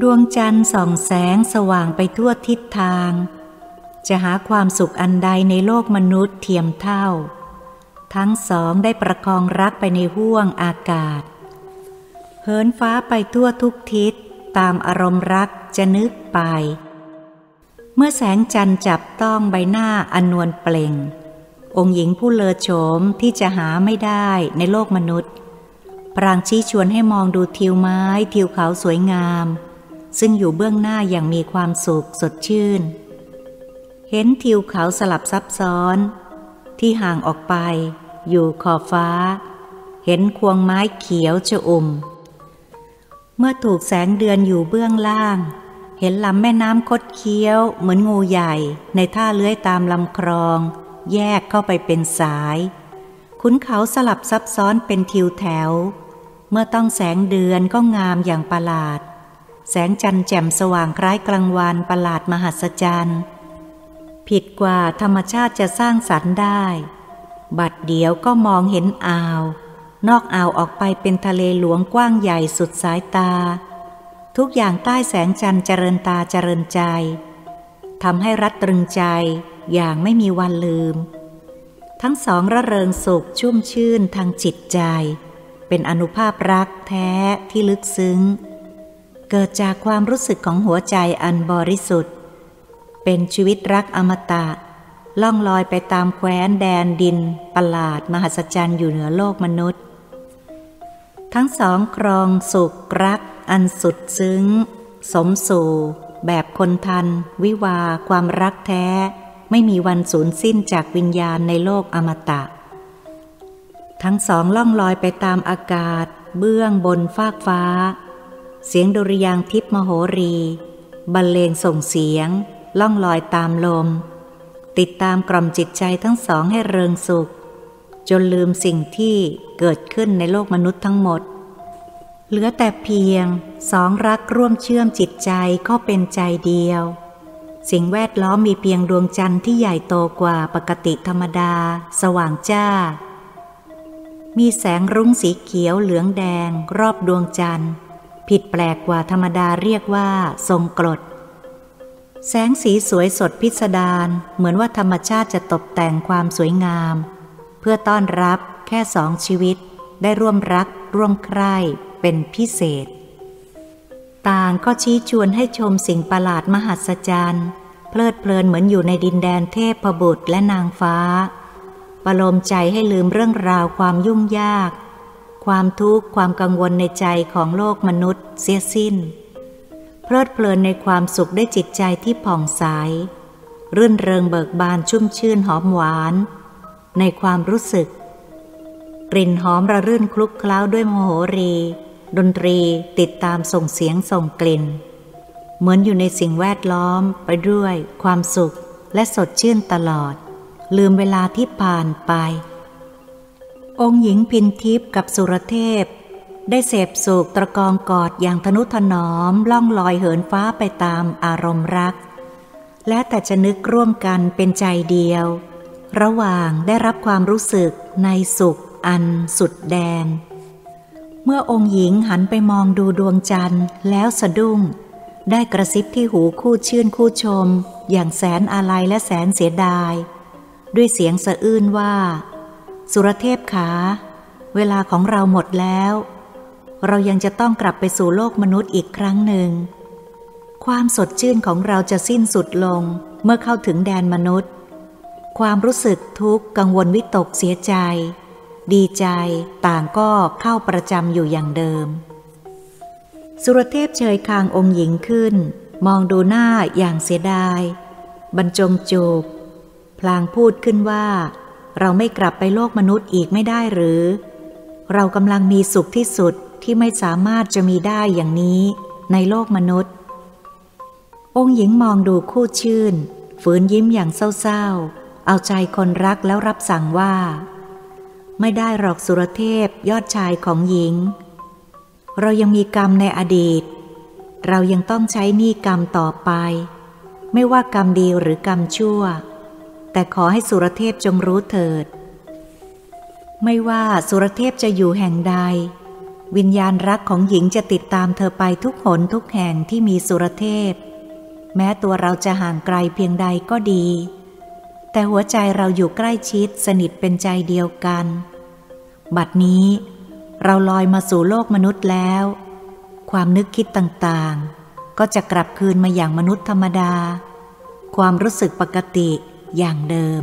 วงจันทร์ส่องแสงสว่างไปทั่วทิศทางจะหาความสุขอันใดในโลกมนุษย์เทียมเท่าทั้งสองได้ประคองรักไปในห้วงอากาศเหินฟ้าไปทั่วทุกทิศตามอารมณ์รักจะนึกไปเมื่อแสงจันทร์จับต้องใบหน้าอันนวลเปล่งองค์หญิงผู้เลอโฉมที่จะหาไม่ได้ในโลกมนุษย์พรางชี้ชวนให้มองดูทิวไม้ทิวเขาสวยงามซึ่งอยู่เบื้องหน้าอย่างมีความสุขสดชื่นเห็นทิวเขาสลับซับซ้อนที่ห่างออกไปอยู่ขอบฟ้าเห็นควงไม้เขียวชอุ่มเมื่อถูกแสงเดือนอยู่เบื้องล่างเห็นลำแม่น้ำคดเคี้ยวเหมือนงูใหญ่ในท่าเลื้อยตามลำคลองแยกเข้าไปเป็นสายขุนเขาสลับซับซ้อนเป็นทิวแถวเมื่อต้องแสงเดือนก็งามอย่างประหลาดแสงจันทร์แจ่มสว่างคล้ายกลางวันประหลาดมหัศจรรย์ผิดกว่าธรรมชาติจะสร้างสรรค์ได้บัดเดียวก็มองเห็นอ่าวนอกอ่าวออกไปเป็นทะเลหลวงกว้างใหญ่สุดสายตาทุกอย่างใต้แสงจันทร์เจริญตาเจริญใจทำให้รัดตรึงใจอย่างไม่มีวันลืมทั้งสองระเริงสุขชุ่มชื่นทางจิตใจเป็นอนุภาพรักแท้ที่ลึกซึ้งเกิดจากความรู้สึกของหัวใจอันบริสุทธิ์เป็นชีวิตรักอมตะล่องลอยไปตามแคว้นแดนดินประหลาดมหัศจรรย์อยู่เหนือโลกมนุษย์ทั้งสองครองสุขรักอันสุดซึ้งสมสู่แบบคนทันวิวาความรักแท้ไม่มีวันสูญสิ้นจากวิญญาณในโลกอมตะทั้งสองล่องลอยไปตามอากาศเบื้องบนฟากฟ้าเสียงดุริยางค์ทิพย์มโหรีบรรเลงส่งเสียงล่องลอยตามลมติดตามกล่อมจิตใจทั้งสองให้เริงสุขจนลืมสิ่งที่เกิดขึ้นในโลกมนุษย์ทั้งหมดเหลือแต่เพียงสองรักร่วมเชื่อมจิตใจก็เป็นใจเดียวสิ่งแวดล้อมมีเพียงดวงจันทร์ที่ใหญ่โตกว่าปกติธรรมดาสว่างจ้ามีแสงรุ้งสีเขียวเหลืองแดงรอบดวงจันทร์ผิดแปลกกว่าธรรมดาเรียกว่าทรงกรดแสงสีสวยสดพิสดารเหมือนว่าธรรมชาติจะตกแต่งความสวยงามเพื่อต้อนรับแค่สองชีวิตได้ร่วมรักร่วมใคร่เป็นพิเศษต่างก็ชี้ชวนให้ชมสิ่งประหลาดมหัศจรรย์เพลิดเพลินเหมือนอยู่ในดินแดนเทพบุตรและนางฟ้าประโลมใจให้ลืมเรื่องราวความยุ่งยากความทุกข์ความกังวลในใจของโลกมนุษย์เสียสิ้นเพลิดเพลินในความสุขได้จิตใจที่ผ่องใสรื่นเริงเบิกบานชุ่มชื่นหอมหวานในความรู้สึกกลิ่นหอมระรื่นคลุกเคล้าด้วยโมโหรีดนตรีติดตามส่งเสียงส่งกลิ่นเหมือนอยู่ในสิ่งแวดล้อมไปด้วยความสุขและสดชื่นตลอดลืมเวลาที่ผ่านไปองค์หญิงพินทิพย์กับสุรเทพได้เสพสุขตะกองกอดอย่างทนุถนอมล่องลอยเหินฟ้าไปตามอารมณ์รักและแต่จะนึกร่วมกันเป็นใจเดียวระหว่างได้รับความรู้สึกในสุขอันสุดแดนเมื่อองค์หญิงหันไปมองดูดวงจันทร์แล้วสะดุ้งได้กระซิบที่หูคู่ชื่นคู่ชมอย่างแสนอาลัยและแสนเสียดายด้วยเสียงสะอื้นว่าสุรเทพขาเวลาของเราหมดแล้วเรายังจะต้องกลับไปสู่โลกมนุษย์อีกครั้งหนึ่งความสดชื่นของเราจะสิ้นสุดลงเมื่อเข้าถึงแดนมนุษย์ความรู้สึกทุกข์กังวลวิตกเสียใจดีใจต่างก็เข้าประจำอยู่อย่างเดิมสุรเทพเชยคางองค์หญิงขึ้นมองดูหน้าอย่างเสียดายบรรจงจูบพลางพูดขึ้นว่าเราไม่กลับไปโลกมนุษย์อีกไม่ได้หรือเรากำลังมีสุขที่สุดที่ไม่สามารถจะมีได้อย่างนี้ในโลกมนุษย์องค์หญิงมองดูคู่ชื่นฝืนยิ้มอย่างเศร้าๆเอาใจคนรักแล้วรับสั่งว่าไม่ได้หรอกสุรเทพยอดชายของหญิงเรายังมีกรรมในอดีตเรายังต้องใช้หนี้กรรมต่อไปไม่ว่ากรรมดีหรือกรรมชั่วแต่ขอให้สุรเทพจงรู้เถิดไม่ว่าสุรเทพจะอยู่แห่งใดวิญญาณรักของหญิงจะติดตามเธอไปทุกหนทุกแห่งที่มีสุรเทพแม้ตัวเราจะห่างไกลเพียงใดก็ดีแต่หัวใจเราอยู่ใกล้ชิดสนิทเป็นใจเดียวกันบัดนี้เราลอยมาสู่โลกมนุษย์แล้วความนึกคิดต่างๆก็จะกลับคืนมาอย่างมนุษย์ธรรมดาความรู้สึกปกติอย่างเดิม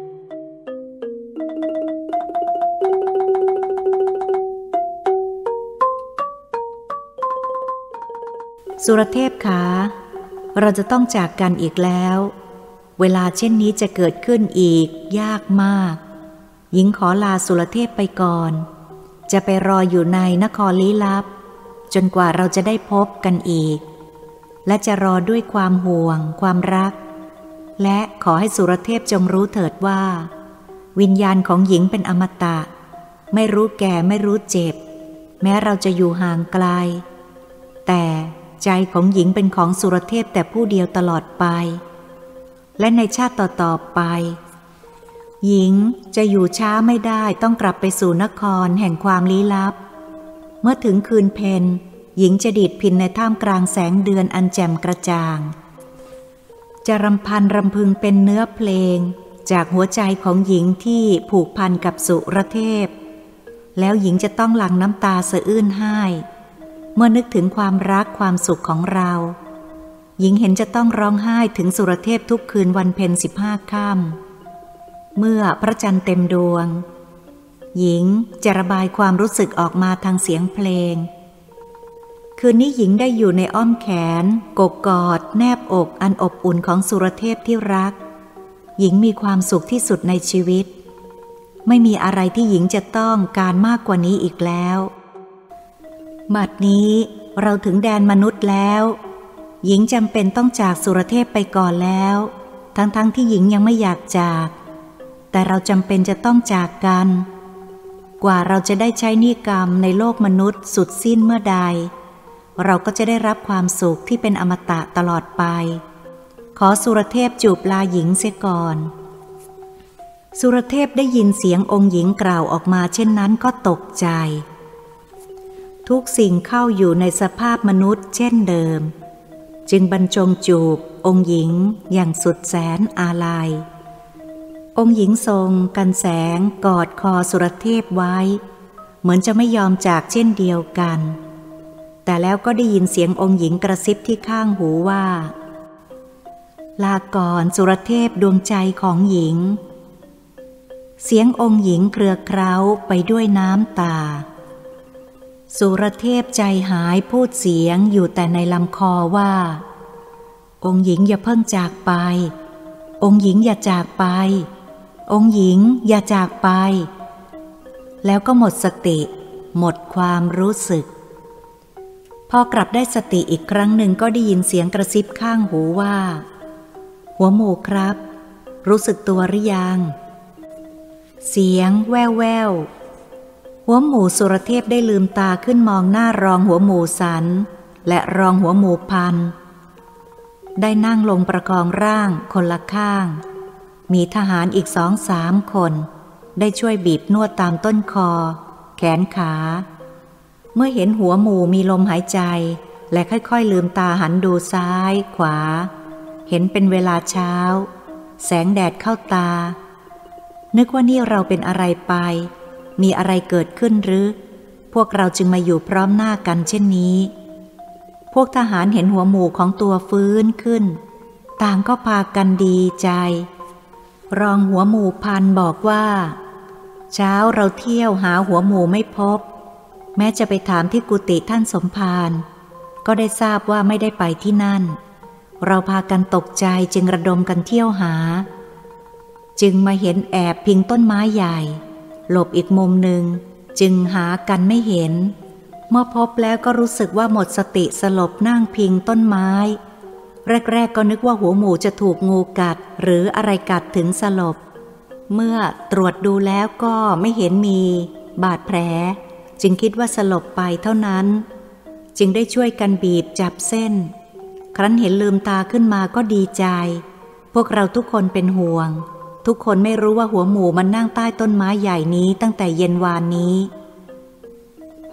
สุรเทพคะเราจะต้องจากกันอีกแล้วเวลาเช่นนี้จะเกิดขึ้นอีกยากมากหญิงขอลาสุรเทพไปก่อนจะไปรออยู่ในนครลี้ลับจนกว่าเราจะได้พบกันอีกและจะรอด้วยความห่วงความรักและขอให้สุรเทพจงรู้เถิดว่าวิญญาณของหญิงเป็นอมตะไม่รู้แก่ไม่รู้เจ็บแม้เราจะอยู่ห่างไกลแต่ใจของหญิงเป็นของสุรเทพแต่ผู้เดียวตลอดไปและในชาติต่อๆไปหญิงจะอยู่ช้าไม่ได้ต้องกลับไปสู่นครแห่งความลี้ลับเมื่อถึงคืนเพ็ญหญิงจะดีดพิณในท่ามกลางแสงเดือนอันแจ่มกระจ่างจะรำพันรำพึงเป็นเนื้อเพลงจากหัวใจของหญิงที่ผูกพันกับสุรเทพแล้วหญิงจะต้องหลั่งน้ำตาสะอื้นไห้เมื่อนึกถึงความรักความสุขของเราหญิงเห็นจะต้องร้องไห้ถึงสุรเทพทุกคืนวันเพ็ญ15 ค่ำเมื่อพระจันทร์เต็มดวงหญิงจะระบายความรู้สึกออกมาทางเสียงเพลงคืนนี้หญิงได้อยู่ในอ้อมแขนกกกอดแนบอกอันอบอุ่นของสุรเทพที่รักหญิงมีความสุขที่สุดในชีวิตไม่มีอะไรที่หญิงจะต้องการมากกว่านี้อีกแล้วบัดนี้เราถึงแดนมนุษย์แล้วหญิงจำเป็นต้องจากสุรเทพไปก่อนแล้วทั้งที่หญิงยังไม่อยากจากแต่เราจำเป็นจะต้องจากกันกว่าเราจะได้ใช้นิกรรมในโลกมนุษย์สุดสิ้นเมื่อใดเราก็จะได้รับความสุขที่เป็นอมตะตลอดไปขอสุรเทพจูบลาหญิงเสียก่อนสุรเทพได้ยินเสียงองค์หญิงกล่าวออกมาเช่นนั้นก็ตกใจทุกสิ่งเข้าอยู่ในสภาพมนุษย์เช่นเดิมจึงบรรจงจูบองค์หญิงอย่างสุดแสนอาลัยองค์หญิงทรงกันแสงกอดคอสุรเทพไว้เหมือนจะไม่ยอมจากเช่นเดียวกันแต่แล้วก็ได้ยินเสียงองค์หญิงกระซิบที่ข้างหูว่าลาก่อนสุรเทพดวงใจของหญิงเสียงองค์หญิงเครือเคล้าไปด้วยน้ำตาสุรเทพใจหายพูดเสียงอยู่แต่ในลำคอว่าองค์หญิงอย่าเพิ่งจากไปองค์หญิงอย่าจากไปองค์หญิงอย่าจากไปแล้วก็หมดสติหมดความรู้สึกพอกลับได้สติอีกครั้งหนึ่งก็ได้ยินเสียงกระซิบข้างหูว่าหัวหมูครับรู้สึกตัวหรือยังเสียงแว่วแว่วหัวหมูสุรเทพได้ลืมตาขึ้นมองหน้ารองหัวหมูสันและรองหัวหมูพันได้นั่งลงประคองร่างคนละข้างมีทหารอีก2-3 คนได้ช่วยบีบนวดตามต้นคอแขนขาเมื่อเห็นหัวหมูมีลมหายใจและค่อยๆลืมตาหันดูซ้ายขวาเห็นเป็นเวลาเช้าแสงแดดเข้าตานึกว่านี่เราเป็นอะไรไปมีอะไรเกิดขึ้นหรือพวกเราจึงมาอยู่พร้อมหน้ากันเช่นนี้พวกทหารเห็นหัวหมูของตัวฟื้นขึ้นต่างก็พากันดีใจรองหัวหมูพันบอกว่าเช้าเราเที่ยวหาหัวหมูไม่พบแม้จะไปถามที่กุฏิท่านสมภารก็ได้ทราบว่าไม่ได้ไปที่นั่นเราพากันตกใจจึงระดมกันเที่ยวหาจึงมาเห็นแอบพิงต้นไม้ใหญ่หลบอีกมุมหนึ่งจึงหากันไม่เห็นเมื่อพบแล้วก็รู้สึกว่าหมดสติสลบนั่งพิงต้นไม้แรกๆก็นึกว่าหัวหมูจะถูกงูกัดหรืออะไรกัดถึงสลบเมื่อตรวจดูแล้วก็ไม่เห็นมีบาดแผลจึงคิดว่าสลบไปเท่านั้นจึงได้ช่วยกันบีบจับเส้นครั้นเห็นลืมตาขึ้นมาก็ดีใจพวกเราทุกคนเป็นห่วงทุกคนไม่รู้ว่าหัวหมูมันนั่งใต้ต้นไม้ใหญ่นี้ตั้งแต่เย็นวานนี้หั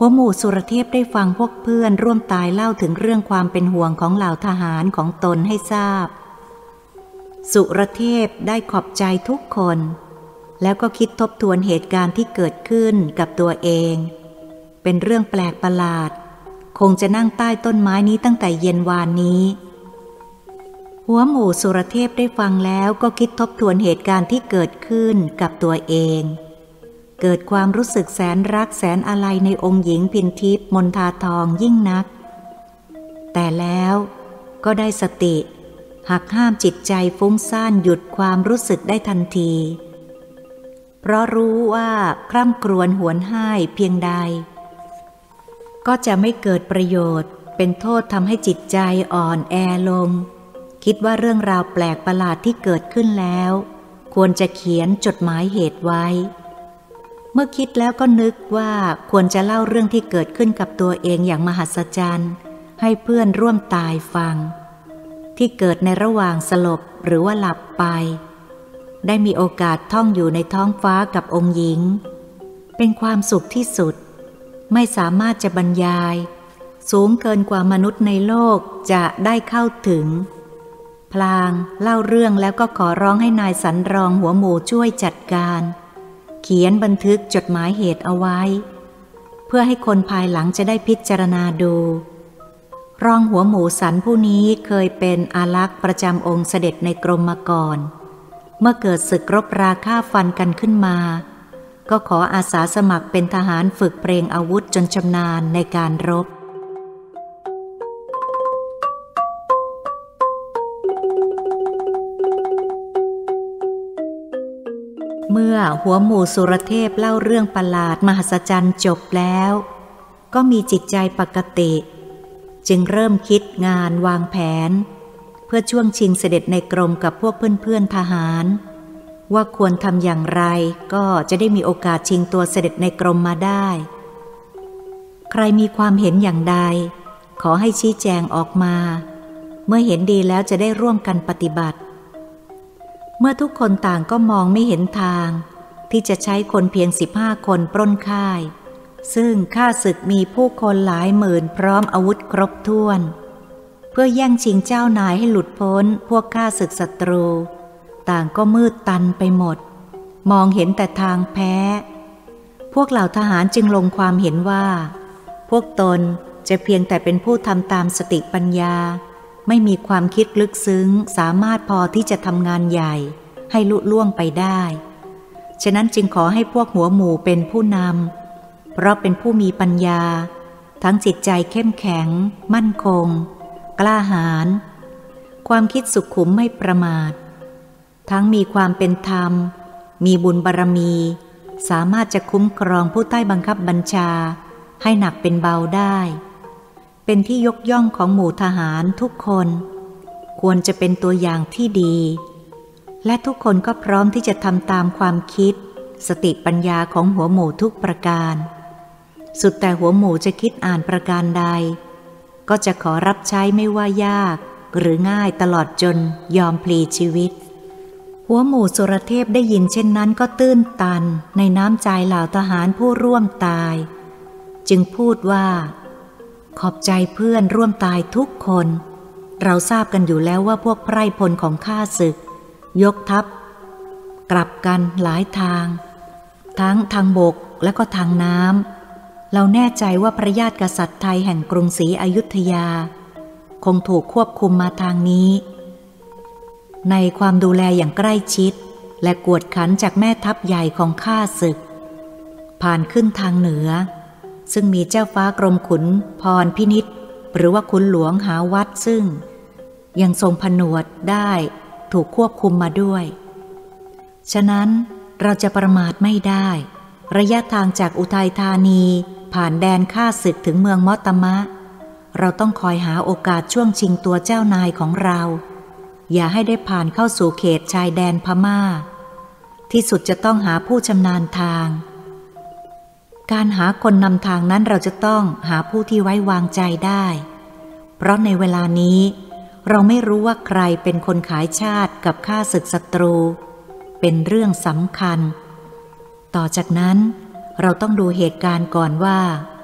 หัวหมู่สุรเทพได้ฟังพวกเพื่อนร่วมตายเล่าถึงเรื่องความเป็นห่วงของเหล่าทหารของตนให้ทราบสุรเทพได้ขอบใจทุกคนแล้วก็คิดทบทวนเหตุการณ์ที่เกิดขึ้นกับตัวเองเป็นเรื่องแปลกประหลาดคงจะนั่งใต้ต้นไม้นี้ตั้งแต่เย็นวานนี้หัวหมู่สุรเทพได้ฟังแล้วก็คิดทบทวนเหตุการณ์ที่เกิดขึ้นกับตัวเองเกิดความรู้สึกแสนรักแสนอาลัยในองค์หญิงพินทิพย์มนทาทองยิ่งนักแต่แล้วก็ได้สติหักห้ามจิตใจฟุ้งซ่านหยุดความรู้สึกได้ทันทีเพราะรู้ว่าคร่ำครวญหวนห้ายเพียงใดก็จะไม่เกิดประโยชน์เป็นโทษทำให้จิตใจอ่อนแอลงคิดว่าเรื่องราวแปลกประหลาดที่เกิดขึ้นแล้วควรจะเขียนจดหมายเหตุไว้เมื่อคิดแล้วก็นึกว่าควรจะเล่าเรื่องที่เกิดขึ้นกับตัวเองอย่างมหัศจรรย์ให้เพื่อนร่วมตายฟังที่เกิดในระหว่างสลบหรือว่าหลับไปได้มีโอกาสท่องอยู่ในท้องฟ้ากับองค์หญิงเป็นความสุขที่สุดไม่สามารถจะบรรยายสูงเกินกว่ามนุษย์ในโลกจะได้เข้าถึงพลางเล่าเรื่องแล้วก็ขอร้องให้นายสันรองหัวหมู่ช่วยจัดการเขียนบันทึกจดหมายเหตุเอาไว้เพื่อให้คนภายหลังจะได้พิจารณาดูรองหัวหมู่สันผู้นี้เคยเป็นอารักษ์ประจำองค์เสด็จในกรมมาก่อนเมื่อเกิดศึกรบราฆ่าฟันกันขึ้นมาก็ขออาสาสมัครเป็นทหารฝึกเพลงอาวุธจนชำนาญในการรบเมื่อหัวหมู่สุรเทพเล่าเรื่องประหลาดมหัศจรรย์จบแล้วก็มีจิตใจปกติจึงเริ่มคิดงานวางแผนเพื่อช่วงชิงเสด็จในกรมกับพวกเพื่อนๆทหารว่าควรทำอย่างไรก็จะได้มีโอกาสชิงตัวเสด็จในกรมมาได้ใครมีความเห็นอย่างใดขอให้ชี้แจงออกมาเมื่อเห็นดีแล้วจะได้ร่วมกันปฏิบัติเมื่อทุกคนต่างก็มองไม่เห็นทางที่จะใช้คนเพียง15 คนปล้นค่ายซึ่งข้าศึกมีผู้คนหลายหมื่นพร้อมอาวุธครบถ้วนเพื่อแย่งชิงเจ้านายให้หลุดพ้นพวกข้าศึกศัตรูต่างก็มืดตันไปหมดมองเห็นแต่ทางแพ้พวกเหล่าทหารจึงลงความเห็นว่าพวกตนจะเพียงแต่เป็นผู้ทำตามสติปัญญาไม่มีความคิดลึกซึ้งสามารถพอที่จะทำงานใหญ่ให้ลุล่วงไปได้ฉะนั้นจึงขอให้พวกหัวหมู่เป็นผู้นำเพราะเป็นผู้มีปัญญาทั้งจิตใจเข้มแข็งมั่นคงกล้าหาญความคิดสุขุมไม่ประมาททั้งมีความเป็นธรรมมีบุญบารมีสามารถจะคุ้มครองผู้ใต้บังคับบัญชาให้หนักเป็นเบาได้เป็นที่ยกย่องของหมู่ทหารทุกคนควรจะเป็นตัวอย่างที่ดีและทุกคนก็พร้อมที่จะทำตามความคิดสติปัญญาของหัวหมู่ทุกประการสุดแต่หัวหมู่จะคิดอ่านประการใดก็จะขอรับใช้ไม่ว่ายากหรือง่ายตลอดจนยอมพลีชีวิตหัวหมู่สุรเทพได้ยินเช่นนั้นก็ตื้นตันในน้ำใจเหล่าทหารผู้ร่วมตายจึงพูดว่าขอบใจเพื่อนร่วมตายทุกคนเราทราบกันอยู่แล้วว่าพวกไพร่พลของข้าศึกยกทัพกลับกันหลายทางทั้งทางบกและก็ทางน้ำเราแน่ใจว่าพระญาติกษัตริย์ไทยแห่งกรุงศรีอยุธยาคงถูกควบคุมมาทางนี้ในความดูแลอย่างใกล้ชิดและกวดขันจากแม่ทัพใหญ่ของข้าศึกผ่านขึ้นทางเหนือซึ่งมีเจ้าฟ้ากรมขุนพรพินิจหรือว่าขุนหลวงหาวัดซึ่งยังทรงผนวดได้ถูกควบคุมมาด้วยฉะนั้นเราจะประมาทไม่ได้ระยะทางจากอุทัยธานีผ่านแดนข้าศึกถึงเมืองมอตมะเราต้องคอยหาโอกาสช่วงชิงตัวเจ้านายของเราอย่าให้ได้ผ่านเข้าสู่เขตชายแดนพม่าที่สุดจะต้องหาผู้ชำนาญทางการหาคนนำทางนั้นเราจะต้องหาผู้ที่ไว้วางใจได้เพราะในเวลานี้เราไม่รู้ว่าใครเป็นคนขายชาติกับข้าศึกศัตรูเป็นเรื่องสำคัญต่อจากนั้นเราต้องดูเหตุการณ์ก่อนว่า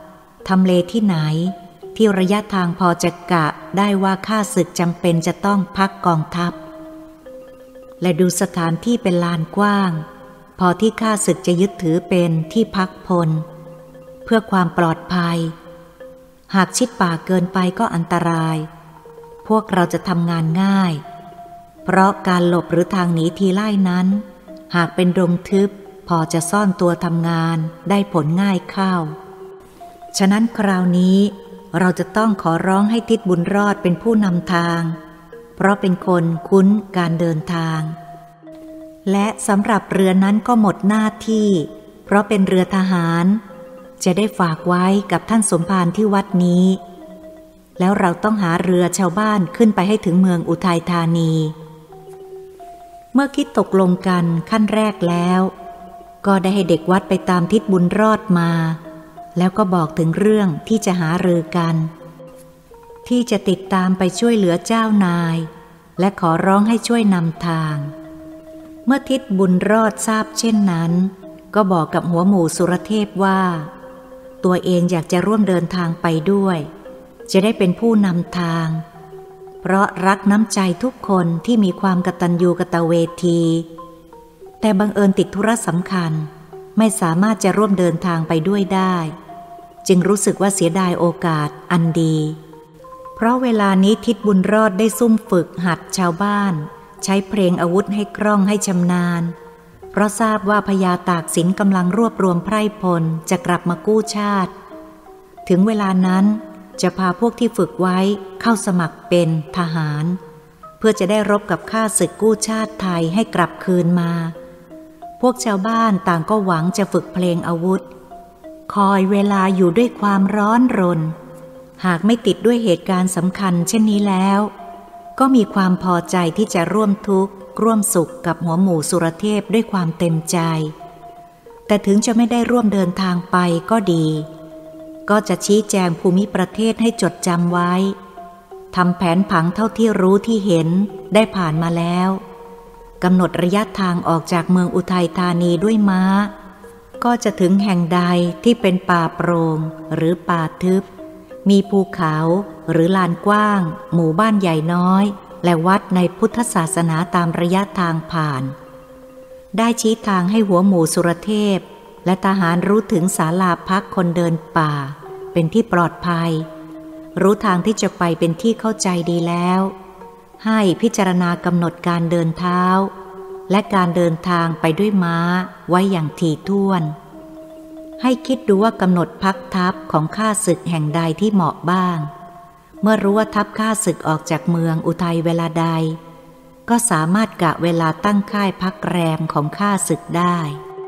ทำเลที่ไหนที่ระยะทางพอจะกะได้ว่าข้าศึกจำเป็นจะต้องพักกองทัพและดูสถานที่เป็นลานกว้างพอที่ข้าศึกจะยึดถือเป็นที่พักพลเพื่อความปลอดภัยหากชิดป่าเกินไปก็อันตรายพวกเราจะทำงานง่ายเพราะการหลบหรือทางหนีทีไล่นั้นหากเป็นดงทึบพอจะซ่อนตัวทำงานได้ผลง่ายเข้าฉะนั้นคราวนี้เราจะต้องขอร้องให้ทิดบุญรอดเป็นผู้นำทางเพราะเป็นคนคุ้นการเดินทางและสำหรับเรือนั้นก็หมดหน้าที่เพราะเป็นเรือทหารจะได้ฝากไว้กับท่านสมภารที่วัดนี้แล้วเราต้องหาเรือชาวบ้านขึ้นไปให้ถึงเมืองอุทัยธานีเมื่อคิดตกลงกันขั้นแรกแล้วก็ได้ให้เด็กวัดไปตามทิดบุญรอดมาแล้วก็บอกถึงเรื่องที่จะหารือกันที่จะติดตามไปช่วยเหลือเจ้านายและขอร้องให้ช่วยนำทางเมื่อทิดบุญรอดทราบเช่นนั้นก็บอกกับหัวหมู่สุรเทพว่าตัวเองอยากจะร่วมเดินทางไปด้วยจะได้เป็นผู้นำทางเพราะรักน้ำใจทุกคนที่มีความกตัญญูกตเวทีแต่บังเอิญติดธุระสำคัญไม่สามารถจะร่วมเดินทางไปด้วยได้จึงรู้สึกว่าเสียดายโอกาสอันดีเพราะเวลานี้ทิดบุญรอดได้ซุ่มฝึกหัดชาวบ้านใช้เพลงอาวุธให้คล่องให้ชำนาญเพราะทราบว่าพญาตากสินกำลังรวบรวมไพร่พลจะกลับมากู้ชาติถึงเวลานั้นจะพาพวกที่ฝึกไว้เข้าสมัครเป็นทหารเพื่อจะได้รบกับข้าศึกกู้ชาติไทยให้กลับคืนมาพวกชาวบ้านต่างก็หวังจะฝึกเพลงอาวุธคอยเวลาอยู่ด้วยความร้อนรนหากไม่ติดด้วยเหตุการณ์สำคัญเช่นนี้แล้วก็มีความพอใจที่จะร่วมทุกข์ร่วมสุขกับหัวหมู่สุรเทพด้วยความเต็มใจแต่ถึงจะไม่ได้ร่วมเดินทางไปก็ดีก็จะชี้แจงภูมิประเทศให้จดจำไว้ทำแผนผังเท่าที่รู้ที่เห็นได้ผ่านมาแล้วกำหนดระยะทางออกจากเมืองอุทัยธานีด้วยม้าก็จะถึงแห่งใดที่เป็นป่าโปร่งหรือป่าทึบมีภูเขาหรือลานกว้างหมู่บ้านใหญ่น้อยและวัดในพุทธศาสนาตามระยะทางผ่านได้ชี้ทางให้หัวหมู่สุรเทพและทหารรู้ถึงศาลาพักคนเดินป่าเป็นที่ปลอดภัยรู้ทางที่จะไปเป็นที่เข้าใจดีแล้วให้พิจารณากำหนดการเดินเท้าและการเดินทางไปด้วยม้าไว้อย่างถี่ถ้วนให้คิดดูว่ากำหนดพักทัพของข้าศึกแห่งใดที่เหมาะบ้างเมื่อรู้ว่าทัพข้าศึกออกจากเมืองอุทัยเวลาใดก็สามารถกะเวลาตั้งค่ายพักแรมของข้าศึกได้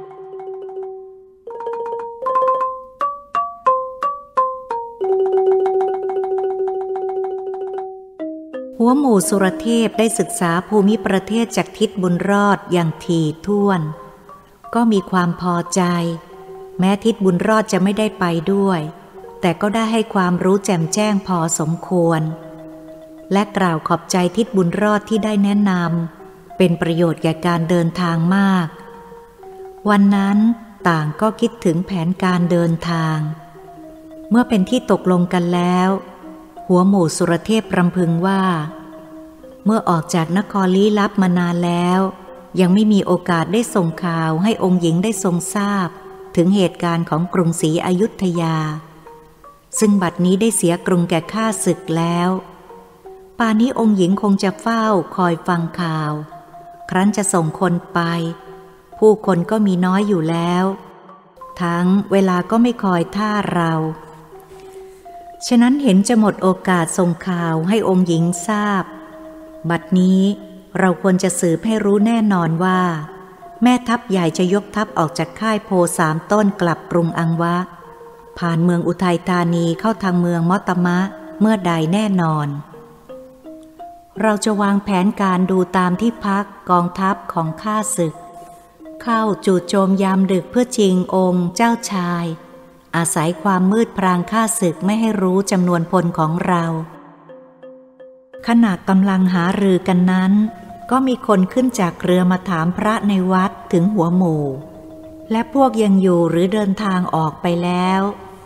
หัวหมู่สุรเทพได้ศึกษาภูมิประเทศจากทิศบุญรอดอย่างถี่ถ้วนก็มีความพอใจแม้ทิศบุญรอดจะไม่ได้ไปด้วยแต่ก็ได้ให้ความรู้แจ่มแจ้งพอสมควรและกล่าวขอบใจทิศบุญรอดที่ได้แนะนำเป็นประโยชน์แก่การเดินทางมากวันนั้นต่างก็คิดถึงแผนการเดินทางเมื่อเป็นที่ตกลงกันแล้วหัวหมู่สุรเทพรำพึงว่าเมื่อออกจากนครลี้ลับมานานแล้วยังไม่มีโอกาสได้ส่งข่าวให้องค์หญิงได้ทรงทราบถึงเหตุการณ์ของกรุงศรีอยุธยาซึ่งบัดนี้ได้เสียกรุงแก่ข้าศึกแล้วป่านนี้องค์หญิงคงจะเฝ้าคอยฟังข่าวครั้นจะส่งคนไปผู้คนก็มีน้อยอยู่แล้วทั้งเวลาก็ไม่คอยท่าเราฉะนั้นเห็นจะหมดโอกาสส่งข่าวให้องค์หญิงทราบบัดนี้เราควรจะสืบให้รู้แน่นอนว่าแม่ทัพใหญ่จะยกทัพออกจากค่ายโพ3ต้นกลับกรุงอังวะผ่านเมืองอุทัยธานีเข้าทางเมืองมอตมะเมื่อใดแน่นอนเราจะวางแผนการดูตามที่พักกองทัพของข้าศึกเข้าจู่โจมยามดึกเพื่อชิงองค์เจ้าชายอาศัยความมืดพรางข้าศึกไม่ให้รู้จำนวนพลของเราขณะกำลังหารือกันนั้นก็มีคนขึ้นจากเรือมาถามพระในวัดถึงหัวหมู่และพวกยังอยู่หรือเดินทางออกไปแล้ว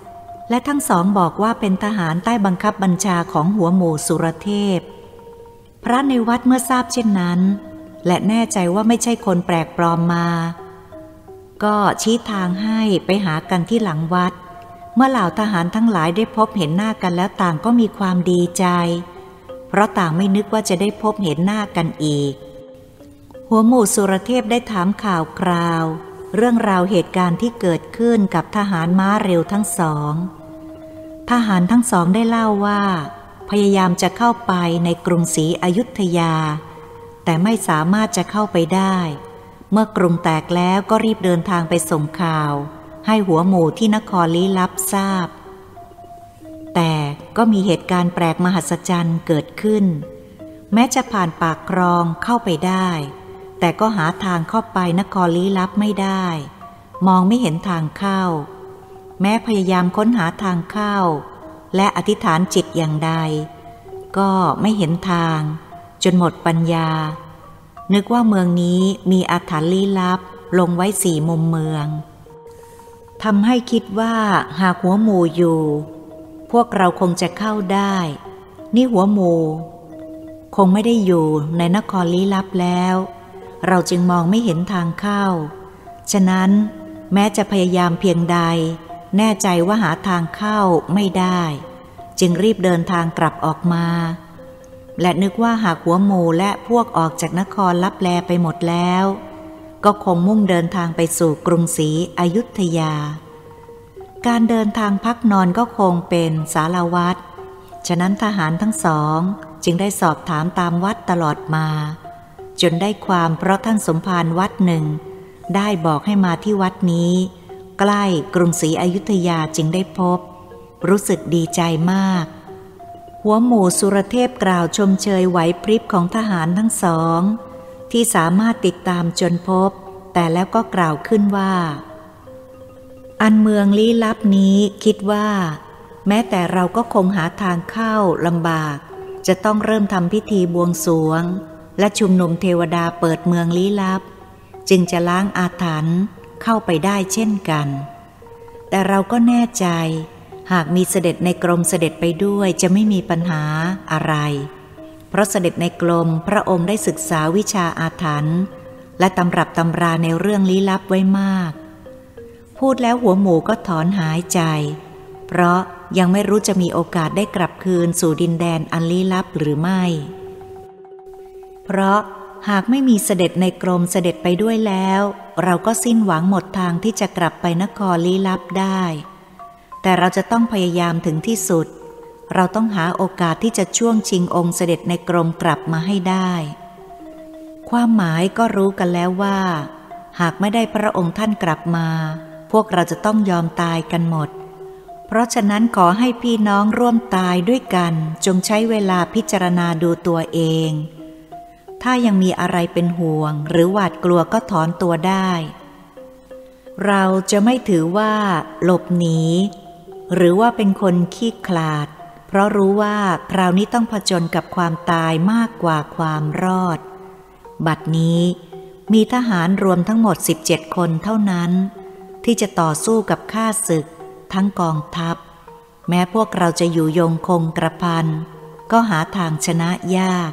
และทั้งสองบอกว่าเป็นทหารใต้บังคับบัญชาของหัวหมู่สุรเทพพระในวัดเมื่อทราบเช่นนั้นและแน่ใจว่าไม่ใช่คนแปลกปลอมมาก็ชี้ทางให้ไปหากันที่หลังวัดเมื่อเหล่าทหารทั้งหลายได้พบเห็นหน้ากันแล้วต่างก็มีความดีใจเพราะต่างไม่นึกว่าจะได้พบเห็นหน้ากันอีกหัวหมู่สุรเทพได้ถามข่าวคราวเรื่องราวเหตุการณ์ที่เกิดขึ้นกับทหารม้าเร็วทั้งสองทหารทั้งสองได้เล่าว่าพยายามจะเข้าไปในกรุงศรีอยุธยาแต่ไม่สามารถจะเข้าไปได้เมื่อกรุงแตกแล้วก็รีบเดินทางไปส่งข่าวให้หัวหมู่ที่นครลี้ลับทราบแต่ก็มีเหตุการณ์แปลกมหัศจรรย์เกิดขึ้นแม้จะผ่านปากคลองเข้าไปได้แต่ก็หาทางเข้าไปนครลี้ลับไม่ได้มองไม่เห็นทางเข้าแม้พยายามค้นหาทางเข้าและอธิษฐานจิตอย่างใดก็ไม่เห็นทางจนหมดปัญญานึกว่าเมืองนี้มีอาถรรพ์ลี้ลับลงไว้สี่มุมเมืองทำให้คิดว่าหากหัวหมู่อยู่พวกเราคงจะเข้าได้นี่หัวหมู่คงไม่ได้อยู่ในนครลี้ลับแล้วเราจึงมองไม่เห็นทางเข้าฉะนั้นแม้จะพยายามเพียงใดแน่ใจว่าหาทางเข้าไม่ได้จึงรีบเดินทางกลับออกมาและนึกว่าหากหัวหมู่และพวกออกจากนครลับแลไปหมดแล้วก็คงมุ่งเดินทางไปสู่กรุงศรีอยุธยาการเดินทางพักนอนก็คงเป็นสารวัตรฉะนั้นทหารทั้งสองจึงได้สอบถามตามวัดตลอดมาจนได้ความเพราะท่านสมภารวัดหนึ่งได้บอกให้มาที่วัดนี้ใกล้กรุงศรีอยุธยาจึงได้พบรู้สึกดีใจมากหัวหมู่สุรเทพกล่าวชมเชยไหวพริบของทหารทั้งสองที่สามารถติดตามจนพบแต่แล้วก็กล่าวขึ้นว่าอันเมืองลี้ลับนี้คิดว่าแม้แต่เราก็คงหาทางเข้าลำบากจะต้องเริ่มทำพิธีบวงสรวงและชุมนุมเทวดาเปิดเมืองลี้ลับจึงจะล้างอาถรรพ์เข้าไปได้เช่นกันแต่เราก็แน่ใจหากมีเสด็จในกรมเสด็จไปด้วยจะไม่มีปัญหาอะไรเพราะเสด็จในกรมพระองค์ได้ศึกษาวิชาอาถรรพ์และตำรับตำราในเรื่องลี้ลับไว้มากพูดแล้วหัวหมูก็ถอนหายใจเพราะยังไม่รู้จะมีโอกาสได้กลับคืนสู่ดินแดนอันลี้ลับหรือไม่เพราะหากไม่มีเสด็จในกรมเสด็จไปด้วยแล้วเราก็สิ้นหวังหมดทางที่จะกลับไปนครลี้ลับได้แต่เราจะต้องพยายามถึงที่สุดเราต้องหาโอกาสที่จะช่วงชิงองค์เสด็จในกรมกลับมาให้ได้ความหมายก็รู้กันแล้วว่าหากไม่ได้พระองค์ท่านกลับมาพวกเราจะต้องยอมตายกันหมดเพราะฉะนั้นขอให้พี่น้องร่วมตายด้วยกันจงใช้เวลาพิจารณาดูตัวเองถ้ายังมีอะไรเป็นห่วงหรือหวาดกลัวก็ถอนตัวได้เราจะไม่ถือว่าหลบหนีหรือว่าเป็นคนขี้ขลาดเพราะรู้ว่าคราวนี้ต้องผจญกับความตายมากกว่าความรอดบัดนี้มีทหารรวมทั้งหมด17 คนเท่านั้นที่จะต่อสู้กับข้าศึกทั้งกองทัพแม้พวกเราจะอยู่ยงคงกระพันก็หาทางชนะยาก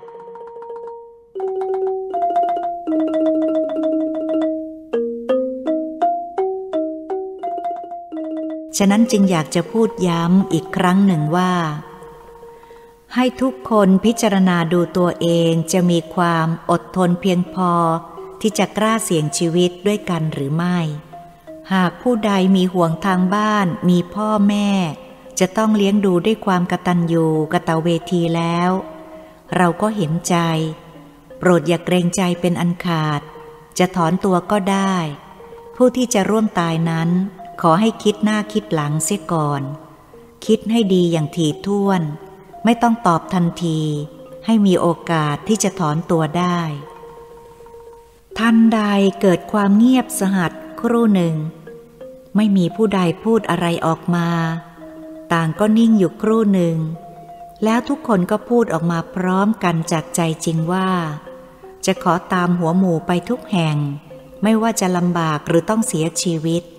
ฉะนั้นจึงอยากจะพูดย้ำอีกครั้งหนึ่งว่าให้ทุกคนพิจารณาดูตัวเองจะมีความอดทนเพียงพอที่จะกล้าเสี่ยงชีวิตด้วยกันหรือไม่หากผู้ใดมีห่วงทางบ้านมีพ่อแม่จะต้องเลี้ยงดูด้วยความกตัญญูกตเวทีแล้วเราก็เห็นใจโปรดอย่าเกรงใจเป็นอันขาดจะถอนตัวก็ได้ผู้ที่จะร่วมตายนั้นขอให้คิดหน้าคิดหลังเสียก่อนคิดให้ดีอย่างถี่ถ้วนไม่ต้องตอบทันทีให้มีโอกาสที่จะถอนตัวได้ทันใดเกิดความเงียบสหัสครู่หนึ่งไม่มีผู้ใดพูดอะไรออกมาต่างก็นิ่งอยู่ครู่หนึ่งแล้วทุกคนก็พูดออกมาพร้อมกันจากใจจริงว่าจะขอตามหัวหมู่ไปทุกแห่งไม่ว่าจะลำบากหรือต้องเสียชีวิต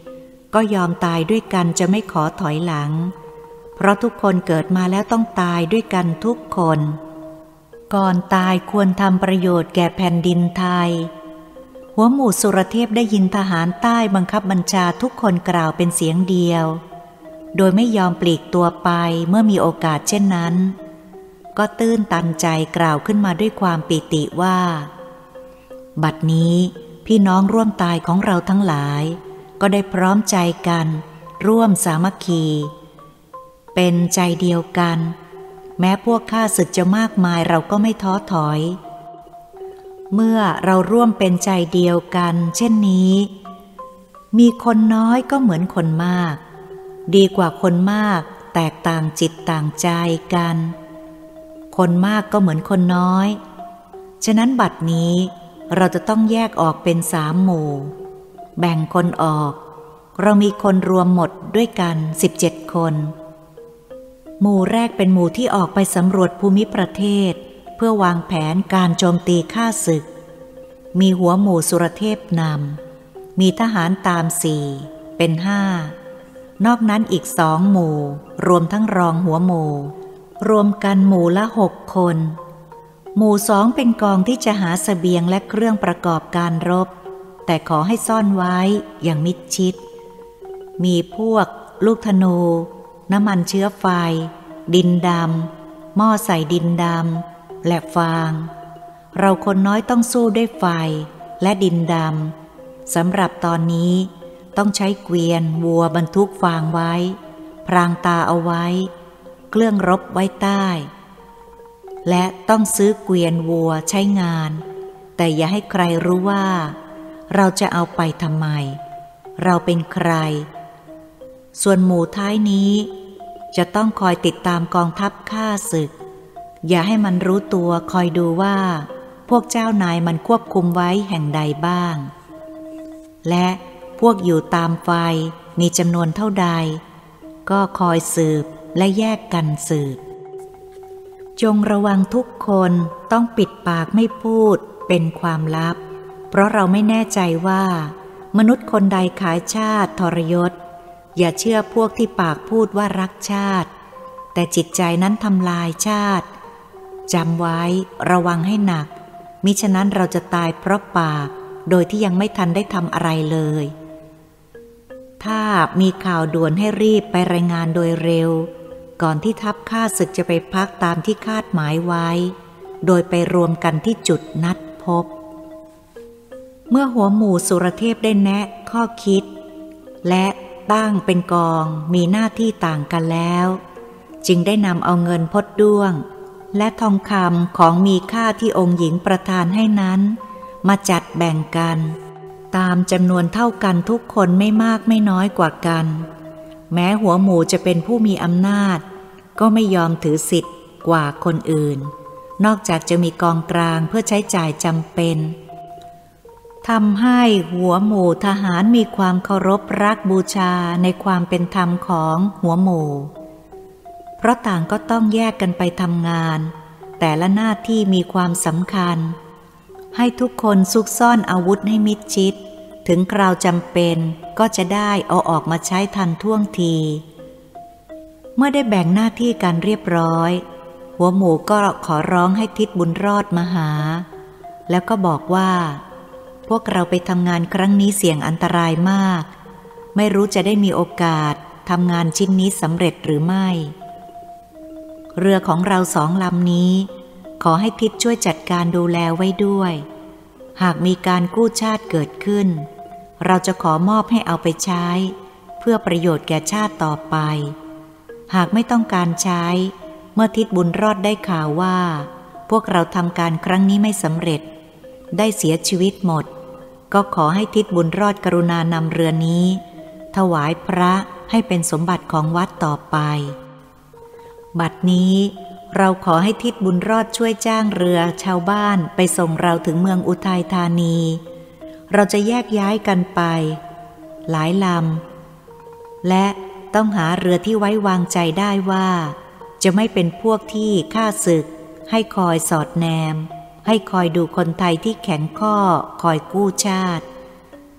ก็ยอมตายด้วยกันจะไม่ขอถอยหลังเพราะทุกคนเกิดมาแล้วต้องตายด้วยกันทุกคนก่อนตายควรทำประโยชน์แก่แผ่นดินไทยหัวหมู่สุรเทพได้ยินทหารใต้บังคับบัญชาทุกคนกล่าวเป็นเสียงเดียวโดยไม่ยอมปลีกตัวไปเมื่อมีโอกาสเช่นนั้นก็ตื้นตันใจกล่าวขึ้นมาด้วยความปิติว่าบัดนี้พี่น้องร่วมตายของเราทั้งหลายก็ได้พร้อมใจกันร่วมสามัคคีเป็นใจเดียวกันแม้พวกข้าศึกจะมากมายเราก็ไม่ท้อถอยเมื่อเราร่วมเป็นใจเดียวกันเช่นนี้มีคนน้อยก็เหมือนคนมากดีกว่าคนมากแตกต่างจิตต่างใจกันคนมากก็เหมือนคนน้อยฉะนั้นบัดนี้เราจะต้องแยกออกเป็น3 หมู่แบ่งคนออกเรามีคนรวมหมดด้วยกัน17 คนหมู่แรกเป็นหมู่ที่ออกไปสำรวจภูมิประเทศเพื่อวางแผนการโจมตีข้าศึกมีหัวหมู่สุรเทพนำมีทหารตาม4เป็น5นอกนั้นอีก2 หมู่รวมทั้งรองหัวหมู่รวมกันหมู่ละ6 คนหมู่2เป็นกองที่จะหาเสบียงและเครื่องประกอบการรบแต่ขอให้ซ่อนไว้อย่างมิดชิดมีพวกลูกธนูน้ำมันเชื้อไฟดินดำหม้อใส่ดินดำและฟางเราคนน้อยต้องสู้ด้วยไฟและดินดำสำหรับตอนนี้ต้องใช้เกวียนวัวบรรทุกฟางไว้พรางตาเอาไว้เครื่องรบไว้ใต้และต้องซื้อเกวียนวัวใช้งานแต่อย่าให้ใครรู้ว่าเราจะเอาไปทำไมเราเป็นใครส่วนหมู่ท้ายนี้จะต้องคอยติดตามกองทัพข้าศึกอย่าให้มันรู้ตัวคอยดูว่าพวกเจ้านายมันควบคุมไว้แห่งใดบ้างและพวกอยู่ตามไฟมีจำนวนเท่าใดก็คอยสืบและแยกกันสืบจงระวังทุกคนต้องปิดปากไม่พูดเป็นความลับเพราะเราไม่แน่ใจว่ามนุษย์คนใดขายชาติทรยศอย่าเชื่อพวกที่ปากพูดว่ารักชาติแต่จิตใจนั้นทำลายชาติจำไว้ระวังให้หนักมิฉะนั้นเราจะตายเพราะปากโดยที่ยังไม่ทันได้ทำอะไรเลยถ้ามีข่าวด่วนให้รีบไปรายงานโดยเร็วก่อนที่ทัพข้าศึกจะไปพักตามที่คาดหมายไว้โดยไปรวมกันที่จุดนัดพบเมื่อหัวหมู่สุรเทพได้แนะข้อคิดและตั้งเป็นกองมีหน้าที่ต่างกันแล้วจึงได้นำเอาเงินพดด้วงและทองคำของมีค่าที่องค์หญิงประทานให้นั้นมาจัดแบ่งกันตามจำนวนเท่ากันทุกคนไม่มากไม่น้อยกว่ากันแม้หัวหมู่จะเป็นผู้มีอำนาจก็ไม่ยอมถือสิทธิ์กว่าคนอื่นนอกจากจะมีกองกลางเพื่อใช้จ่ายจำเป็นทำให้หัวหมู่ทหารมีความเคารพรักบูชาในความเป็นธรรมของหัวหมู่เพราะต่างก็ต้องแยกกันไปทำงานแต่ละหน้าที่มีความสำคัญให้ทุกคนซุกซ่อนอาวุธให้มิดชิดถึงคราวจำเป็นก็จะได้เอาออกมาใช้ทันท่วงทีเมื่อได้แบ่งหน้าที่กันเรียบร้อยหัวหมู่ก็ขอร้องให้ทิศบุญรอดมาหาแล้วก็บอกว่าพวกเราไปทำงานครั้งนี้เสี่ยงอันตรายมากไม่รู้จะได้มีโอกาสทำงานชิ้นนี้สำเร็จหรือไม่เรือของเรา2 ลำนี้ขอให้ทิศช่วยจัดการดูแลไว้ด้วยหากมีการกู้ชาติเกิดขึ้นเราจะขอมอบให้เอาไปใช้เพื่อประโยชน์แก่ชาติต่อไปหากไม่ต้องการใช้เมื่อทิศบุญรอดได้ข่าวว่าพวกเราทำการครั้งนี้ไม่สำเร็จได้เสียชีวิตหมดก็ขอให้ทิศบุญรอดกรุณานำเรือนี้ถวายพระให้เป็นสมบัติของวัดต่อไปบัดนี้เราขอให้ทิศบุญรอดช่วยจ้างเรือชาวบ้านไปส่งเราถึงเมืองอุทัยธานีเราจะแยกย้ายกันไปหลายลำและต้องหาเรือที่ไว้วางใจได้ว่าจะไม่เป็นพวกที่ฆ่าศึกให้คอยสอดแนมให้คอยดูคนไทยที่แข็งข้อคอยกู้ชาติ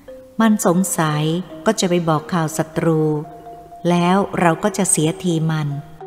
มันสงสัยก็จะไปบอกข่าวศัตรูแล้วเราก็จะเสียทีมัน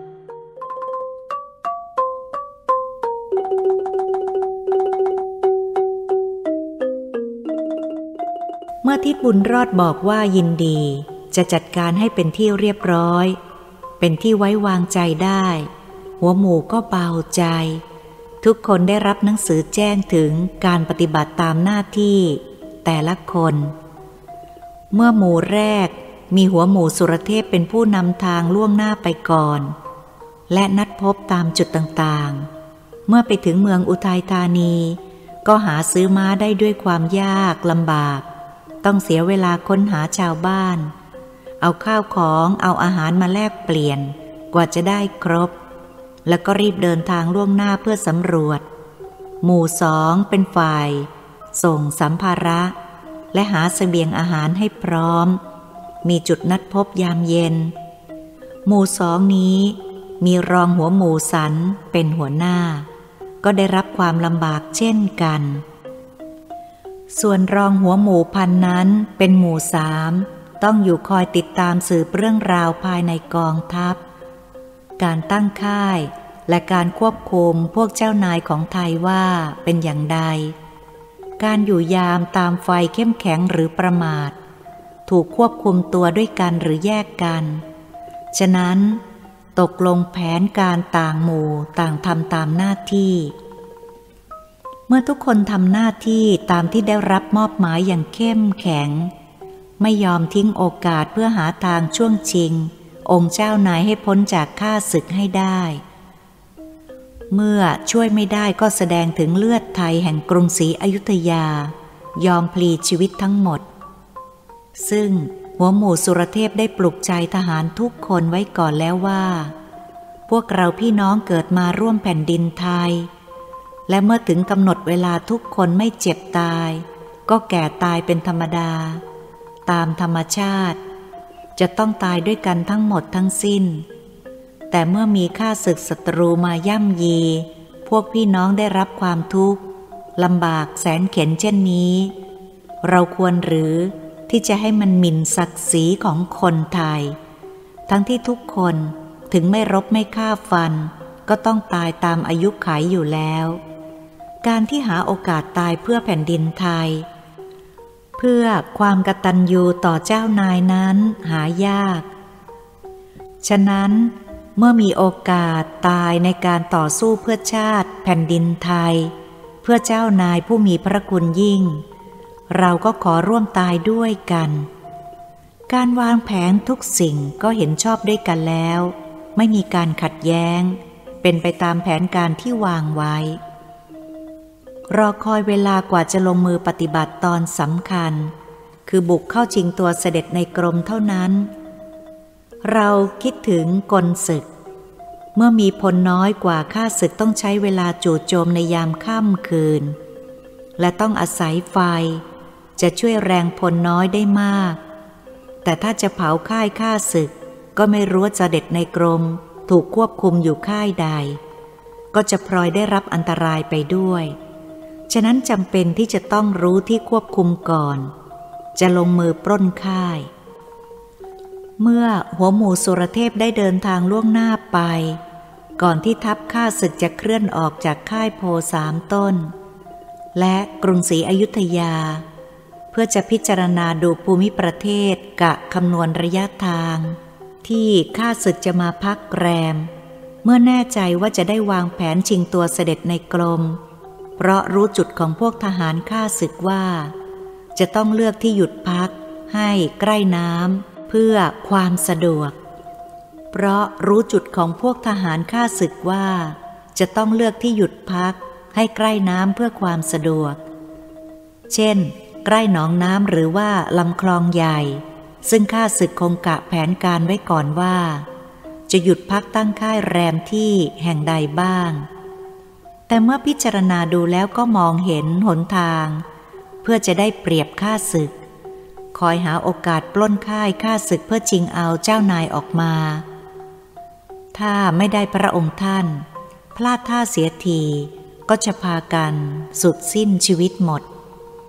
เมื่อทิดบุญรอดบอกว่ายินดีจะจัดการให้เป็นที่เรียบร้อยเป็นที่ไว้วางใจได้หัวหมู่ก็เบาใจทุกคนได้รับหนังสือแจ้งถึงการปฏิบัติตามหน้าที่แต่ละคนเมื่อหมู่แรกมีหัวหมู่สุรเทพเป็นผู้นำทางล่วงหน้าไปก่อนและนัดพบตามจุดต่างๆเมื่อไปถึงเมืองอุทัยธานีก็หาซื้อม้าได้ด้วยความยากลำบากต้องเสียเวลาค้นหาชาวบ้านเอาข้าวของเอาอาหารมาแลกเปลี่ยนกว่าจะได้ครบแล้วก็รีบเดินทางล่วงหน้าเพื่อสำรวจหมู่สองเป็นฝ่ายส่งสัมภาระและหาเสบียงอาหารให้พร้อมมีจุดนัดพบยามเย็นหมู่สองนี้มีรองหัวหมู่สันเป็นหัวหน้าก็ได้รับความลำบากเช่นกันส่วนรองหัวหมู่พันนั้นเป็นหมู่สามต้องอยู่คอยติดตามสืบเรื่องราวภายในกองทัพการตั้งค่ายและการควบคุมพวกเจ้านายของไทยว่าเป็นอย่างใดการอยู่ยามตามไฟเข้มแข็งหรือประมาทถูกควบคุมตัวด้วยกันหรือแยกกันฉะนั้นตกลงแผนการต่างหมู่ต่างทำตามหน้าที่เมื่อทุกคนทำหน้าที่ตามที่ได้รับมอบหมายอย่างเข้มแข็งไม่ยอมทิ้งโอกาสเพื่อหาทางช่วงชิงองค์เจ้านายให้พ้นจากข้าศึกให้ได้เมื่อช่วยไม่ได้ก็แสดงถึงเลือดไทยแห่งกรุงศรีอยุธยายอมพลีชีวิตทั้งหมดซึ่งหัวหมู่สุรเทพได้ปลุกใจทหารทุกคนไว้ก่อนแล้วว่าพวกเราพี่น้องเกิดมาร่วมแผ่นดินไทยและเมื่อถึงกำหนดเวลาทุกคนไม่เจ็บตายก็แก่ตายเป็นธรรมดาตามธรรมชาติจะต้องตายด้วยกันทั้งหมดทั้งสิ้นแต่เมื่อมีข้าศึกศัตรูมาย่ำยีพวกพี่น้องได้รับความทุกข์ลำบากแสนเข็ญเช่นนี้เราควรหรือที่จะให้มันหมิ่นศักดิ์ศรีของคนไทยทั้งที่ทุกคนถึงไม่รบไม่ฆ่าฟันก็ต้องตายตามอายุขัยอยู่แล้วการที่หาโอกาสตายเพื่อแผ่นดินไทยเพื่อความกตัญญูต่อเจ้านายนั้นหายากฉะนั้นเมื่อมีโอกาสตายในการต่อสู้เพื่อชาติแผ่นดินไทยเพื่อเจ้านายผู้มีพระคุณยิ่งเราก็ขอร่วมตายด้วยกันการวางแผนทุกสิ่งก็เห็นชอบด้วยกันแล้วไม่มีการขัดแย้งเป็นไปตามแผนการที่วางไว้รอคอยเวลากว่าจะลงมือปฏิบัติตอนสำคัญคือบุกเข้าชิงตัวเสด็จในกรมเท่านั้นเราคิดถึงกลศึกเมื่อมีพลน้อยกว่าข้าศึกต้องใช้เวลาจู่โจมในยามค่ำคืนและต้องอาศัยไฟจะช่วยแรงพลน้อยได้มากแต่ถ้าจะเผาค่ายข้าศึกก็ไม่รู้ว่าเสด็จในกรมถูกควบคุมอยู่ค่ายใดก็จะพลอยได้รับอันตรายไปด้วยฉะนั้นจำเป็นที่จะต้องรู้ที่ควบคุมก่อนจะลงมือปล้นค่ายเมื่อหัวหมู่สุรเทพได้เดินทางล่วงหน้าไปก่อนที่ทัพข้าศึกจะเคลื่อนออกจากค่ายโพ3ต้นและกรุงศรีอยุธยาเพื่อจะพิจารณาดูภูมิประเทศกะคำนวณระยะทางที่ข้าศึกจะมาพักแรมเมื่อแน่ใจว่าจะได้วางแผนชิงตัวเสด็จในกรมเพราะรู้จุดของพวกทหารข้าศึกว่าจะต้องเลือกที่หยุดพักให้ใกล้น้ำเพื่อความสะดวกเพราะรู้จุดของพวกทหารข้าศึกว่าจะต้องเลือกที่หยุดพักให้ใกล้น้ำเพื่อความสะดวกเช่นใกล้หนองน้ำหรือว่าลำคลองใหญ่ซึ่งข้าศึกคงกะแผนการไว้ก่อนว่าจะหยุดพักตั้งค่ายแรมที่แห่งใดบ้างแต่เมื่อพิจารณาดูแล้วก็มองเห็นหนทางเพื่อจะได้เปรียบข้าศึกคอยหาโอกาสปล้นค่ายข้าศึกเพื่อชิงเอาเจ้านายออกมาถ้าไม่ได้พระองค์ท่านพลาดท่าเสียทีก็จะพากันสุดสิ้นชีวิตหมด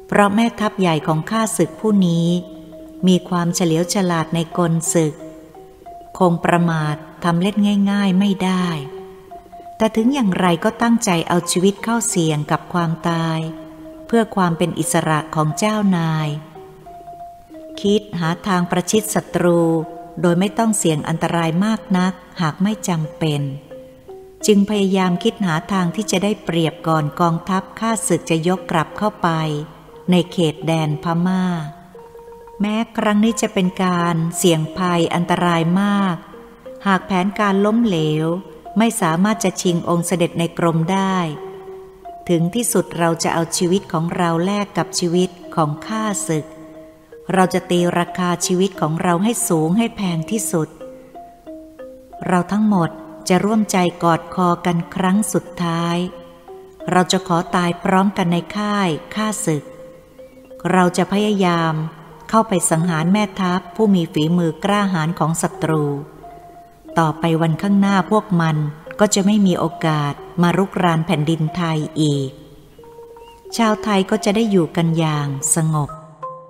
เพราะแม่ทัพใหญ่ของข้าศึกผู้นี้มีความเฉลียวฉลาดในกลศึกคงประมาททำเล่นง่ายๆไม่ได้แต่ถึงอย่างไรก็ตั้งใจเอาชีวิตเข้าเสี่ยงกับความตายเพื่อความเป็นอิสระของเจ้านายคิดหาทางประชิดศัตรูโดยไม่ต้องเสี่ยงอันตรายมากนักหากไม่จำเป็นจึงพยายามคิดหาทางที่จะได้เปรียบก่อนกองทัพข้าศึกจะยกกลับเข้าไปในเขตแดนพม่าแม้ครั้งนี้จะเป็นการเสี่ยงภัยอันตรายมากหากแผนการล้มเหลวไม่สามารถจะชิงองค์เสด็จในกรมได้ถึงที่สุดเราจะเอาชีวิตของเราแลกกับชีวิตของข้าศึกเราจะตีราคาชีวิตของเราให้สูงให้แพงที่สุดเราทั้งหมดจะร่วมใจกอดคอกันครั้งสุดท้ายเราจะขอตายพร้อมกันในค่ายข้าศึกเราจะพยายามเข้าไปสังหารแม่ทัพผู้มีฝีมือกล้าหาญของศัตรูต่อไปวันข้างหน้าพวกมันก็จะไม่มีโอกาสมารุกรานแผ่นดินไทยอีกชาวไทยก็จะได้อยู่กันอย่างสงบ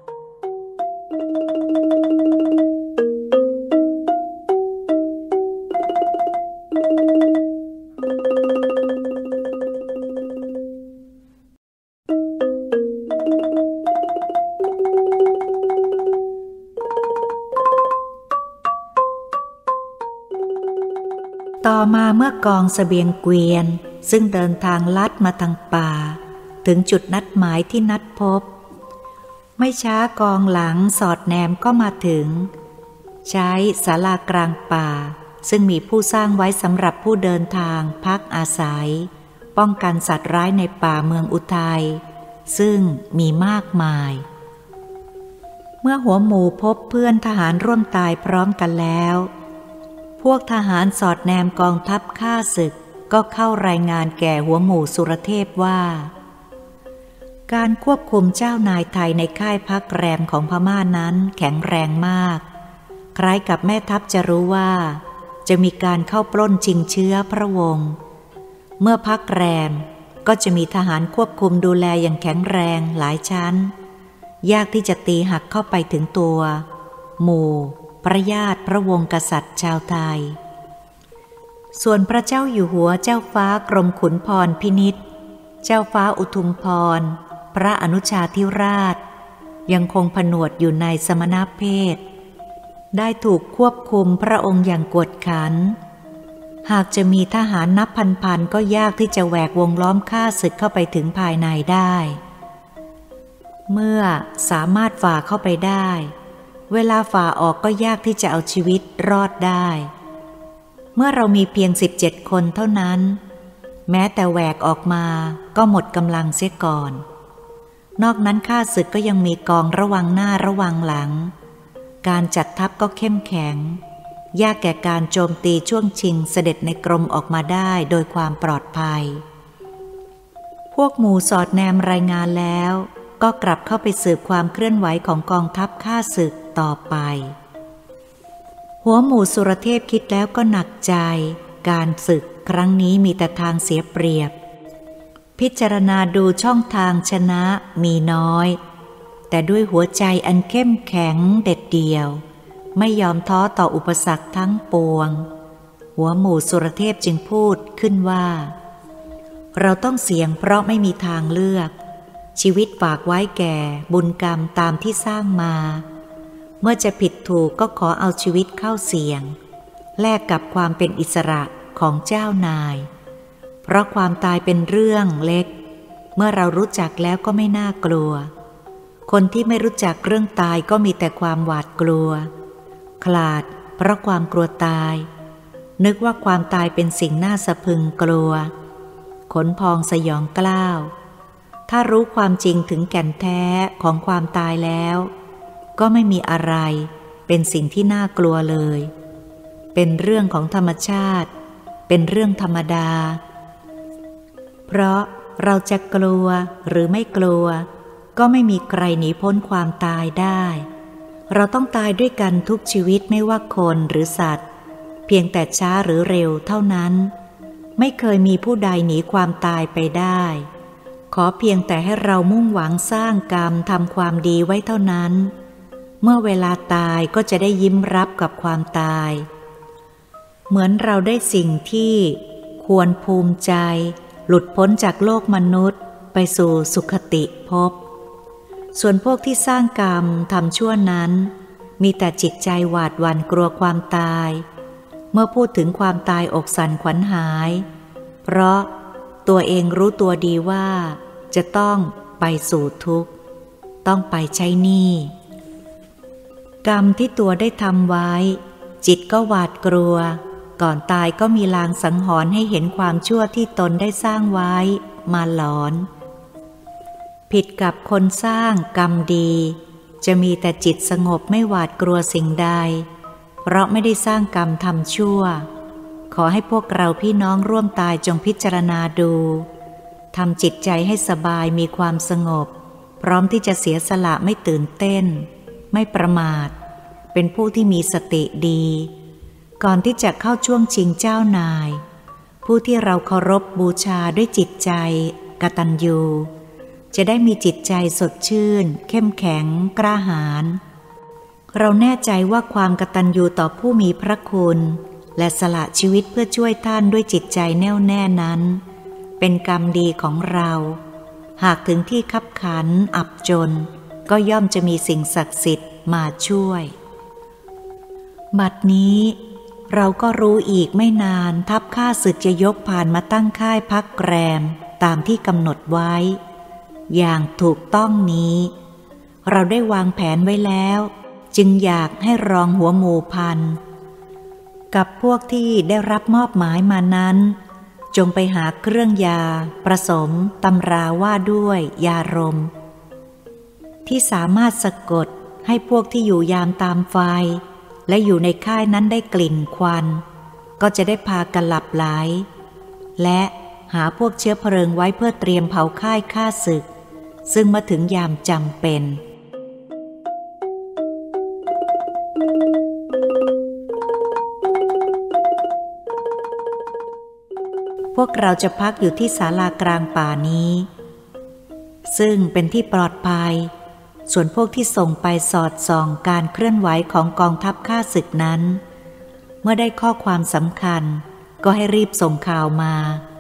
ต่อมาเมื่อกองเสบียงเกวียนซึ่งเดินทางลัดมาทางป่าถึงจุดนัดหมายที่นัดพบไม่ช้ากองหลังสอดแนมก็มาถึงใช้ศาลากลางป่าซึ่งมีผู้สร้างไว้สำหรับผู้เดินทางพักอาศัยป้องกันสัตว์ร้ายในป่าเมืองอุทัยซึ่งมีมากมายเมื่อหัวหมู่พบเพื่อนทหารร่วมตายพร้อมกันแล้วพวกทหารสอดแนมกองทัพข้าศึกก็เข้ารายงานแก่หัวหมู่สุรเทพว่าการควบคุมเจ้านายไทยในค่ายพักแรมของพม่านั้นแข็งแรงมากคล้ายกับแม่ทัพจะรู้ว่าจะมีการเข้าปล้นชิงเชื้อพระวงศ์เมื่อพักแรมก็จะมีทหารควบคุมดูแลอย่างแข็งแรงหลายชั้นยากที่จะตีหักเข้าไปถึงตัวหมู่พระญาติพระวงศ์กษัตริย์ชาวไทยส่วนพระเจ้าอยู่หัวเจ้าฟ้ากรมขุนพรพินิจเจ้าฟ้าอุทุมพรพระอนุชาธิราชยังคงผนวดอยู่ในสมณเพศได้ถูกควบคุมพระองค์อย่างกวดขันหากจะมีทหารนับพันๆก็ยากที่จะแหวกวงล้อมข้าศึกเข้าไปถึงภายในได้เมื่อสามารถฝ่าเข้าไปได้เวลาฝ่าออกก็ยากที่จะเอาชีวิตรอดได้เมื่อเรามีเพียง17 คนเท่านั้นแม้แต่แหวกออกมาก็หมดกำลังเสียก่อนนอกนั้นข้าศึกก็ยังมีกองระวังหน้าระวังหลังการจัดทัพก็เข้มแข็งยากแก่การโจมตีช่วงชิงเสด็จในกรมออกมาได้โดยความปลอดภัยพวกหมู่สอดแนมรายงานแล้วก็กลับเข้าไปสืบความเคลื่อนไหวของกองทัพข้าศึกต่อไปหัวหมู่สุรเทพคิดแล้วก็หนักใจการศึกครั้งนี้มีแต่ทางเสียเปรียบพิจารณาดูช่องทางชนะมีน้อยแต่ด้วยหัวใจอันเข้มแข็งเด็ดเดี่ยวไม่ยอมท้อต่ออุปสรรคทั้งปวงหัวหมู่สุรเทพจึงพูดขึ้นว่าเราต้องเสี่ยงเพราะไม่มีทางเลือกชีวิตฝากไว้แก่บุญกรรมตามที่สร้างมาเมื่อจะผิดถูกก็ขอเอาชีวิตเข้าเสี่ยงแลกกับความเป็นอิสระของเจ้านายเพราะความตายเป็นเรื่องเล็กเมื่อเรารู้จักแล้วก็ไม่น่ากลัวคนที่ไม่รู้จักเรื่องตายก็มีแต่ความหวาดกลัวขลาดเพราะความกลัวตายนึกว่าความตายเป็นสิ่งน่าสะพรึงกลัวขนพองสยองกล้าวถ้ารู้ความจริงถึงแก่นแท้ของความตายแล้วก็ไม่มีอะไรเป็นสิ่งที่น่ากลัวเลยเป็นเรื่องของธรรมชาติเป็นเรื่องธรรมดาเพราะเราจะกลัวหรือไม่กลัวก็ไม่มีใครหนีพ้นความตายได้เราต้องตายด้วยกันทุกชีวิตไม่ว่าคนหรือสัตว์เพียงแต่ช้าหรือเร็วเท่านั้นไม่เคยมีผู้ใดหนีความตายไปได้ขอเพียงแต่ให้เรามุ่งหวังสร้างกรรมทำความดีไว้เท่านั้นเมื่อเวลาตายก็จะได้ยิ้มรับกับความตายเหมือนเราได้สิ่งที่ควรภูมิใจหลุดพ้นจากโลกมนุษย์ไปสู่สุคติภพส่วนพวกที่สร้างกรรมทำชั่วนั้นมีแต่จิตใจหวาดหวั่นกลัวความตายเมื่อพูดถึงความตายอกสั่นขวัญหายเพราะตัวเองรู้ตัวดีว่าจะต้องไปสู่ทุกข์ต้องไปใช้หนี้กรรมที่ตัวได้ทำไว้จิตก็หวาดกลัวก่อนตายก็มีลางสังหรณ์ให้เห็นความชั่วที่ตนได้สร้างไว้มาหลอนผิดกับคนสร้างกรรมดีจะมีแต่จิตสงบไม่หวาดกลัวสิ่งใดเพราะไม่ได้สร้างกรรมทำชั่วขอให้พวกเราพี่น้องร่วมตายจงพิจารณาดูทำจิตใจให้สบายมีความสงบพร้อมที่จะเสียสละไม่ตื่นเต้นไม่ประมาทเป็นผู้ที่มีสติดีก่อนที่จะเข้าช่วงชิงเจ้านายผู้ที่เราเคารพบูชาด้วยจิตใจกตัญญูจะได้มีจิตใจสดชื่นเข้มแข็งกล้าหาญเราแน่ใจว่าความกตัญญูต่อผู้มีพระคุณและสละชีวิตเพื่อช่วยท่านด้วยจิตใจแน่วแน่นั้นเป็นกรรมดีของเราหากถึงที่คับขันอับจนก็ย่อมจะมีสิ่งศักดิ์สิทธิ์มาช่วยบัดนี้เราก็รู้อีกไม่นานทัพข้าศึกจะยกผ่านมาตั้งค่ายพักแรมตามที่กำหนดไว้อย่างถูกต้องนี้เราได้วางแผนไว้แล้วจึงอยากให้รองหัวหมู่พันกับพวกที่ได้รับมอบหมายมานั้นจงไปหาเครื่องยาผสมตำราว่าด้วยยารมที่สามารถสะกดให้พวกที่อยู่ยามตามไฟและอยู่ในค่ายนั้นได้กลิ่นควันก็จะได้พากันหลับไหลและหาพวกเชื้อเพลิงไว้เพื่อเตรียมเผาค่ายฆ่าศึกซึ่งมาถึงยามจำเป็นพวกเราจะพักอยู่ที่ศาลากลางป่านี้ซึ่งเป็นที่ปลอดภัยส่วนพวกที่ส่งไปสอดส่องการเคลื่อนไหวของกองทัพข้าศึกนั้นเมื่อได้ข้อความสำคัญก็ให้รีบส่งข่าวมา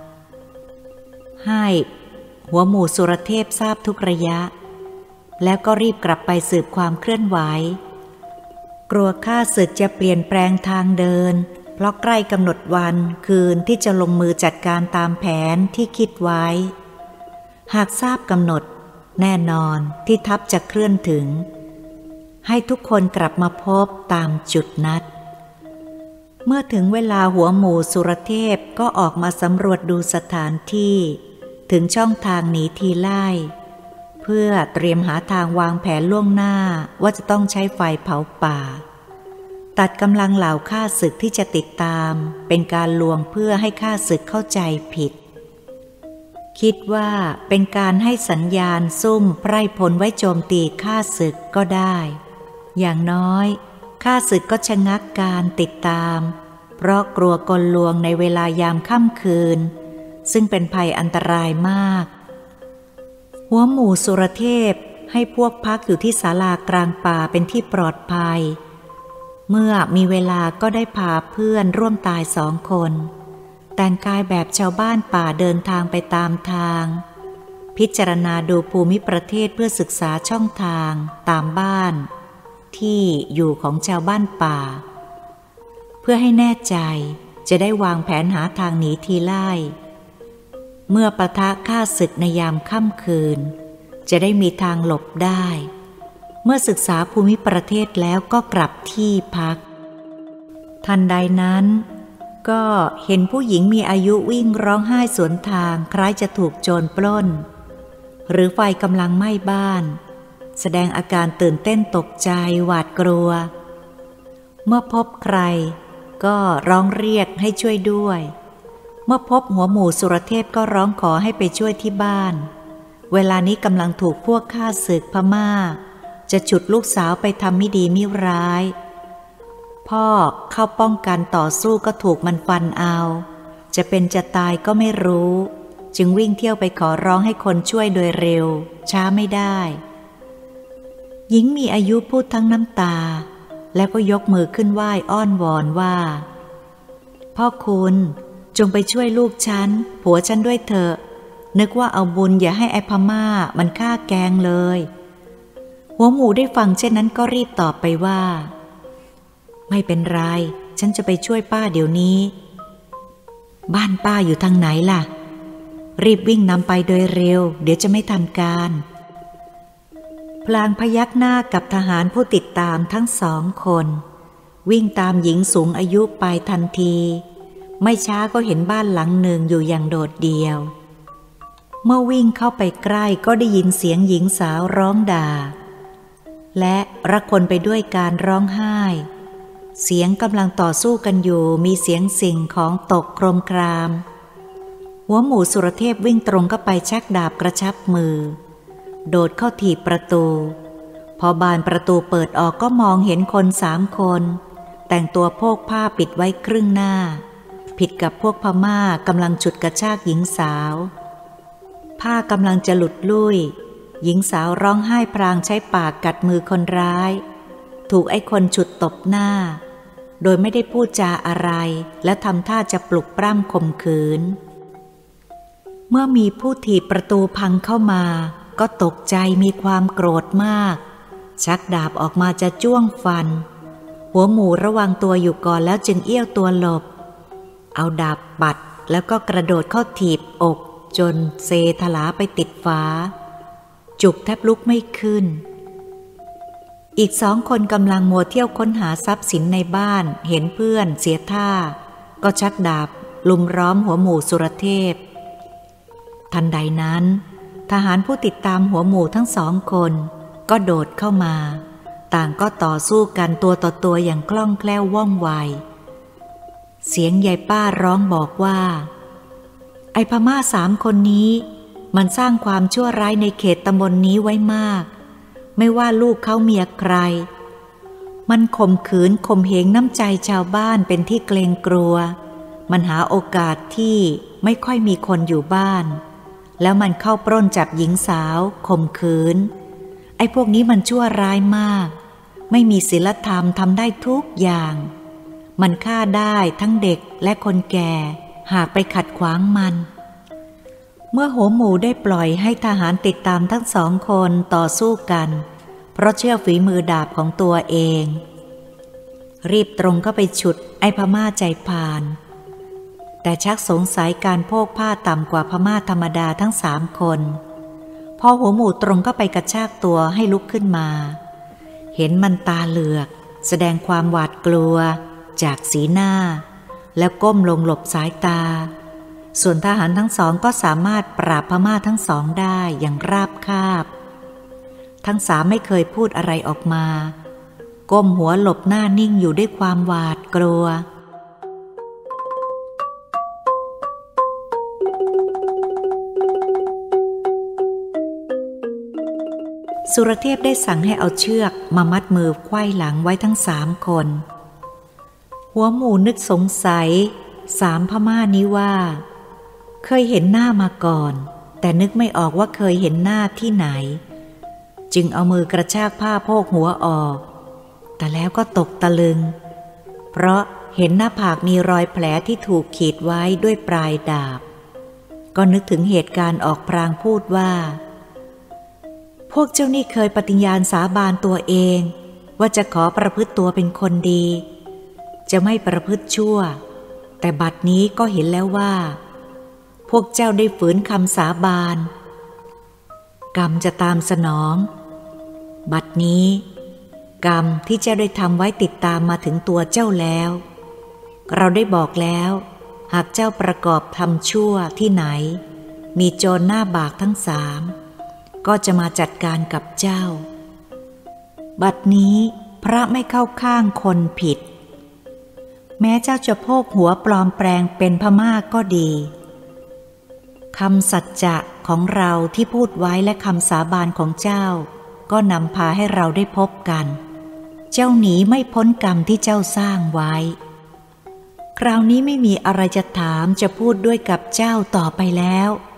ให้หัวหมู่สุรเทพทราบทุกระยะแล้วก็รีบกลับไปสืบความเคลื่อนไหวกลัวข้าศึกจะเปลี่ยนแปลงทางเดินเพราะใกล้กำหนดวันคืนที่จะลงมือจัดการตามแผนที่คิดไว้หากทราบกำหนดแน่นอนที่ทัพจะเคลื่อนถึงให้ทุกคนกลับมาพบตามจุดนัดเมื่อถึงเวลาหัวหมู่สุรเทพก็ออกมาสำรวจดูสถานที่ถึงช่องทางหนีทีไล่เพื่อเตรียมหาทางวางแผนล่วงหน้าว่าจะต้องใช้ไฟเผาป่าตัดกำลังเหล่าข้าศึกที่จะติดตามเป็นการลวงเพื่อให้ข้าศึกเข้าใจผิดคิดว่าเป็นการให้สัญญาณซุ่มไพร่พลไว้โจมตีข้าศึกก็ได้อย่างน้อยข้าศึกก็ชะงักการติดตามเพราะกลัวกลลวงในเวลายามค่ำคืนซึ่งเป็นภัยอันตรายมากหัวหมู่สุรเทพให้พวกพักอยู่ที่ศาลากลางป่าเป็นที่ปลอดภัยเมื่อมีเวลาก็ได้พาเพื่อนร่วมตาย2 คนแต่งกายแบบชาวบ้านป่าเดินทางไปตามทางพิจารณาดูภูมิประเทศเพื่อศึกษาช่องทางตามบ้านที่อยู่ของชาวบ้านป่าเพื่อให้แน่ใจจะได้วางแผนหาทางหนีทีไล่เมื่อปะทะข้าศึกในยามค่ำคืนจะได้มีทางหลบได้เมื่อศึกษาภูมิประเทศแล้วก็กลับที่พักทันใดนั้นก็เห็นผู้หญิงมีอายุวิ่งร้องไห้สวนทางคล้ายจะถูกโจรปล้นหรือไฟกำลังไหม้บ้านแสดงอาการตื่นเต้นตกใจหวาดกลัวเมื่อพบใครก็ร้องเรียกให้ช่วยด้วยเมื่อพบหัวหมู่สุรเทพก็ร้องขอให้ไปช่วยที่บ้านเวลานี้กำลังถูกพวกข้าศึกพม่าจะฉุดลูกสาวไปทำไม่ดีมิร้ายพ่อเข้าป้องกันต่อสู้ก็ถูกมันฟันเอาจะเป็นจะตายก็ไม่รู้จึงวิ่งเที่ยวไปขอร้องให้คนช่วยโดยเร็วช้าไม่ได้หญิงมีอายุพูดทั้งน้ำตาแล้วก็ยกมือขึ้นไหว้อ้อนวอนว่าพ่อคุณจงไปช่วยลูกฉันผัวฉันด้วยเถอะนึกว่าเอาบุญอย่าให้ไอ้พม่ามันฆ่าแกงเลยหัวหมูได้ฟังเช่นนั้นก็รีบตอบไปว่าไม่เป็นไรฉันจะไปช่วยป้าเดี๋ยวนี้บ้านป้าอยู่ทางไหนล่ะรีบวิ่งนำไปโดยเร็วเดี๋ยวจะไม่ทันการพลางพยักหน้ากับทหารผู้ติดตามทั้ง2 คนวิ่งตามหญิงสูงอายุไปทันทีไม่ช้าก็เห็นบ้านหลังหนึ่งอยู่อย่างโดดเดี่ยวเมื่อวิ่งเข้าไปใกล้ก็ได้ยินเสียงหญิงสาวร้องด่าและระคนไปด้วยการร้องไห้เสียงกำลังต่อสู้กันอยู่มีเสียงสิ่งของตกโครมครามหัวหมูสุรเทพวิ่งตรงเข้าไปชักดาบกระชับมือโดดเข้าถีบประตูพอบานประตูเปิดออกก็มองเห็นคน3 คนแต่งตัวโพกผ้าปิดไว้ครึ่งหน้าผิดกับพวกพม่ากำลังฉุดกระชากหญิงสาวผ้ากำลังจะหลุดลุ่ยหญิงสาวร้องไห้พรางใช้ปากกัดมือคนร้ายถูกไอ้คนฉุดตบหน้าโดยไม่ได้พูดจาอะไรและทำท่าจะปลุกปล้ำข่มขืนเมื่อมีผู้ถีบประตูพังเข้ามาก็ตกใจมีความโกรธมากชักดาบออกมาจะจ้วงฟันหัวหมูระวังตัวอยู่ก่อนแล้วจึงเอี้ยวตัวหลบเอาดาบปัดแล้วก็กระโดดเข้าถีบอกจนเซถลาไปติดฝาจุกแทบลุกไม่ขึ้นอีก2 คนกำลังมัวเที่ยวค้นหาทรัพย์สินในบ้านเห็นเพื่อนเสียท่าก็ชักดาบลุมร้อมหัวหมูสุรเทพทันใดนั้นทหารผู้ติดตามหัวหมูทั้ง2 คนก็โดดเข้ามาต่างก็ต่อสู้กันตัวต่อตัวอย่างคล่องแคล่วว่องไวเสียงยายป้าร้องบอกว่าไอ้พม่า3 คนนี้มันสร้างความชั่วร้ายในเขตตำบลนี้ไว้มากไม่ว่าลูกเขาเมียใครมันข่มขืนข่มเหงน้ำใจชาวบ้านเป็นที่เกรงกลัวมันหาโอกาสที่ไม่ค่อยมีคนอยู่บ้านแล้วมันเข้าปล้นจับหญิงสาวข่มขืนไอ้พวกนี้มันชั่วร้ายมากไม่มีศีลธรรมทำได้ทุกอย่างมันฆ่าได้ทั้งเด็กและคนแก่หากไปขัดขวางมันเมื่อหัวหมูได้ปล่อยให้ทหารติดตามทั้ง2 คนต่อสู้กันเพราะเชื่อฝีมือดาบของตัวเองรีบตรงเข้าไปฉุดไอ้พม่าใจพานแต่ชักสงสัยการโพกผ้าต่ำกว่าพม่าธรรมดาทั้ง3 คนพอหัวหมูตรงเข้าไปกระชากตัวให้ลุกขึ้นมาเห็นมันตาเหลือกแสดงความหวาดกลัวจากสีหน้าแล้วก้มลงหลบสายตาส่วนทหารทั้ง2ก็สามารถปราบพม่าทั้ง2ได้อย่างราบคาบทั้ง3ไม่เคยพูดอะไรออกมาก้มหัวหลบหน้านิ่งอยู่ด้วยความหวาดกลัวสุรเทพได้สั่งให้เอาเชือกมามัดมือไขว้หลังไว้ทั้ง3 คนหัวหมูนึกสงสัย3 พม่านี้ว่าเคยเห็นหน้ามาก่อนแต่นึกไม่ออกว่าเคยเห็นหน้าที่ไหนจึงเอามือกระชากผ้าโพกหัวออกแต่แล้วก็ตกตะลึงเพราะเห็นหน้าผากมีรอยแผลที่ถูกขีดไว้ด้วยปลายดาบก็นึกถึงเหตุการณ์ออกพรางพูดว่าพวกเจ้านี่เคยปฏิญาณสาบานตัวเองว่าจะขอประพฤติตัวเป็นคนดีจะไม่ประพฤติชั่วแต่บัดนี้ก็เห็นแล้วว่าพวกเจ้าได้ฝืนคำสาบานกรรมจะตามสนองบัดนี้กรรมที่เจ้าได้ทำไว้ติดตามมาถึงตัวเจ้าแล้วเราได้บอกแล้วหากเจ้าประกอบทำชั่วที่ไหนมีโจรหน้าบากทั้ง3ก็จะมาจัดการกับเจ้าบัดนี้พระไม่เข้าข้างคนผิดแม้เจ้าจะโพกหัวปลอมแปลงเป็นพม่าก็ดีคำสัจจะของเราที่พูดไว้และคำสาบานของเจ้าก็นำพาให้เราได้พบกันเจ้าหนีไม่พ้นกรรมที่เจ้าสร้างไว้คราวนี้ไม่มีอะไรจะถามจะพูดด้วยกับเจ้าต่อไปแล้ว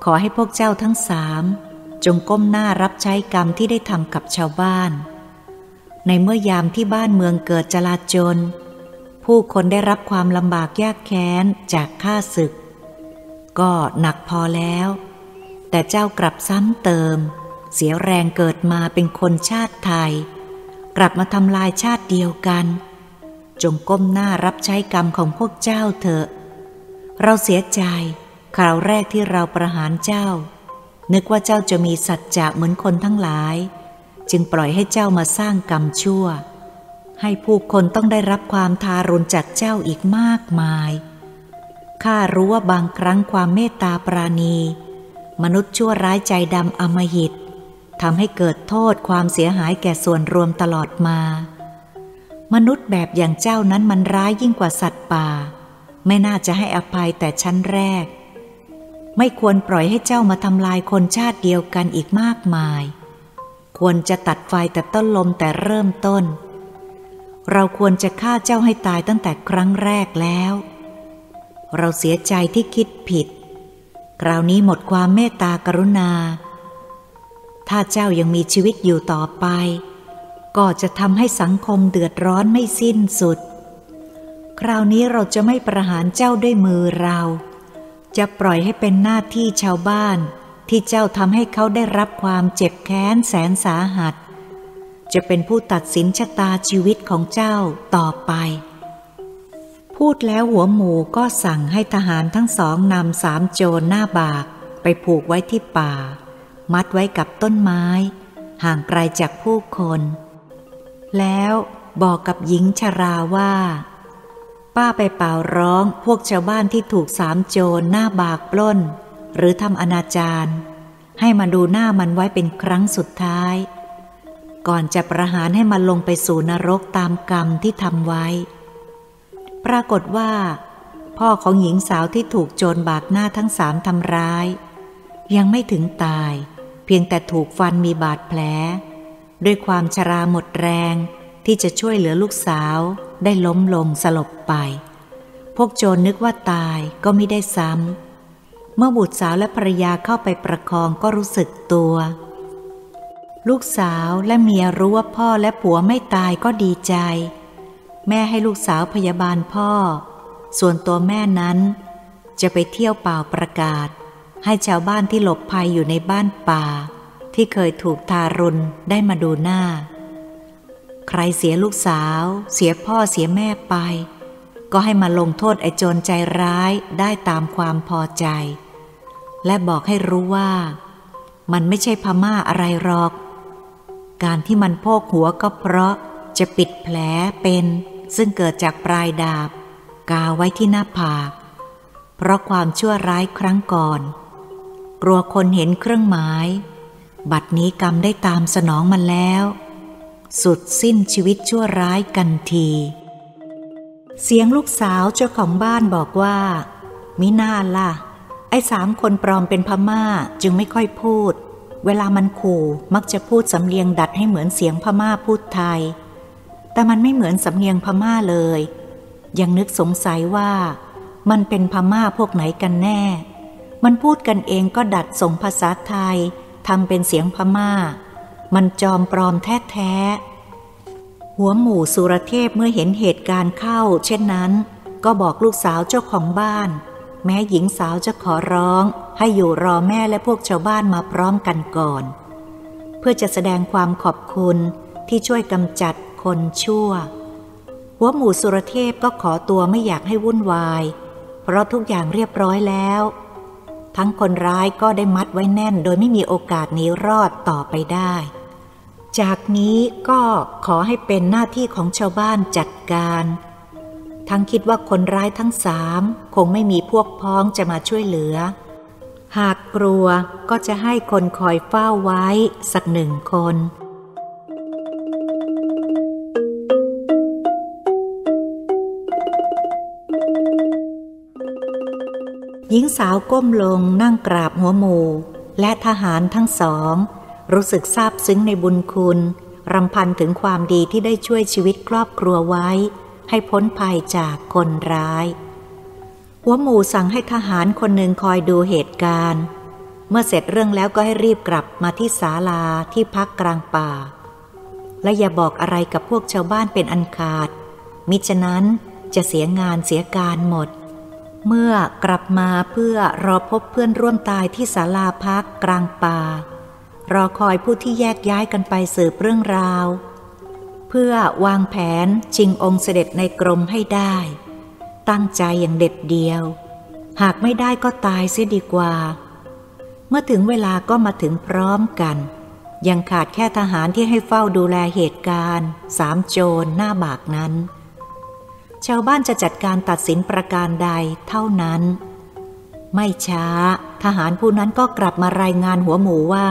ขอให้พวกเจ้าทั้ง3จงก้มหน้ารับใช้กรรมที่ได้ทำกับชาวบ้านในเมื่อยามที่บ้านเมืองเกิดจลาจลผู้คนได้รับความลำบากยากแค้นจากข้าศึกก็หนักพอแล้วแต่เจ้ากลับซ้ำเติมเสียแรงเกิดมาเป็นคนชาติไทยกลับมาทำลายชาติเดียวกันจงก้มหน้ารับใช้กรรมของพวกเจ้าเถอะเราเสียใจคราวแรกที่เราประหารเจ้านึกว่าเจ้าจะมีสัจจะเหมือนคนทั้งหลายจึงปล่อยให้เจ้ามาสร้างกรรมชั่วให้ผู้คนต้องได้รับความทารุณจากเจ้าอีกมากมายข้ารู้ว่าบางครั้งความเมตตาปราณีมนุษย์ชั่วร้ายใจดำอำมหิตทำให้เกิดโทษความเสียหายแก่ส่วนรวมตลอดมามนุษย์แบบอย่างเจ้านั้นมันร้ายยิ่งกว่าสัตว์ป่าไม่น่าจะให้อภัยแต่ชั้นแรกไม่ควรปล่อยให้เจ้ามาทำลายคนชาติเดียวกันอีกมากมายควรจะตัดไฟแต่ต้นลมแต่เริ่มต้นเราควรจะฆ่าเจ้าให้ตายตั้งแต่ครั้งแรกแล้วเราเสียใจที่คิดผิดคราวนี้หมดความเมตตากรุณาถ้าเจ้ายังมีชีวิตอยู่ต่อไปก็จะทำให้สังคมเดือดร้อนไม่สิ้นสุดคราวนี้เราจะไม่ประหารเจ้าด้วยมือเราจะปล่อยให้เป็นหน้าที่ชาวบ้านที่เจ้าทำให้เขาได้รับความเจ็บแค้นแสนสาหัสจะเป็นผู้ตัดสินชะตาชีวิตของเจ้าต่อไปพูดแล้วหัวหมูก็สั่งให้ทหารทั้ง2นำ3โจรหน้าบากไปผูกไว้ที่ป่ามัดไว้กับต้นไม้ห่างไกลจากผู้คนแล้วบอกกับหญิงชราว่าป้าไปเป่าร้องพวกชาวบ้านที่ถูก3โจรหน้าบากปล้นหรือทำอนาจารให้มาดูหน้ามันไว้เป็นครั้งสุดท้ายก่อนจะประหารให้มันลงไปสู่นรกตามกรรมที่ทำไว้ปรากฏว่าพ่อของหญิงสาวที่ถูกโจรบากหน้าทั้ง3ทำร้ายยังไม่ถึงตายเพียงแต่ถูกฟันมีบาดแผลด้วยความชราหมดแรงที่จะช่วยเหลือลูกสาวได้ล้มลงสลบไปพวกโจรนึกว่าตายก็ไม่ได้ซ้ำเมื่อบุตรสาวและภรรยาเข้าไปประคองก็รู้สึกตัวลูกสาวและเมียรู้ว่าพ่อและผัวไม่ตายก็ดีใจแม่ให้ลูกสาวพยาบาลพ่อส่วนตัวแม่นั้นจะไปเที่ยวเป่าประกาศให้ชาวบ้านที่หลบภัยอยู่ในบ้านป่าที่เคยถูกทารุณได้มาดูหน้าใครเสียลูกสาวเสียพ่อเสียแม่ไปก็ให้มาลงโทษไอ้โจรใจร้ายได้ตามความพอใจและบอกให้รู้ว่ามันไม่ใช่พม่าอะไรหรอกการที่มันโพกหัวก็เพราะจะปิดแผลเป็นซึ่งเกิดจากปลายดาบกาไว้ที่หน้าผากเพราะความชั่วร้ายครั้งก่อนกลัวคนเห็นเครื่องหมายบัดนี้กรรมได้ตามสนองมันแล้วสุดสิ้นชีวิตชั่วร้ายกันทีเสียงลูกสาวเจ้าของบ้านบอกว่ามิน่าล่ะไอ้3คนปลอมเป็นพม่าจึงไม่ค่อยพูดเวลามันขู่มักจะพูดสำเนียงดัดให้เหมือนเสียงพม่าพูดไทยแต่มันไม่เหมือนสำเนียงพม่าเลยยังนึกสงสัยว่ามันเป็นพม่าพวกไหนกันแน่มันพูดกันเองก็ดัดส่งภาษาไทยทำเป็นเสียงพม่ามันจอมปลอมแท้ๆหัวหมู่สุรเทพเมื่อเห็นเหตุการณ์เข้าเช่นนั้นก็บอกลูกสาวเจ้าของบ้านแม้หญิงสาวจะขอร้องให้อยู่รอแม่และพวกชาวบ้านมาพร้อมกันก่อนเพื่อจะแสดงความขอบคุณที่ช่วยกำจัดคนชั่วหัวหมู่สุรเทพก็ขอตัวไม่อยากให้วุ่นวายเพราะทุกอย่างเรียบร้อยแล้วทั้งคนร้ายก็ได้มัดไว้แน่นโดยไม่มีโอกาสหนีรอดต่อไปได้จากนี้ก็ขอให้เป็นหน้าที่ของชาวบ้านจัดการทั้งคิดว่าคนร้ายทั้ง3คงไม่มีพวกพ้องจะมาช่วยเหลือหากกลัวก็จะให้คนคอยเฝ้าไว้สัก1 คนหญิงสาวก้มลงนั่งกราบหัวหมู่และทหารทั้ง2รู้สึกซาบซึ้งในบุญคุณรำพันถึงความดีที่ได้ช่วยชีวิตครอบครัวไว้ให้พ้นภัยจากคนร้ายหัวหมู่สั่งให้ทหารคนหนึ่งคอยดูเหตุการณ์เมื่อเสร็จเรื่องแล้วก็ให้รีบกลับมาที่ศาลาที่พักกลางป่าและอย่าบอกอะไรกับพวกชาวบ้านเป็นอันขาดมิฉะนั้นจะเสียงานเสียการหมดเมื่อกลับมาเพื่อรอพบเพื่อนร่วมตายที่ศาลาพักกลางป่ารอคอยผู้ที่แยกย้ายกันไปสืบเรื่องราวเพื่อวางแผนชิงองค์เสด็จในกรมให้ได้ตั้งใจอย่างเด็ดเดียวหากไม่ได้ก็ตายเสียดีกว่าเมื่อถึงเวลาก็มาถึงพร้อมกันยังขาดแค่ทหารที่ให้เฝ้าดูแลเหตุการณ์3 โจรหน้าบากนั้นชาวบ้านจะจัดการตัดสินประการใดเท่านั้นไม่ช้าทหารผู้นั้นก็กลับมารายงานหัวหมู่ว่า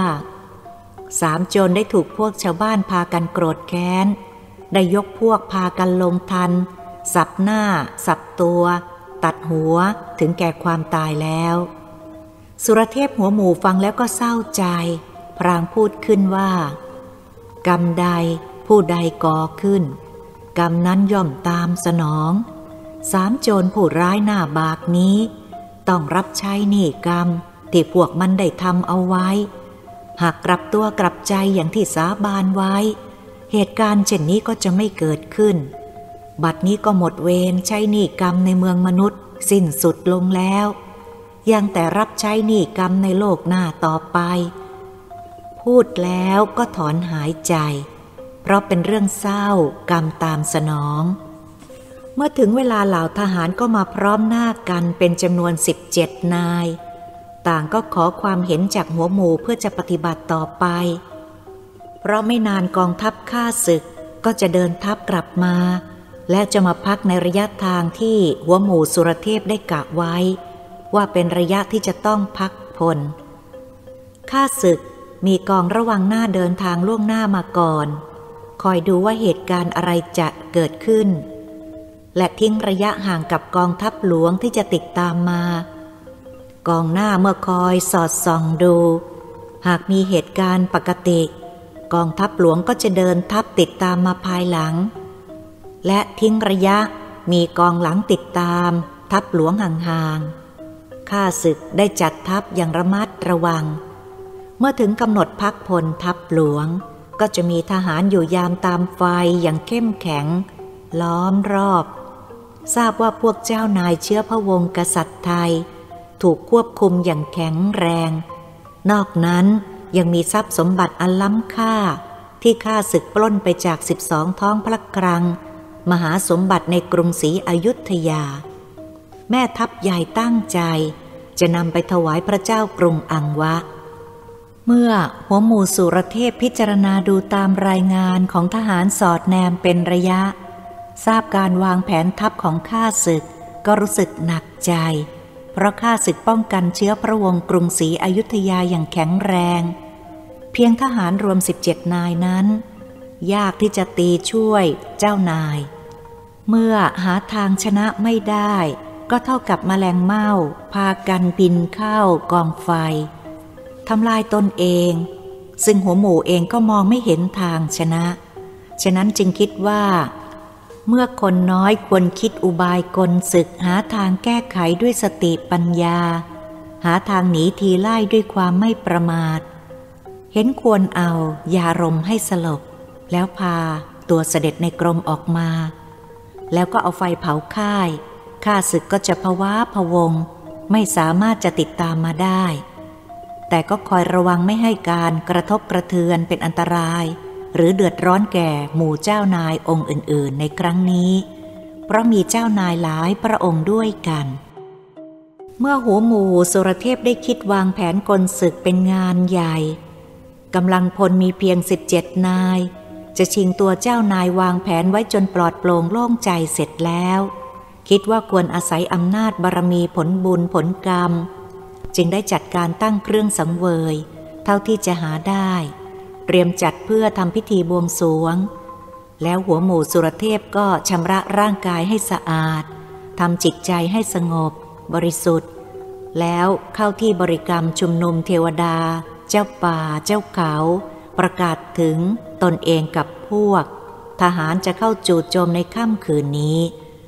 3 โจรได้ถูกพวกชาวบ้านพากันโกรธแค้นได้ยกพวกพากันลงทันสับหน้าสับตัวตัดหัวถึงแก่ความตายแล้วสุรเทพหัวหมู่ฟังแล้วก็เศร้าใจพลางพูดขึ้นว่ากรรมใดผู้ใดก่อขึ้นกรรมนั้นย่อมตามสนอง3 โจรผู้ร้ายหน้าบากนี้ต้องรับใช้หนี้กรรมที่พวกมันได้ทำเอาไว้หากกลับตัวกลับใจอย่างที่สาบานไว้เหตุการณ์เช่นนี้ก็จะไม่เกิดขึ้นบัดนี้ก็หมดเวรใช้หนี้กรรมในเมืองมนุษย์สิ้นสุดลงแล้วยังแต่รับใช้หนี้กรรมในโลกหน้าต่อไปพูดแล้วก็ถอนหายใจเพราะเป็นเรื่องเศร้ากรรมตามสนองเมื่อถึงเวลาเหล่าทหารก็มาพร้อมหน้ากันเป็นจำนวน17 นายต่างก็ขอความเห็นจากหัวหมู่เพื่อจะปฏิบัติต่อไปเพราะไม่นานกองทัพข้าศึกก็จะเดินทัพกลับมาและจะมาพักในระยะทางที่หัวหมู่สุรเทพได้กะไว้ว่าเป็นระยะที่จะต้องพักพลข้าศึกมีกองระวังหน้าเดินทางล่วงหน้ามาก่อนคอยดูว่าเหตุการณ์อะไรจะเกิดขึ้นและทิ้งระยะห่างกับกองทัพหลวงที่จะติดตามมากองหน้าเมื่อคอยสอดส่องดูหากมีเหตุการณ์ปกติกองทัพหลวงก็จะเดินทัพติดตามมาภายหลังและทิ้งระยะมีกองหลังติดตามทัพหลวงห่างๆข้าศึกได้จัดทัพอย่างระมัดระวังเมื่อถึงกำหนดพักพลทัพหลวงก็จะมีทหารอยู่ยามตามไฟอย่างเข้มแข็งล้อมรอบทราบว่าพวกเจ้านายเชื้อพระวงศ์กษัตริย์ไทยถูกควบคุมอย่างแข็งแรงนอกนั้นยังมีทรัพย์สมบัติอันล้ำค่าที่ข้าศึกปล้นไปจาก12 ท้องพระคลังมหาสมบัติในกรุงศรีอยุธยาแม่ทัพใหญ่ตั้งใจจะนำไปถวายพระเจ้ากรุงอังวะเมื่อหัวหมู่สุรเทพพิจารณาดูตามรายงานของทหารสอดแนมเป็นระยะทราบการวางแผนทัพของข้าศึกก็รู้สึกหนักใจเพราะข้าศึกป้องกันเชื้อพระวงศ์กรุงศรีอยุธยาอย่างแข็งแรงเพียงทหารรวม17 นายนั้นยากที่จะตีช่วยเจ้านายเมื่อหาทางชนะไม่ได้ก็เท่ากับแมลงเม่าพากันบินเข้ากองไฟทำลายตนเองซึ่งหัวหมู่เองก็มองไม่เห็นทางชนะฉะนั้นจึงคิดว่าเมื่อคนน้อยควรคิดอุบายกลศึกหาทางแก้ไขด้วยสติปัญญาหาทางหนีทีไล่ด้วยความไม่ประมาทเห็นควรเอายารมให้สลบแล้วพาตัวเสด็จในกรมออกมาแล้วก็เอาไฟเผาค่ายข้าศึกก็จะภาวะพะวงไม่สามารถจะติดตามมาได้แต่ก็คอยระวังไม่ให้การกระทบกระเทือนเป็นอันตรายหรือเดือดร้อนแก่หมู่เจ้านายองค์อื่นๆในครั้งนี้เพราะมีเจ้านายหลายพระองค์ด้วยกันเมื่อหัวหมู่สุรเทพได้คิดวางแผนกลศึกเป็นงานใหญ่กำลังพลมีเพียง17 นายจะชิงตัวเจ้านายวางแผนไว้จนปลอดโปร่งโล่งใจเสร็จแล้วคิดว่าควรอาศัยอำนาจบารมีผลบุญผลกรรมจึงได้จัดการตั้งเครื่องสังเวยเท่าที่จะหาได้เตรียมจัดเพื่อทำพิธีบวงสรวงแล้วหัวหมู่สุรเทพก็ชำระร่างกายให้สะอาดทำจิตใจให้สงบบริสุทธิ์แล้วเข้าที่บริกรรมชุมนุมเทวดาเจ้าป่าเจ้าเขาประกาศถึงตนเองกับพวกทหารจะเข้าจู่โจมในค่ำคืนนี้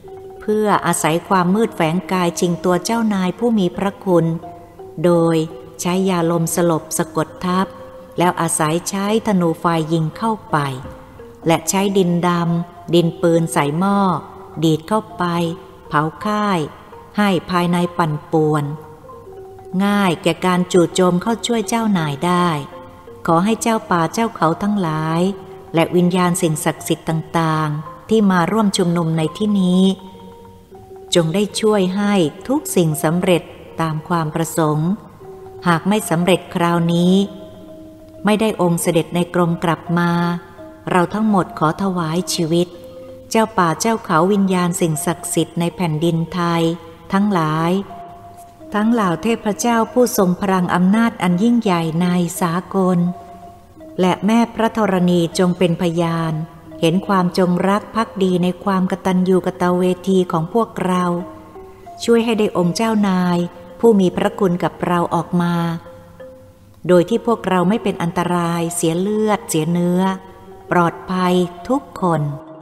เพื่ออาศัยความมืดแฝงกายชิงตัวเจ้านายผู้มีพระคุณโดยใช้ยาลมสลบสะกดทับแล้วอาศัยใช้ธนูไฟยิงเข้าไปและใช้ดินดำดินปืนใส่หม้อดีดเข้าไปเผาค่ายให้ภายในปั่นป่วนง่ายแก่การจู่โจมเข้าช่วยเจ้านายได้ขอให้เจ้าป่าเจ้าเขาทั้งหลายและวิญญาณสิ่งศักดิ์สิทธิ์ต่างๆที่มาร่วมชุมนุมในที่นี้จงได้ช่วยให้ทุกสิ่งสำเร็จตามความประสงค์หากไม่สำเร็จคราวนี้ไม่ได้องค์เสด็จในกรมกลับมาเราทั้งหมดขอถวายชีวิตเจ้าป่าเจ้าเขาวิญญาณสิ่งศักดิ์สิทธิ์ในแผ่นดินไทยทั้งหลายทั้งเหล่าเทพเจ้าผู้ทรงพลังอำนาจอันยิ่งใหญ่ในสากลและแม่พระธรณีจงเป็นพยานเห็นความจงรักภักดีในความกตัญญูกตเวทีของพวกเราช่วยให้ได้องค์เจ้านายผู้มีพระคุณกับเราออกมาโดยที่พวกเราไม่เป็นอันตรายเสียเลือดเสียเนื้อปลอดภัยทุกคน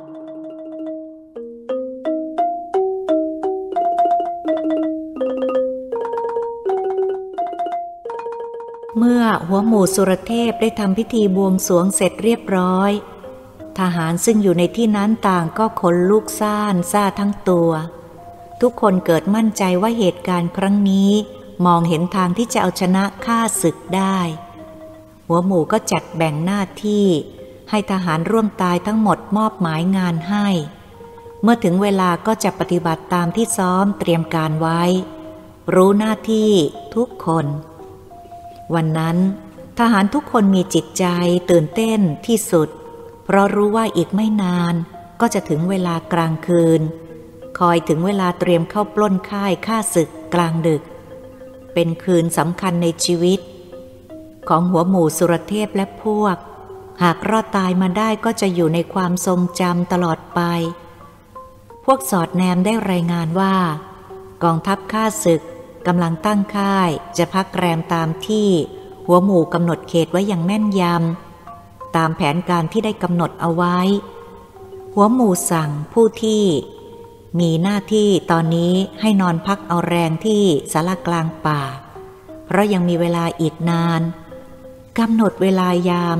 เมื่อหัวหมู่สุรเทพได้ทำพิธีบวงสรวงเสร็จเรียบร้อยทหารซึ่งอยู่ในที่นั้นต่างก็ขนลุกซ่านซ่าทั้งตัวทุกคนเกิดมั่นใจว่าเหตุการณ์ครั้งนี้มองเห็นทางที่จะเอาชนะข้าศึกได้หัวหมู่ก็จัดแบ่งหน้าที่ให้ทหารร่วมตายทั้งหมดมอบหมายงานให้เมื่อถึงเวลาก็จะปฏิบัติตามที่ซ้อมเตรียมการไว้รู้หน้าที่ทุกคนวันนั้นทหารทุกคนมีจิตใจตื่นเต้นที่สุดเพราะรู้ว่าอีกไม่นานก็จะถึงเวลากลางคืนคอยถึงเวลาเตรียมเข้าปล้นค่ายฆ่าศึกกลางดึกเป็นคืนสำคัญในชีวิตของหัวหมู่สุรเทพและพวกหากรอดตายมาได้ก็จะอยู่ในความทรงจำตลอดไปพวกสอดแนมได้รายงานว่ากองทัพฆ่าศึกกำลังตั้งค่ายจะพักแรมตามที่หัวหมู่กำหนดเขตไว้อย่างแม่นยำตามแผนการที่ได้กำหนดเอาไว้หัวหมู่สั่งผู้ที่มีหน้าที่ตอนนี้ให้นอนพักเอาแรงที่ศาลากลางป่าเพราะยังมีเวลาอีกนานกำหนดเวลายาม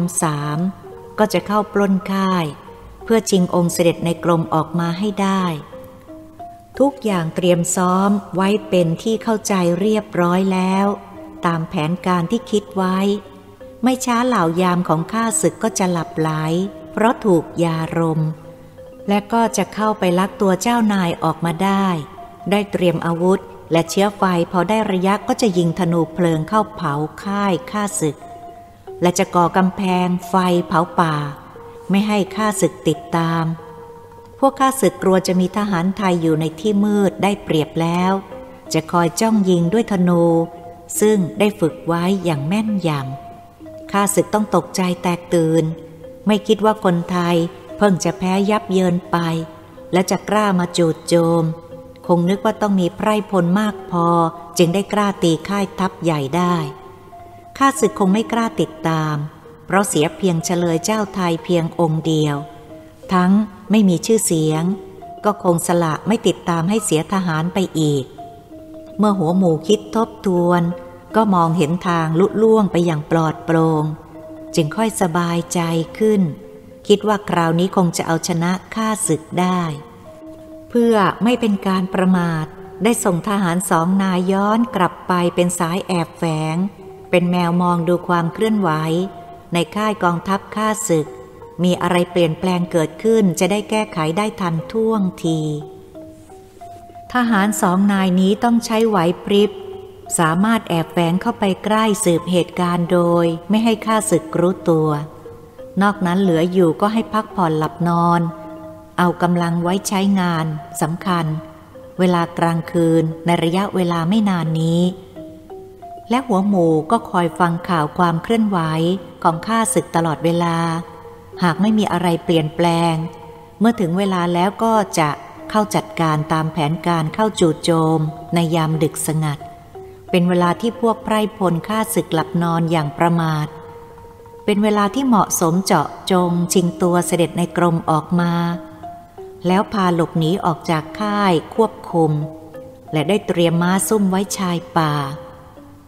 3ก็จะเข้าปล้นค่ายเพื่อชิงองค์เสด็จในกรมออกมาให้ได้ทุกอย่างเตรียมซ้อมไว้เป็นที่เข้าใจเรียบร้อยแล้วตามแผนการที่คิดไว้ไม่ช้าเหล่ายามของข้าศึกก็จะหลับไหลเพราะถูกยารมและก็จะเข้าไปลักตัวเจ้านายออกมาได้เตรียมอาวุธและเชื้อไฟพอได้ระยะก็จะยิงธนูเพลิงเข้าเผาค่ายข้าศึกและจะก่อกำแพงไฟเผาป่าไม่ให้ข้าศึกติดตามพวกข้าศึกกลัวจะมีทหารไทยอยู่ในที่มืดได้เปรียบแล้วจะคอยจ้องยิงด้วยธนูซึ่งได้ฝึกไว้อย่างแม่นยำข้าศึกต้องตกใจแตกตื่นไม่คิดว่าคนไทยเพิ่งจะแพ้ยับเยินไปและจะกล้ามาจู่โจมคงนึกว่าต้องมีไพร่พลมากพอจึงได้กล้าตีค่ายทัพใหญ่ได้ข้าศึกคงไม่กล้าติดตามเพราะเสียเพียงเฉลยเจ้าไทยเพียงองค์เดียวทั้งไม่มีชื่อเสียงก็คงสละไม่ติดตามให้เสียทหารไปอีกเมื่อหัวหมู่คิดทบทวนก็มองเห็นทางลุล่วงไปอย่างปลอดโปร่งจึงค่อยสบายใจขึ้นคิดว่าคราวนี้คงจะเอาชนะข้าศึกได้เพื่อไม่เป็นการประมาทได้ส่งทหาร2 นายย้อนกลับไปเป็นสายแอบแฝงเป็นแมวมองดูความเคลื่อนไหวในค่ายกองทัพข้าศึกมีอะไรเปลี่ยนแปลงเกิดขึ้นจะได้แก้ไขได้ทันท่วงทีทหาร2 นายนี้ต้องใช้ไหวพริบสามารถแอบแฝงเข้าไปใกล้สืบเหตุการณ์โดยไม่ให้ข้าศึกรู้ตัวนอกนั้นเหลืออยู่ก็ให้พักผ่อนหลับนอนเอากำลังไว้ใช้งานสำคัญเวลากลางคืนในระยะเวลาไม่นานนี้และหัวหมู่ก็คอยฟังข่าวความเคลื่อนไหวของข้าศึกตลอดเวลาหากไม่มีอะไรเปลี่ยนแปลงเมื่อถึงเวลาแล้วก็จะเข้าจัดการตามแผนการเข้าจู่โจมในยามดึกสงัดเป็นเวลาที่พวกไพร่พลข้าศึกหลับนอนอย่างประมาทเป็นเวลาที่เหมาะสมเจาะจงชิงตัวเสด็จในกรมออกมาแล้วพาหลบหนีออกจากค่ายควบคุมและได้เตรียมม้าซุ่มไว้ชายป่า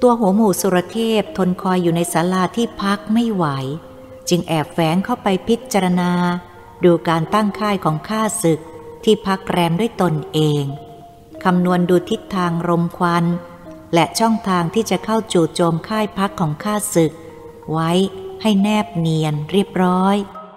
ตัวหัวหมู่สุรเทพทนคอยอยู่ในศาลาที่พักไม่ไหวจึงแอบแฝงเข้าไปพิจารณาดูการตั้งค่ายของข้าศึกที่พักแรมด้วยตนเองคำนวณดูทิศทางลมควันและช่องทางที่จะเข้าจู่โจมค่ายพักของข้าศึกไว้ให้แนบเนียนเรียบร้อย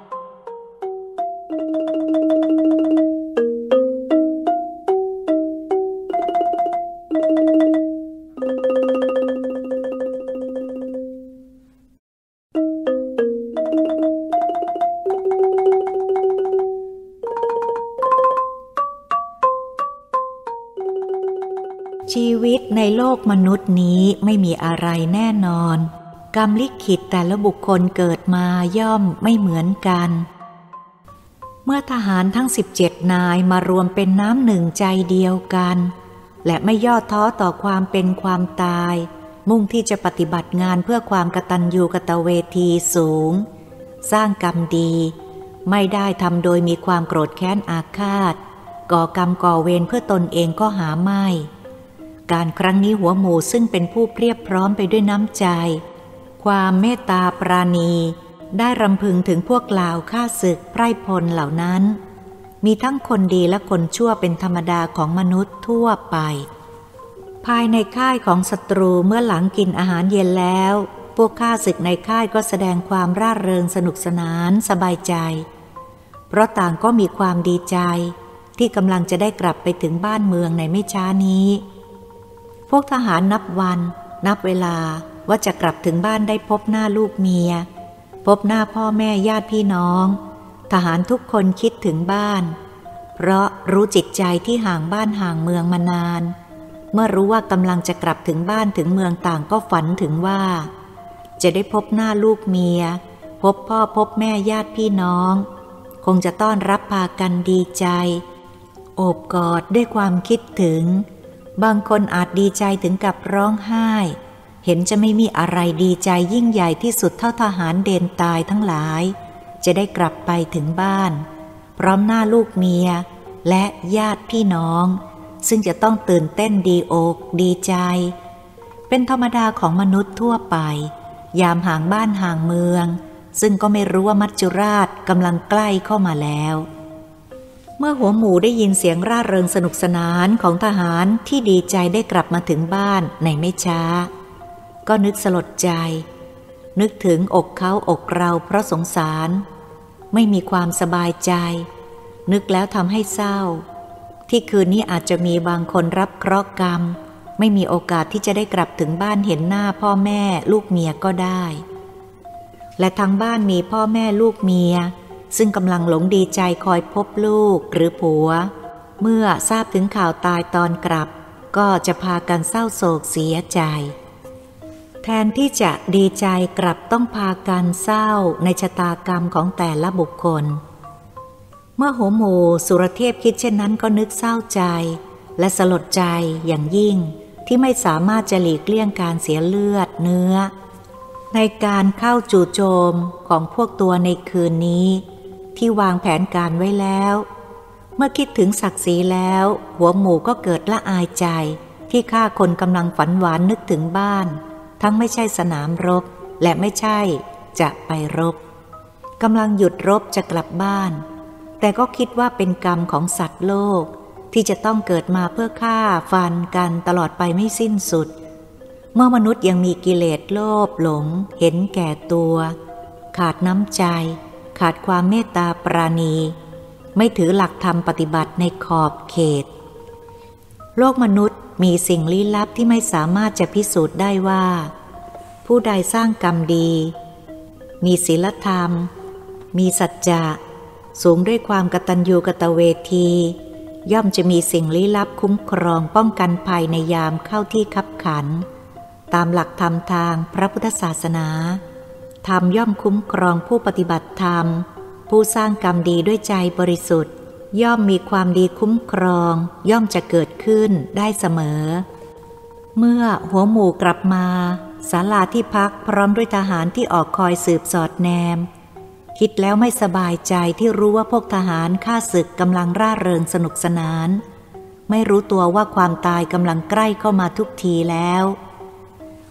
ชีวิตในโลกมนุษย์นี้ไม่มีอะไรแน่นอนกรรมลิขิตแต่ละบุคคลเกิดมาย่อมไม่เหมือนกันเมื่อทหารทั้ง17 นายมารวมเป็นน้ำหนึ่งใจเดียวกันและไม่ย่อท้อต่อความเป็นความตายมุ่งที่จะปฏิบัติงานเพื่อความกตัญญูกตเวทีสูงสร้างกรรมดีไม่ได้ทำโดยมีความโกรธแค้นอาฆาตก่อกรรมก่อเวรเพื่อตนเองก็หาไม่การครั้งนี้หัวหมู่ซึ่งเป็นผู้เพียบพร้อมไปด้วยน้ำใจความเมตตาปราณีได้รำพึงถึงพวกเหล่าข้าศึกไพร่พลเหล่านั้นมีทั้งคนดีและคนชั่วเป็นธรรมดาของมนุษย์ทั่วไปภายในค่ายของศัตรูเมื่อหลังกินอาหารเย็นแล้วพวกข้าศึกในค่ายก็แสดงความร่าเริงสนุกสนานสบายใจเพราะต่างก็มีความดีใจที่กำลังจะได้กลับไปถึงบ้านเมืองในไม่ช้านี้พวกทหารนับวันนับเวลาว่าจะกลับถึงบ้านได้พบหน้าลูกเมียพบหน้าพ่อแม่ญาติพี่น้องทหารทุกคนคิดถึงบ้านเพราะรู้จิตใจที่ห่างบ้านห่างเมืองมานานเมื่อรู้ว่ากำลังจะกลับถึงบ้านถึงเมืองต่างก็ฝันถึงว่าจะได้พบหน้าลูกเมียพบพ่อพบแม่ญาติพี่น้องคงจะต้อนรับพากันดีใจโอบกอดด้วยความคิดถึงบางคนอาจดีใจถึงกับร้องไห้เห็นจะไม่มีอะไรดีใจยิ่งใหญ่ที่สุดเท่าทหารเดนตายทั้งหลายจะได้กลับไปถึงบ้านพร้อมหน้าลูกเมียและญาติพี่น้องซึ่งจะต้องตื่นเต้นดีอกดีใจเป็นธรรมดาของมนุษย์ทั่วไปยามห่างบ้านห่างเมืองซึ่งก็ไม่รู้ว่ามัจจุราชกำลังใกล้เข้ามาแล้วเมื่อหัวหมูได้ยินเสียงร่าเริงสนุกสนานของทหารที่ดีใจได้กลับมาถึงบ้านในไม่ช้าก็นึกสลดใจนึกถึงอกเขาอกเราเพราะสงสารไม่มีความสบายใจนึกแล้วทำให้เศร้าที่คืนนี้อาจจะมีบางคนรับเคราะห์กรรมไม่มีโอกาสที่จะได้กลับถึงบ้านเห็นหน้าพ่อแม่ลูกเมียก็ได้และทางบ้านมีพ่อแม่ลูกเมียซึ่งกำลังหลงดีใจคอยพบลูกหรือผัวเมื่อทราบถึงข่าวตายตอนกลับก็จะพากันเศร้าโศกเสียใจแทนที่จะดีใจกลับต้องพากันเศร้าในชะตากรรมของแต่ละบุคคลเมื่อหัวหมู่สุรเทพคิดเช่นนั้นก็นึกเศร้าใจและสลดใจอย่างยิ่งที่ไม่สามารถจะหลีกเลี่ยงการเสียเลือดเนื้อในการเข้าจู่โจมของพวกตัวในคืนนี้ที่วางแผนการไว้แล้วเมื่อคิดถึงศักดิ์ศรีแล้วหัวหมู่ก็เกิดละอายใจที่ข้าคนกำลังฝันหวานนึกถึงบ้านทั้งไม่ใช่สนามรบและไม่ใช่จะไปรบกำลังหยุดรบจะกลับบ้านแต่ก็คิดว่าเป็นกรรมของสัตว์โลกที่จะต้องเกิดมาเพื่อฆ่าฟันกันตลอดไปไม่สิ้นสุดเมื่อมนุษย์ยังมีกิเลสโลภหลงเห็นแก่ตัวขาดน้ำใจขาดความเมตตาปราณีไม่ถือหลักธรรมปฏิบัติในขอบเขตโลกมนุษย์มีสิ่งลี้ลับที่ไม่สามารถจะพิสูจน์ได้ว่าผู้ใดสร้างกรรมดีมีศีลธรรมมีสัจจะสูงด้วยความกตัญญูกตเวทีย่อมจะมีสิ่งลี้ลับคุ้มครองป้องกันภัยในยามเข้าที่คับขันตามหลักธรรมทางพระพุทธศาสนาธรรมย่อมคุ้มครองผู้ปฏิบัติธรรมผู้สร้างกรรมดีด้วยใจบริสุทธิ์ย่อมมีความดีคุ้มครองย่อมจะเกิดขึ้นได้เสมอเมื่อหัวหมู่กลับมาศาลาที่พักพร้อมด้วยทหารที่ออกคอยสืบสอดแนมคิดแล้วไม่สบายใจที่รู้ว่าพวกทหารข้าศึกกำลังร่าเริงสนุกสนานไม่รู้ตัวว่าความตายกำลังใกล้เข้ามาทุกทีแล้ว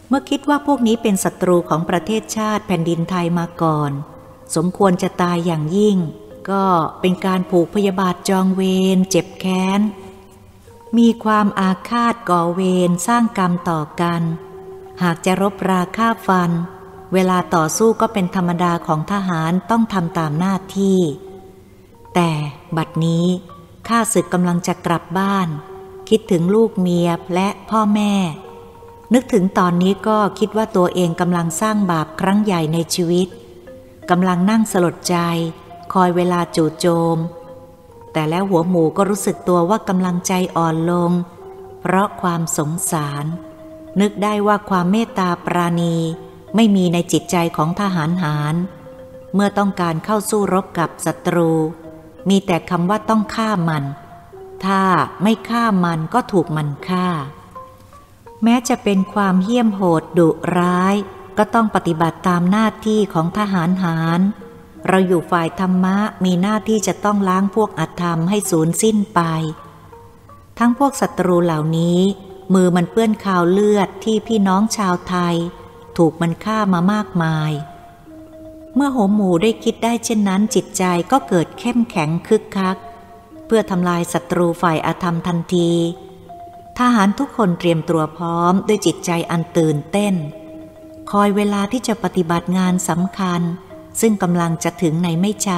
เมื่อคิดว่าพวกนี้เป็นศัตรูของประเทศชาติแผ่นดินไทยมาก่อนสมควรจะตายอย่างยิ่งก็เป็นการผูกพยาบาทจองเวรเจ็บแค้นมีความอาฆาตก่อเวรสร้างกรรมต่อกันหากจะรบราฆ่าฟันเวลาต่อสู้ก็เป็นธรรมดาของทหารต้องทำตามหน้าที่แต่บัดนี้ข้าศึกกำลังจะกลับบ้านคิดถึงลูกเมียและพ่อแม่นึกถึงตอนนี้ก็คิดว่าตัวเองกำลังสร้างบาปครั้งใหญ่ในชีวิตกำลังนั่งสลดใจคอยเวลาจู่โจมแต่แล้วหัวหมูก็รู้สึกตัวว่ากำลังใจอ่อนลงเพราะความสงสารนึกได้ว่าความเมตตาปราณีไม่มีในจิตใจของทหารหารเมื่อต้องการเข้าสู้รบกับศัตรูมีแต่คำว่าต้องฆ่ามันถ้าไม่ฆ่ามันก็ถูกมันฆ่าแม้จะเป็นความเหี้ยมโหดดุร้ายก็ต้องปฏิบัติตามหน้าที่ของทหารหารเราอยู่ฝ่ายธรรมะมีหน้าที่จะต้องล้างพวกอธรรมให้สูญสิ้นไปทั้งพวกศัตรูเหล่านี้มือมันเปื้อนคาวเลือดที่พี่น้องชาวไทยถูกมันฆ่ามามากมายเมื่อหัวหมูได้คิดได้เช่นนั้นจิตใจก็เกิดเข้มแข็งคึกคักเพื่อทำลายศัตรูฝ่ายอธรรมทันทีทหารทุกคนเตรียมตัวพร้อมด้วยจิตใจอันตื่นเต้นคอยเวลาที่จะปฏิบัติงานสำคัญซึ่งกำลังจะถึงในไม่ช้า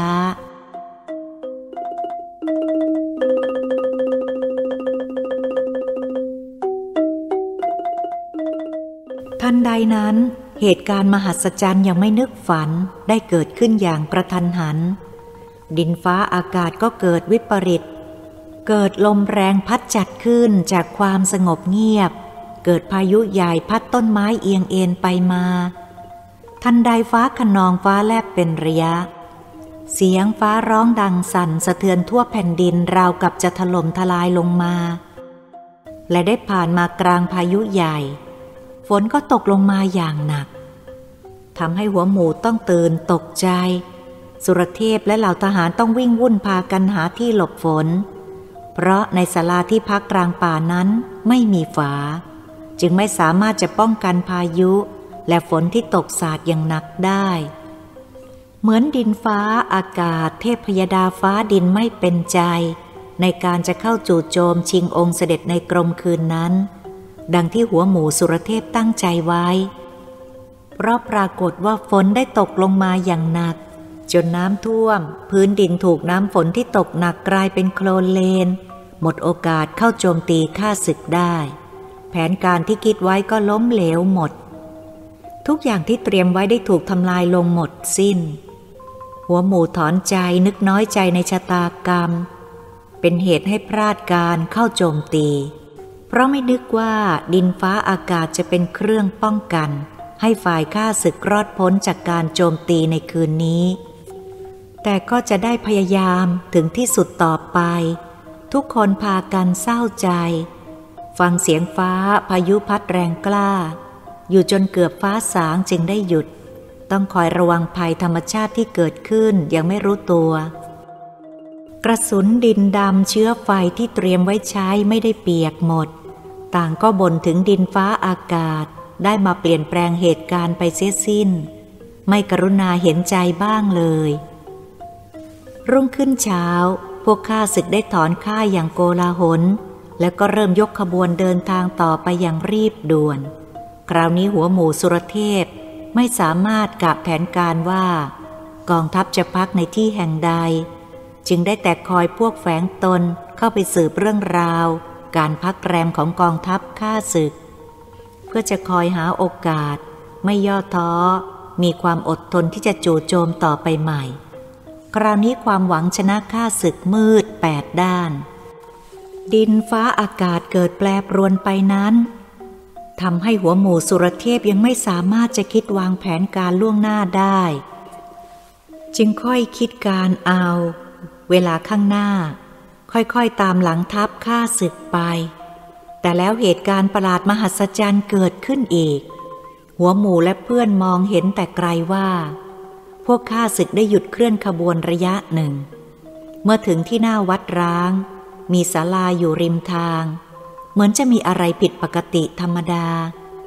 ทันใดนั้นเหตุการณ์มหัศจรรย์ยังไม่นึกฝันได้เกิดขึ้นอย่างกระทันหันดินฟ้าอากาศก็เกิดวิปริตเกิดลมแรงพัดจัดขึ้นจากความสงบเงียบเกิดพายุใหญ่พัดต้นไม้เอียงเอ็นไปมาทันใดฟ้าคะนองฟ้าแลบเป็นระยะเสียงฟ้าร้องดังสั่นสะเทือนทั่วแผ่นดินราวกับจะถล่มทลายลงมาและได้ผ่านมากลางพายุใหญ่ฝนก็ตกลงมาอย่างหนักทำให้หัวหมูต้องตื่นตกใจสุรเทพและเหล่าทหารต้องวิ่งวุ่นพากันหาที่หลบฝนเพราะในศาลาที่พักกลางป่านั้นไม่มีฝาจึงไม่สามารถจะป้องกันพายุและฝนที่ตกสาดอย่างหนักได้เหมือนดินฟ้าอากาศเทพยดาฟ้าดินไม่เป็นใจในการจะเข้าจู่โจมชิงองค์เสด็จในกรมคืนนั้นดังที่หัวหมูสุรเทพตั้งใจไว้เพราะปรากฏว่าฝนได้ตกลงมาอย่างหนักจนน้ำท่วมพื้นดินถูกน้ำฝนที่ตกหนักกลายเป็นโคลนเลนหมดโอกาสเข้าโจมตีข้าศึกได้แผนการที่คิดไว้ก็ล้มเหลวหมดทุกอย่างที่เตรียมไว้ได้ถูกทำลายลงหมดสิ้นหัวหมูถอนใจนึกน้อยใจในชะตากรรมเป็นเหตุให้พลาดการเข้าโจมตีเพราะไม่นึกว่าดินฟ้าอากาศจะเป็นเครื่องป้องกันให้ฝ่ายข้าศึกรอดพ้นจากการโจมตีในคืนนี้แต่ก็จะได้พยายามถึงที่สุดต่อไปทุกคนพากันเศร้าใจฟังเสียงฟ้าพายุพัดแรงกล้าอยู่จนเกือบฟ้าสางจึงได้หยุดต้องคอยระวังภัยธรรมชาติที่เกิดขึ้นยังไม่รู้ตัวกระสุนดินดำเชื้อไฟที่เตรียมไว้ใช้ไม่ได้เปียกหมดต่างก็บ่นถึงดินฟ้าอากาศได้มาเปลี่ยนแปลงเหตุการณ์ไปเสียสิ้นไม่กรุณาเห็นใจบ้างเลยรุ่งขึ้นเช้าพวกข้าศึกได้ถอนค่ายอย่างโกลาหลแล้วก็เริ่มยกขบวนเดินทางต่อไปอย่างรีบด่วนคราวนี้หัวหมูสุรเทพไม่สามารถกะแผนการว่ากองทัพจะพักในที่แห่งใดจึงได้แต่คอยพวกแฝงตนเข้าไปสืบเรื่องราวการพักแรมของกองทัพข้าศึกเพื่อจะคอยหาโอกาสไม่ย่อท้อมีความอดทนที่จะจู่โจมต่อไปใหม่คราวนี้ความหวังชนะข้าศึกมืด8 ด้านดินฟ้าอากาศเกิดแปรปรวนไปนั้นทำให้หัวหมูสุรเทพยังไม่สามารถจะคิดวางแผนการล่วงหน้าได้จึงค่อยคิดการเอาเวลาข้างหน้าค่อยๆตามหลังทัพข้าศึกไปแต่แล้วเหตุการณ์ประหลาดมหัศจรรย์เกิดขึ้นอีกหัวหมูและเพื่อนมองเห็นแต่ไกลว่าพวกข้าศึกได้หยุดเคลื่อนขบวนระยะหนึ่งเมื่อถึงที่หน้าวัดร้างมีศาลาอยู่ริมทางเหมือนจะมีอะไรผิดปกติธรรมดา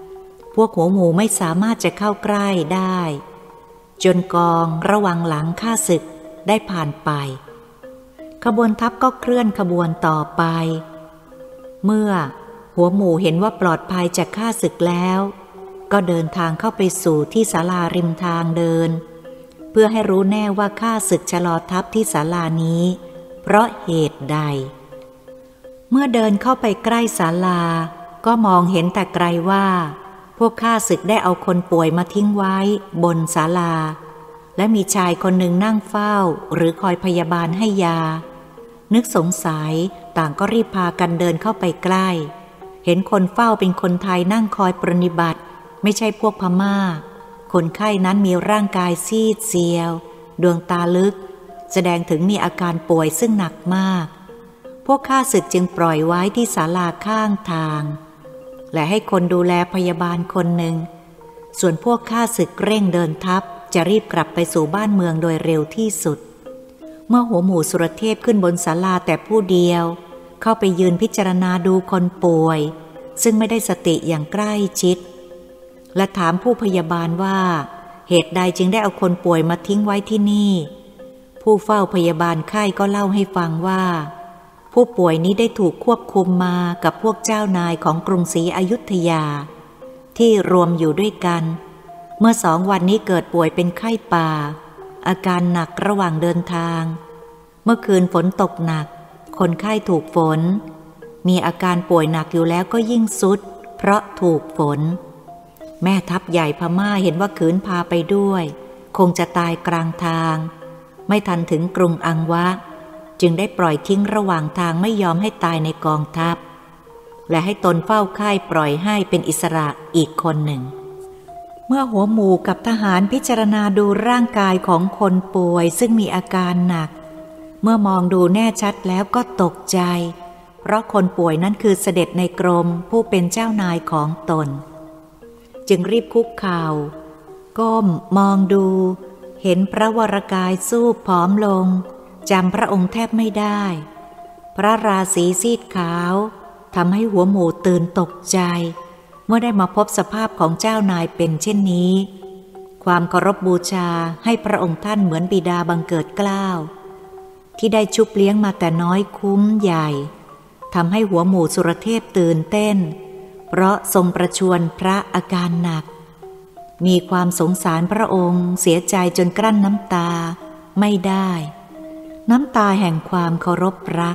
พวกหัวหมู่ไม่สามารถจะเข้าใกล้ได้จนกองระวังหลังข้าศึกได้ผ่านไปขบวนทัพก็เคลื่อนขบวนต่อไปเมื่อหัวหมู่เห็นว่าปลอดภัยจากข้าศึกแล้วก็เดินทางเข้าไปสู่ที่ศาลาริมทางเดินเพื่อให้รู้แน่ว่าข้าศึกชะลอทัพที่ศาลานี้เพราะเหตุใดเมื่อเดินเข้าไปใกล้ศาลาก็มองเห็นแต่ไกลว่าพวกข้าศึกได้เอาคนป่วยมาทิ้งไว้บนศาลาและมีชายคนหนึ่งนั่งเฝ้าหรือคอยพยาบาลให้ยานึกสงสัยต่างก็รีบพากันเดินเข้าไปใกล้เห็นคนเฝ้าเป็นคนไทยนั่งคอยปรนนิบัติไม่ใช่พวกพม่าคนไข้นั้นมีร่างกายซีดเซียวดวงตาลึกแสดงถึงมีอาการป่วยซึ่งหนักมากพวกข้าศึกจึงปล่อยไว้ที่ศาลาข้างทางและให้คนดูแลพยาบาลคนหนึ่งส่วนพวกข้าศึกเร่งเดินทัพจะรีบกลับไปสู่บ้านเมืองโดยเร็วที่สุดเมื่อหัวหมู่สุรเทพขึ้นบนศาลาแต่ผู้เดียวเข้าไปยืนพิจารณาดูคนป่วยซึ่งไม่ได้สติอย่างใกล้ชิดและถามผู้พยาบาลว่าเหตุใดจึงได้เอาคนป่วยมาทิ้งไว้ที่นี่ผู้เฝ้าพยาบาลไข้ก็เล่าให้ฟังว่าผู้ป่วยนี้ได้ถูกควบคุมมากับพวกเจ้านายของกรุงศรีอยุธยาที่รวมอยู่ด้วยกันเมื่อ2 วันนี้เกิดป่วยเป็นไข้ป่าอาการหนักระหว่างเดินทางเมื่อคืนฝนตกหนักคนไข้ถูกฝนมีอาการป่วยหนักอยู่แล้วก็ยิ่งทรุดเพราะถูกฝนแม่ทัพใหญ่พม่าเห็นว่าขืนพาไปด้วยคงจะตายกลางทางไม่ทันถึงกรุงอังวะจึงได้ปล่อยทิ้งระหว่างทางไม่ยอมให้ตายในกองทัพและให้ตนเฝ้าไข้ปล่อยให้เป็นอิสระอีกคนหนึ่งเมื่อหัวหมู่กับทหารพิจารณาดูร่างกายของคนป่วยซึ่งมีอาการหนักเมื่อมองดูแน่ชัดแล้วก็ตกใจเพราะคนป่วยนั้นคือเสด็จในกรมผู้เป็นเจ้านายของตนจึงรีบคุกเข่าก้มมองดูเห็นพระวรกายซูบผอมลงจำพระองค์แทบไม่ได้พระราศีซีดขาวทำให้หัวหมู่ตื่นตกใจเมื่อได้มาพบสภาพของเจ้านายเป็นเช่นนี้ความเคารพบูชาให้พระองค์ท่านเหมือนบิดาบังเกิดเกล้าที่ได้ชุบเลี้ยงมาแต่น้อยคุ้มใหญ่ทำให้หัวหมู่สุรเทพตื่นเต้นเพราะทรงประชวรพระอาการหนักมีความสงสารพระองค์เสียใจจนกลั้นน้ำตาไม่ได้น้ำตาแห่งความเคารพรัก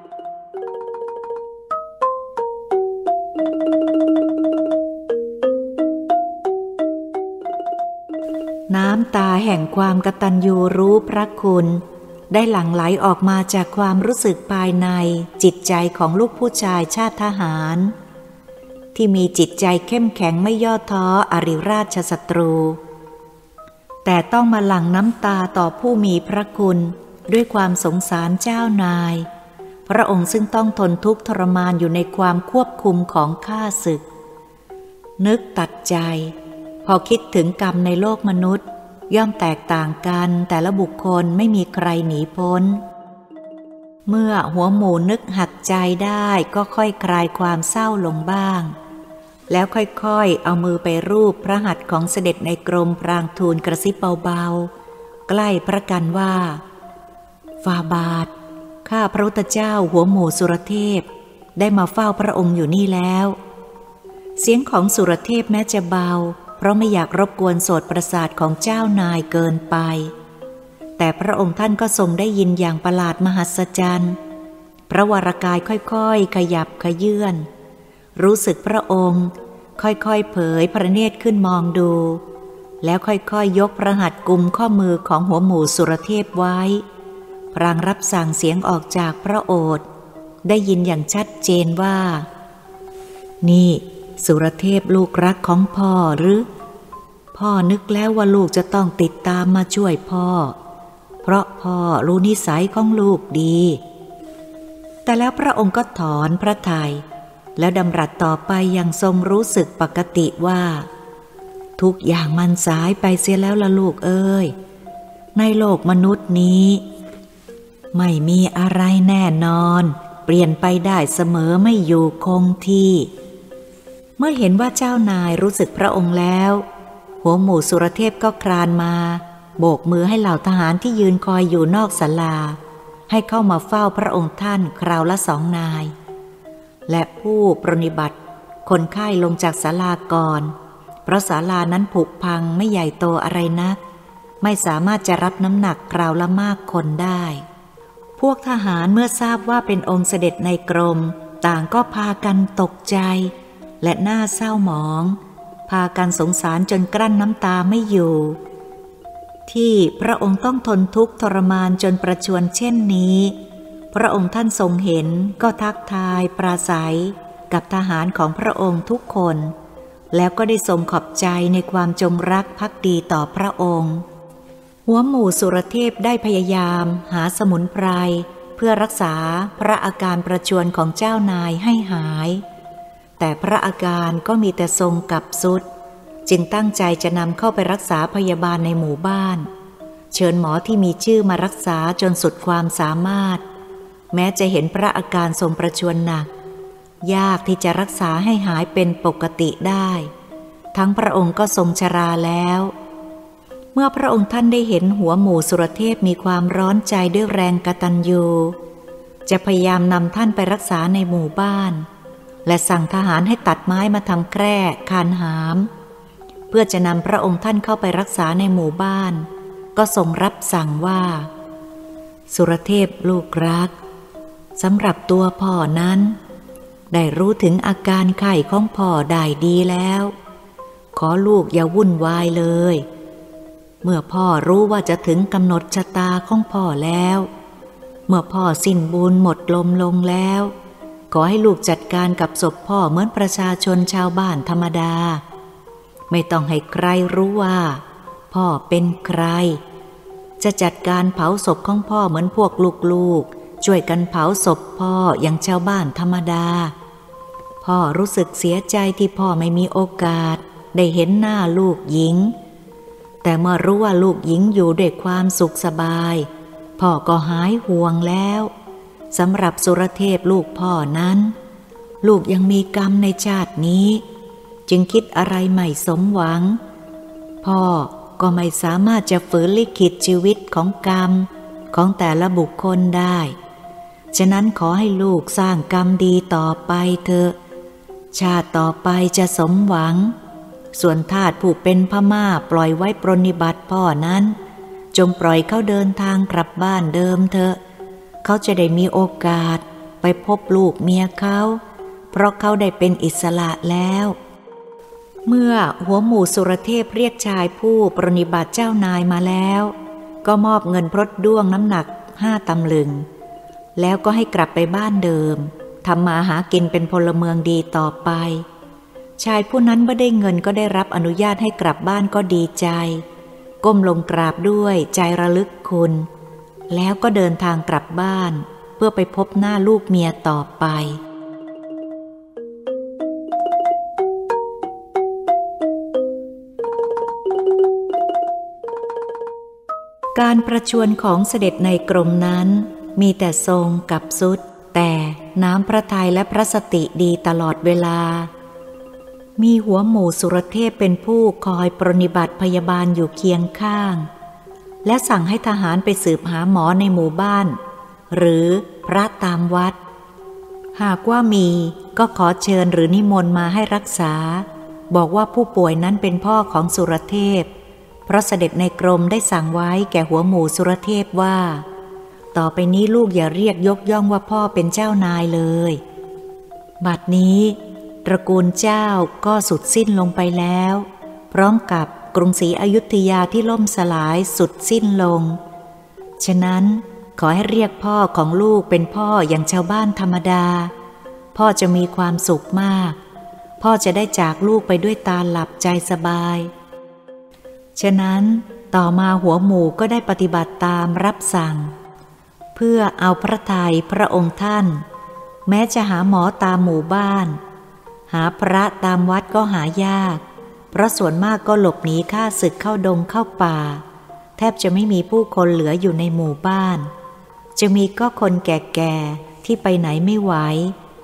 น้ำตาแห่งความกตัญญูรู้พระคุณได้หลั่งไหลออกมาจากความรู้สึกภายในจิตใจของลูกผู้ชายชาติทหารที่มีจิตใจเข้มแข็งไม่ย่อท้ออริราชศัตรูแต่ต้องมาหลั่งน้ำตาต่อผู้มีพระคุณด้วยความสงสารเจ้านายพระองค์ซึ่งต้องทนทุกข์ทรมานอยู่ในความควบคุมของข้าศึกนึกตัดใจพอคิดถึงกรรมในโลกมนุษย์ย่อมแตกต่างกันแต่ละบุคคลไม่มีใครหนีพ้นเมื่อหัวหมู่นึกหัดใจได้ก็ค่อยคลายความเศร้าลงบ้างแล้วค่อยๆเอามือไปรูปพระหัตถ์ของเสด็จในกรมพรางทูลกระซิบเบาๆใกล้พระกันว่าฝ่าบาทข้าพระพุทธเจ้าหัวหมู่สุรเทพได้มาเฝ้าพระองค์อยู่นี่แล้วเสียงของสุรเทพแม้จะเบาเพราะไม่อยากรบกวนโสตประสาทของเจ้านายเกินไปแต่พระองค์ท่านก็ทรงได้ยินอย่างประหลาดมหัศจรรย์พระวรกายค่อยๆขยับขยื่นรู้สึกพระองค์ค่อยๆเผยพระเนตรขึ้นมองดูแล้วค่อยๆยกพระหัตถ์กุมข้อมือของหัวหมู่สุรเทพไว้พลางรับสั่งเสียงออกจากพระโอษฐ์ได้ยินอย่างชัดเจนว่านี่สุรเทพลูกรักของพ่อหรือพ่อนึกแล้วว่าลูกจะต้องติดตามมาช่วยพ่อเพราะพ่อรู้นิสัยของลูกดีแต่แล้วพระองค์ก็ถอนพระทัยแล้วดำรัสต่อไปอย่างทรงรู้สึกปกติว่าทุกอย่างมันสายไปเสียแล้วล่ะลูกเอ้ยในโลกมนุษย์นี้ไม่มีอะไรแน่นอนเปลี่ยนไปได้เสมอไม่อยู่คงที่เมื่อเห็นว่าเจ้านายรู้สึกพระองค์แล้วหัวหมู่สุรเทพก็คลานมาโบกมือให้เหล่าทหารที่ยืนคอยอยู่นอกศาลาให้เข้ามาเฝ้าพระองค์ท่านคราวละ2 นายและผู้ปรนนิบัติคนไข้ลงจากศาลาก่อนเพราะศาลานั้นผุพังไม่ใหญ่โตอะไรนักไม่สามารถจะรับน้ำหนักคราวละมากคนได้พวกทหารเมื่อทราบว่าเป็นองค์เสด็จในกรมต่างก็พากันตกใจและหน้าเศร้าหมองพากันสงสารจนกลั้นน้ำตาไม่อยู่ที่พระองค์ต้องทนทุกข์ทรมานจนประชวรเช่นนี้พระองค์ท่านทรงเห็นก็ทักทายปราศัยกับทหารของพระองค์ทุกคนแล้วก็ได้ทรงขอบใจในความจงรักภักดีต่อพระองค์หัวหมู่สุรเทพได้พยายามหาสมุนไพรเพื่อรักษาพระอาการประชวรของเจ้านายให้หายแต่พระอาการก็มีแต่ทรงกับทรุดจึงตั้งใจจะนำเข้าไปรักษาพยาบาลในหมู่บ้านเชิญหมอที่มีชื่อมารักษาจนสุดความสามารถแม้จะเห็นพระอาการทรงประชวรหนักยากที่จะรักษาให้หายเป็นปกติได้ทั้งพระองค์ก็ทรงชราแล้วเมื่อพระองค์ท่านได้เห็นหัวหมู่สุรเทพมีความร้อนใจด้วยแรงกตัญญูจะพยายามนำท่านไปรักษาในหมู่บ้านและสั่งทหารให้ตัดไม้มาทำแคร่คานหามเพื่อจะนำพระองค์ท่านเข้าไปรักษาในหมู่บ้านก็ทรงรับสั่งว่าสุรเทพลูกรักสำหรับตัวพ่อนั้นได้รู้ถึงอาการไข้ของพ่อได้ดีแล้วขอลูกอย่าวุ่นวายเลยเมื่อพ่อรู้ว่าจะถึงกำหนดชะตาของพ่อแล้วเมื่อพ่อสิ้นบุญหมดลมลงแล้วขอให้ลูกจัดการกับศพพ่อเหมือนประชาชนชาวบ้านธรรมดาไม่ต้องให้ใครรู้ว่าพ่อเป็นใครจะจัดการเผาศพของพ่อเหมือนพวกลูกๆช่วยกันเผาศพพ่ออย่างชาวบ้านธรรมดาพ่อรู้สึกเสียใจที่พ่อไม่มีโอกาสได้เห็นหน้าลูกหญิงแต่เมื่อรู้ว่าลูกหญิงอยู่ด้วยความสุขสบายพ่อก็หายห่วงแล้วสำหรับสุรเทพลูกพ่อนั้นลูกยังมีกรรมในชาตินี้จึงคิดอะไรไม่สมหวังพ่อก็ไม่สามารถจะฝืนลิขิตชีวิตของกรรมของแต่ละบุคคลได้ฉะนั้นขอให้ลูกสร้างกรรมดีต่อไปเถอะชาติต่อไปจะสมหวังส่วนทาสผู้เป็นพม่าปล่อยไว้ปรนนิบัติพ่อนั้นจงปล่อยเขาเดินทางกลับบ้านเดิมเถอะเขาจะได้มีโอกาสไปพบลูกเมียเขาเพราะเขาได้เป็นอิสระแล้วเมื่อหัวหมู่สุรเทพเรียกชายผู้ปรนนิบัติเจ้านายมาแล้วก็มอบเงินพรตด้วงน้ำหนัก5 ตำลึงแล้วก็ให้กลับไปบ้านเดิมทำมาหากินเป็นพลเมืองดีต่อไปชายผู้นั้นเมื่อได้เงินก็ได้รับอนุญาตให้กลับบ้านก็ดีใจก้มลงกราบด้วยใจระลึกคุณแล้วก็เดินทางกลับบ้านเพื่อไปพบหน้าลูกเมียต่อไปการประชวรของเสด็จในกรมนั้นมีแต่ทรงกับทรุดแต่น้ำพระทัยและพระสติดีตลอดเวลามีหัวหมู่สุรเทพเป็นผู้คอยปรนนิบัติพยาบาลอยู่เคียงข้างและสั่งให้ทหารไปสืบหาหมอในหมู่บ้านหรือพระตามวัดหากว่ามีก็ขอเชิญหรือนิมนต์มาให้รักษาบอกว่าผู้ป่วยนั้นเป็นพ่อของสุรเทพเพราะเสด็จในกรมได้สั่งไว้แก่หัวหมู่สุรเทพว่าต่อไปนี้ลูกอย่าเรียกยกย่องว่าพ่อเป็นเจ้านายเลยบัดนี้ตระกูลเจ้าก็สุดสิ้นลงไปแล้วพร้อมกับกรุงศรีอยุธยาที่ล่มสลายสุดสิ้นลงฉะนั้นขอให้เรียกพ่อของลูกเป็นพ่ออย่างชาวบ้านธรรมดาพ่อจะมีความสุขมากพ่อจะได้จากลูกไปด้วยตาหลับใจสบายฉะนั้นต่อมาหัวหมู่ก็ได้ปฏิบัติตามรับสั่งเพื่อเอาพระทัยพระองค์ท่านแม้จะหาหมอตามหมู่บ้านหาพระตามวัดก็หายากเพราะส่วนมากก็หลบหนีข้าศึกเข้าดงเข้าป่าแทบจะไม่มีผู้คนเหลืออยู่ในหมู่บ้านจะมีก็คนแก่ๆที่ไปไหนไม่ไหว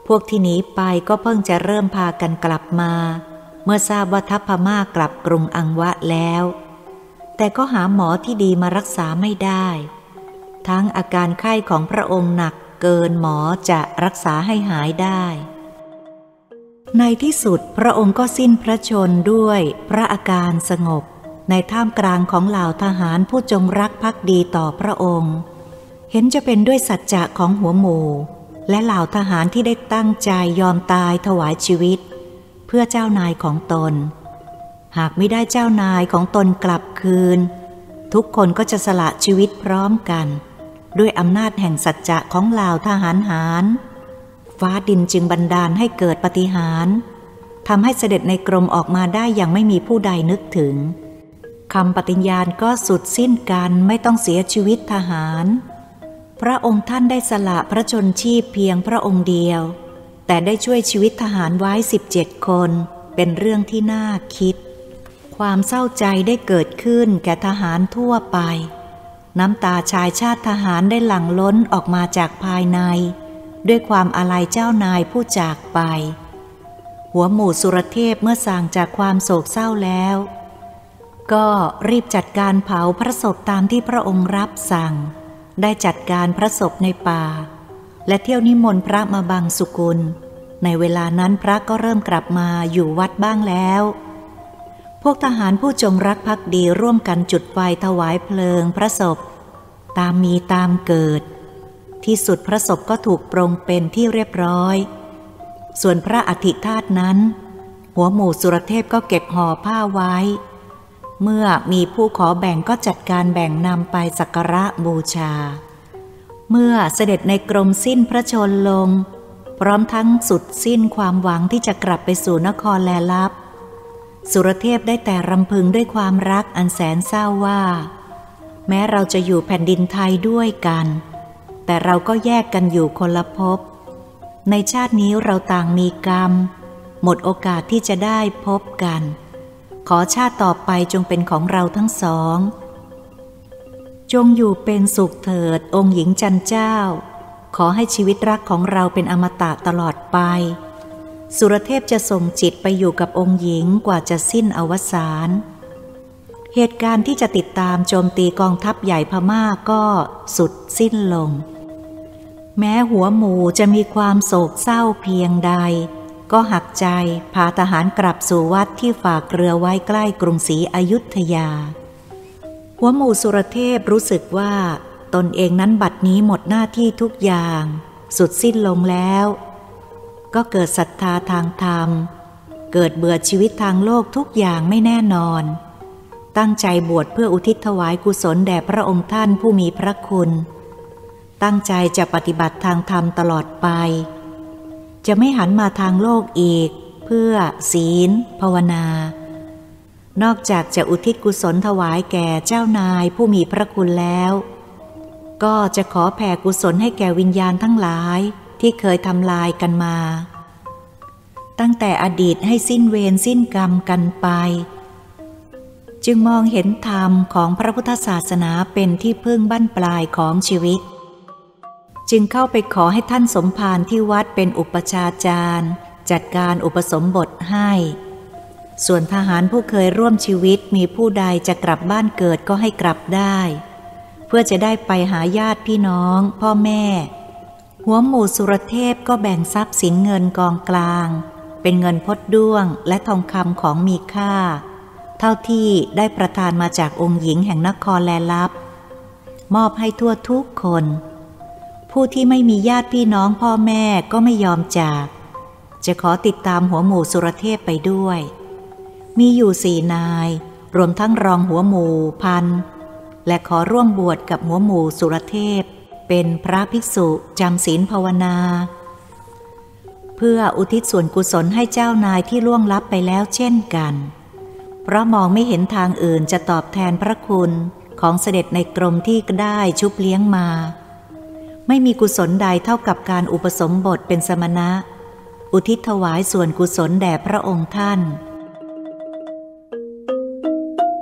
พวกที่หนีไปก็เพิ่งจะเริ่มพากันกลับมาเมื่อทราบว่าทัพพม่ากลับกรุงอังวะแล้วแต่ก็หาหมอที่ดีมารักษาไม่ได้ทั้งอาการไข้ของพระองค์หนักเกินหมอจะรักษาให้หายได้ในที่สุดพระองค์ก็สิ้นพระชนม์ด้วยพระอาการสงบในท่ามกลางของเหล่าทหารผู้จงรักภักดีต่อพระองค์เห็นจะเป็นด้วยสัจจะของหัวหมู่และเหล่าทหารที่ได้ตั้งใจยอมตายถวายชีวิตเพื่อเจ้านายของตนหากไม่ได้เจ้านายของตนกลับคืนทุกคนก็จะสละชีวิตพร้อมกันด้วยอำนาจแห่งสัจจะของเหล่าทหารหารฟ้าดินจึงบันดาลให้เกิดปาฏิหาริย์ทำให้เสด็จในกรมออกมาได้อย่างไม่มีผู้ใดนึกถึงคำปฏิญาณก็สุดสิ้นกันไม่ต้องเสียชีวิตทหารพระองค์ท่านได้สละพระชนชีพเพียงพระองค์เดียวแต่ได้ช่วยชีวิตทหารไว้17 คนเป็นเรื่องที่น่าคิดความเศร้าใจได้เกิดขึ้นแก่ทหารทั่วไปน้ำตาชายชาติทหารได้หลั่งล้นออกมาจากภายในด้วยความอาลัยเจ้านายผู้จากไปหัวหมู่สุรเทพเมื่อส่างจากความโศกเศร้าแล้วก็รีบจัดการเผาพระศพตามที่พระองค์รับสั่งได้จัดการพระศพในป่าและเที่ยวนิมนต์พระมาบังสุกุลในเวลานั้นพระก็เริ่มกลับมาอยู่วัดบ้างแล้วพวกทหารผู้จงรักภักดีร่วมกันจุดไฟถวายเพลิงพระศพตามมีตามเกิดที่สุดพระศพก็ถูกปรงเป็นที่เรียบร้อยส่วนพระอธิธาตุนั้นหัวหมู่สุรเทพก็เก็บห่อผ้าไว้เมื่อมีผู้ขอแบ่งก็จัดการแบ่งนำไปสักการะบูชาเมื่อเสด็จในกรมสิ้นพระชนม์ลงพร้อมทั้งสุดสิ้นความหวังที่จะกลับไปสู่นครแลลับสุรเทพได้แต่รำพึงด้วยความรักอันแสนเศร้าว่าแม้เราจะอยู่แผ่นดินไทยด้วยกันแต่เราก็แยกกันอยู่คนละภพในชาตินี้เราต่างมีกรรมหมดโอกาสที่จะได้พบกันขอชาติต่อไปจงเป็นของเราทั้งสองจงอยู่เป็นสุขเถิดองค์หญิงจันเจ้าขอให้ชีวิตรักของเราเป็นอมตะตลอดไปสุรเทพจะส่งจิตไปอยู่กับองค์หญิงกว่าจะสิ้นอวสานเหตุการณ์ที่จะติดตามโจมตีกองทัพใหญ่พม่าก็สุดสิ้นลงแม้หัวหมู่จะมีความโศกเศร้าเพียงใดก็หักใจพาทหารกลับสู่วัดที่ฝากเรือไว้ใกล้กรุงศรีอยุธยาหัวหมู่สุรเทพรู้สึกว่าตนเองนั้นบัดนี้หมดหน้าที่ทุกอย่างสุดสิ้นลงแล้วก็เกิดศรัทธาทางธรรมเกิดเบื่อชีวิตทางโลกทุกอย่างไม่แน่นอนตั้งใจบวชเพื่ออุทิศถวายกุศลแด่พระองค์ท่านผู้มีพระคุณตั้งใจจะปฏิบัติทางธรรมตลอดไปจะไม่หันมาทางโลกอีกเพื่อศีลภาวนานอกจากจะอุทิศกุศลถวายแก่เจ้านายผู้มีพระคุณแล้วก็จะขอแผ่กุศลให้แก่วิญญาณทั้งหลายที่เคยทำลายกันมาตั้งแต่อดีตให้สิ้นเวรสิ้นกรรมกันไปจึงมองเห็นธรรมของพระพุทธศาสนาเป็นที่พึ่งบั้นปลายของชีวิตจึงเข้าไปขอให้ท่านสมภารที่วัดเป็นอุปชาจารย์จัดการอุปสมบทให้ส่วนทหารผู้เคยร่วมชีวิตมีผู้ใดจะกลับบ้านเกิดก็ให้กลับได้เพื่อจะได้ไปหาญาติพี่น้องพ่อแม่หัวหมู่สุรเทพก็แบ่งทรัพย์สินเงินกองกลางเป็นเงินพดด้วงและทองคำของมีค่าเท่าที่ได้ประทานมาจากองค์หญิงแห่งนครแลลับมอบให้ทั่วทุกคนผู้ที่ไม่มีญาติพี่น้องพ่อแม่ก็ไม่ยอมจากจะขอติดตามหัวหมู่สุรเทพไปด้วยมีอยู่4 นายรวมทั้งรองหัวหมู่พันและขอร่วมบวชกับหัวหมู่สุรเทพเป็นพระภิกษุจำศีลภาวนาเพื่ออุทิศส่วนกุศลให้เจ้านายที่ล่วงลับไปแล้วเช่นกันเพราะมองไม่เห็นทางอื่นจะตอบแทนพระคุณของเสด็จในกรมที่ได้ชุบเลี้ยงมาไม่มีกุศลใดเท่ากับการอุปสมบทเป็นสมณะอุทิศถวายส่วนกุศลแด่พระองค์ท่าน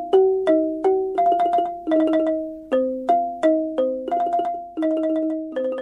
ต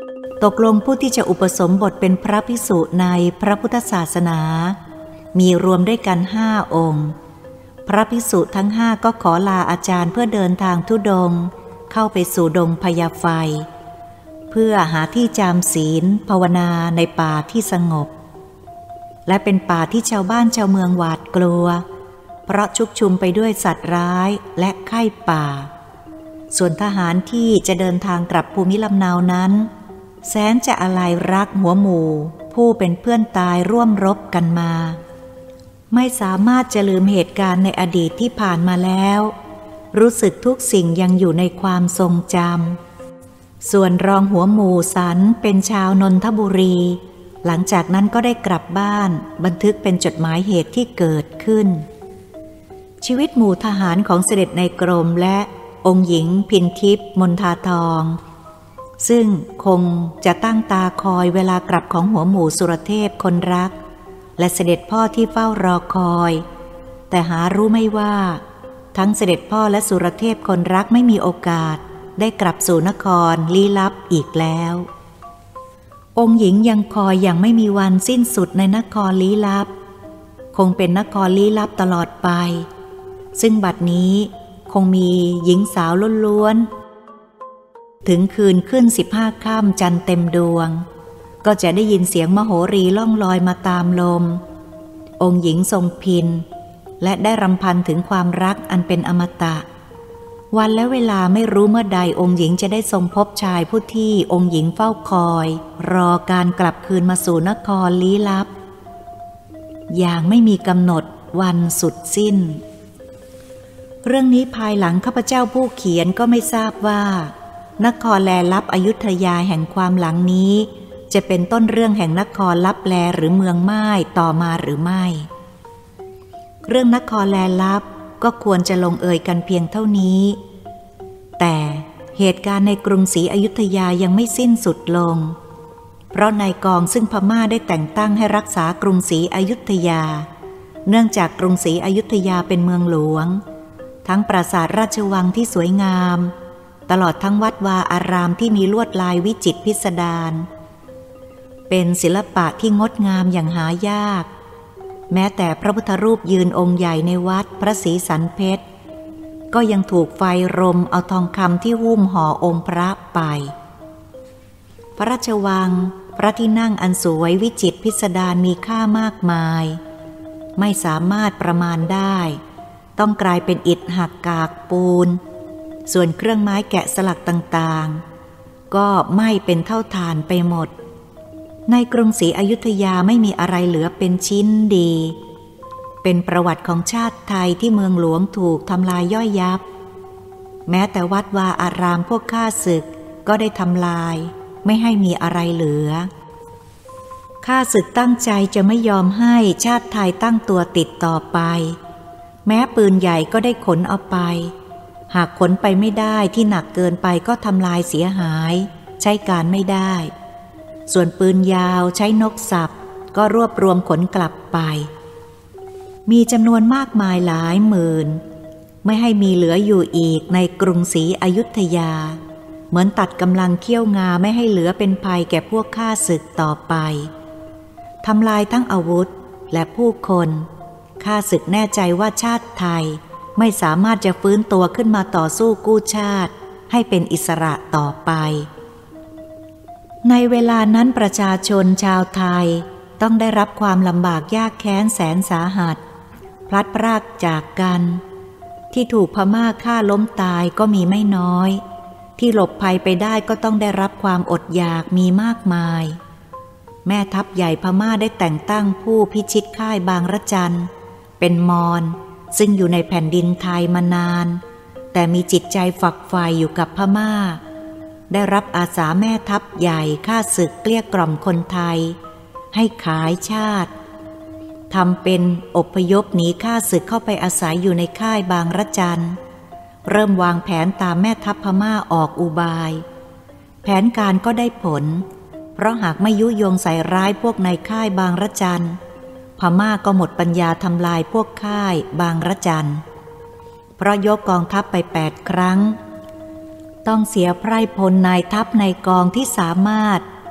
ตกลงผู้ที่จะอุปสมบทเป็นพระภิกษุในพระพุทธศาสนามีรวมด้วยกัน5 องค์พระภิกษุทั้ง5ก็ขอลาอาจารย์เพื่อเดินทางธุดงค์เข้าไปสู่ดงพญาไฟเพื่อหาที่จำศีลภาวนาในป่าที่สงบและเป็นป่าที่ชาวบ้านชาวเมืองหวาดกลัวเพราะชุกชุมไปด้วยสัตว์ร้ายและไข้ป่าส่วนทหารที่จะเดินทางกลับภูมิลำเนานั้นแสนจะอาลัยรักหัวหมู่ผู้เป็นเพื่อนตายร่วมรบกันมาไม่สามารถจะลืมเหตุการณ์ในอดีตที่ผ่านมาแล้วรู้สึกทุกสิ่งยังอยู่ในความทรงจำส่วนรองหัวหมู่สันเป็นชาวนนทบุรีหลังจากนั้นก็ได้กลับบ้านบันทึกเป็นจดหมายเหตุที่เกิดขึ้นชีวิตหมู่ทหารของเสด็จในกรมและองค์หญิงพินทิพย์มนทาทองซึ่งคงจะตั้งตาคอยเวลากลับของหัวหมู่สุรเทพคนรักและเสด็จพ่อที่เฝ้ารอคอยแต่หารู้ไม่ว่าทั้งเสด็จพ่อและสุรเทพคนรักไม่มีโอกาสได้กลับสู่นครลี้ลับอีกแล้วองค์หญิงยังคอยอย่างไม่มีวันสิ้นสุดในนครลี้ลับคงเป็นนครลี้ลับตลอดไปซึ่งบัดนี้คงมีหญิงสาวล้วนๆถึงคืนขึ้น15 ค่ำจันทร์เต็มดวงก็จะได้ยินเสียงมโหรีล่องลอยมาตามลมองค์หญิงทรงพินและได้รำพันถึงความรักอันเป็นอมตะวันและเวลาไม่รู้เมื่อใดองค์หญิงจะได้ทรงพบชายผู้ที่องค์หญิงเฝ้าคอยรอการกลับคืนมาสู่นครลี้ลับอย่างไม่มีกำหนดวันสุดสิ้นเรื่องนี้ภายหลังข้าพเจ้าผู้เขียนก็ไม่ทราบว่านครแลลับอยุธยาแห่งความหลังนี้จะเป็นต้นเรื่องแห่งนครลับแลหรือเมืองม่ายต่อมาหรือไม่เรื่องนครแลลับก็ควรจะลงเอยกันเพียงเท่านี้แต่เหตุการณ์ในกรุงศรีอยุธยายังไม่สิ้นสุดลงเพราะนายกองซึ่งพม่าได้แต่งตั้งให้รักษากรุงศรีอยุธยาเนื่องจากกรุงศรีอยุธยาเป็นเมืองหลวงทั้งปราสาทราชวังที่สวยงามตลอดทั้งวัดวาอารามที่มีลวดลายวิจิตรพิสดารเป็นศิลปะที่งดงามอย่างหายากแม้แต่พระพุทธรูปยืนองค์ใหญ่ในวัดพระศรีสันเพชรก็ยังถูกไฟรมเอาทองคำที่หุ้มห่อองค์พระไปพระราชวังพระที่นั่งอันสวยวิจิตรพิสดารมีค่ามากมายไม่สามารถประมาณได้ต้องกลายเป็นอิฐหักกากปูนส่วนเครื่องไม้แกะสลักต่างๆก็ไหม้เป็นเท่าฐานไปหมดในกรุงศรีอยุธยาไม่มีอะไรเหลือเป็นชิ้นดีเป็นประวัติของชาติไทยที่เมืองหลวงถูกทำลายย่อยยับแม้แต่วัดวาอารามพวกข้าศึกก็ได้ทำลายไม่ให้มีอะไรเหลือข้าศึกตั้งใจจะไม่ยอมให้ชาติไทยตั้งตัวติดต่อไปแม้ปืนใหญ่ก็ได้ขนเอาไปหากขนไปไม่ได้ที่หนักเกินไปก็ทำลายเสียหายใช้การไม่ได้ส่วนปืนยาวใช้นกสับก็รวบรวมขนกลับไปมีจำนวนมากมายหลายหมื่นไม่ให้มีเหลืออยู่อีกในกรุงศรีอยุธยาเหมือนตัดกำลังเขี้ยวงาไม่ให้เหลือเป็นภัยแก่พวกข้าศึกต่อไปทำลายทั้งอาวุธและผู้คนข้าศึกแน่ใจว่าชาติไทยไม่สามารถจะฟื้นตัวขึ้นมาต่อสู้กู้ชาติให้เป็นอิสระต่อไปในเวลานั้นประชาชนชาวไทยต้องได้รับความลำบากยากแค้นแสนสาหัสพลัดพรากจากกันที่ถูกพม่าฆ่าล้มตายก็มีไม่น้อยที่หลบภัยไปได้ก็ต้องได้รับความอดอยากมีมากมายแม่ทัพใหญ่พม่าได้แต่งตั้งผู้พิชิตค่ายบางระจันเป็นมอญซึ่งอยู่ในแผ่นดินไทยมานานแต่มีจิตใจฝักใฝ่อยู่กับพม่าได้รับอาสาแม่ทัพใหญ่ฆ่าศึกเกลี้ยกล่อมคนไทยให้ขายชาติทำเป็นอพยพหนีฆ่าศึกเข้าไปอาศัยอยู่ในค่ายบางระจันเริ่มวางแผนตามแม่ทัพพม่าออกอุบายแผนการก็ได้ผลเพราะหากไม่ยุยงใส่ร้ายพวกในค่ายบางระจันพม่าก็หมดปัญญาทำลายพวกค่ายบางระจันเพราะยกกองทัพไป8 ครั้งต้องเสียไพร่พลนายทัพในกองที่สามารถ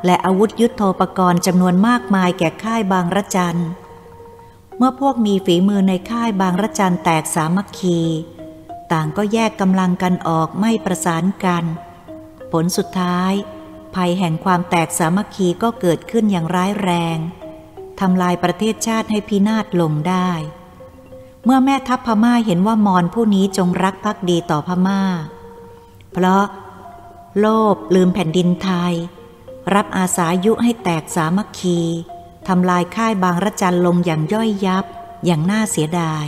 และอาวุธยุทโธปกรณ์จำนวนมากมายแก่ค่ายบางระจันเมื่อพวกมีฝีมือในค่ายบางระจันแตกสามัคคีต่างก็แยกกำลังกันออกไม่ประสานกันผลสุดท้ายภัยแห่งความแตกสามัคคีก็เกิดขึ้นอย่างร้ายแรงทำลายประเทศชาติให้พินาศลงได้เมื่อแม่ทัพพม่าเห็นว่ามอญผู้นี้จงรักภักดีต่อพม่าเพราะโลภลืมแผ่นดินไทยรับอาสายุให้แตกสามัคคีทำลายค่ายบางระจันลงอย่างย่อยยับอย่างน่าเสียดาย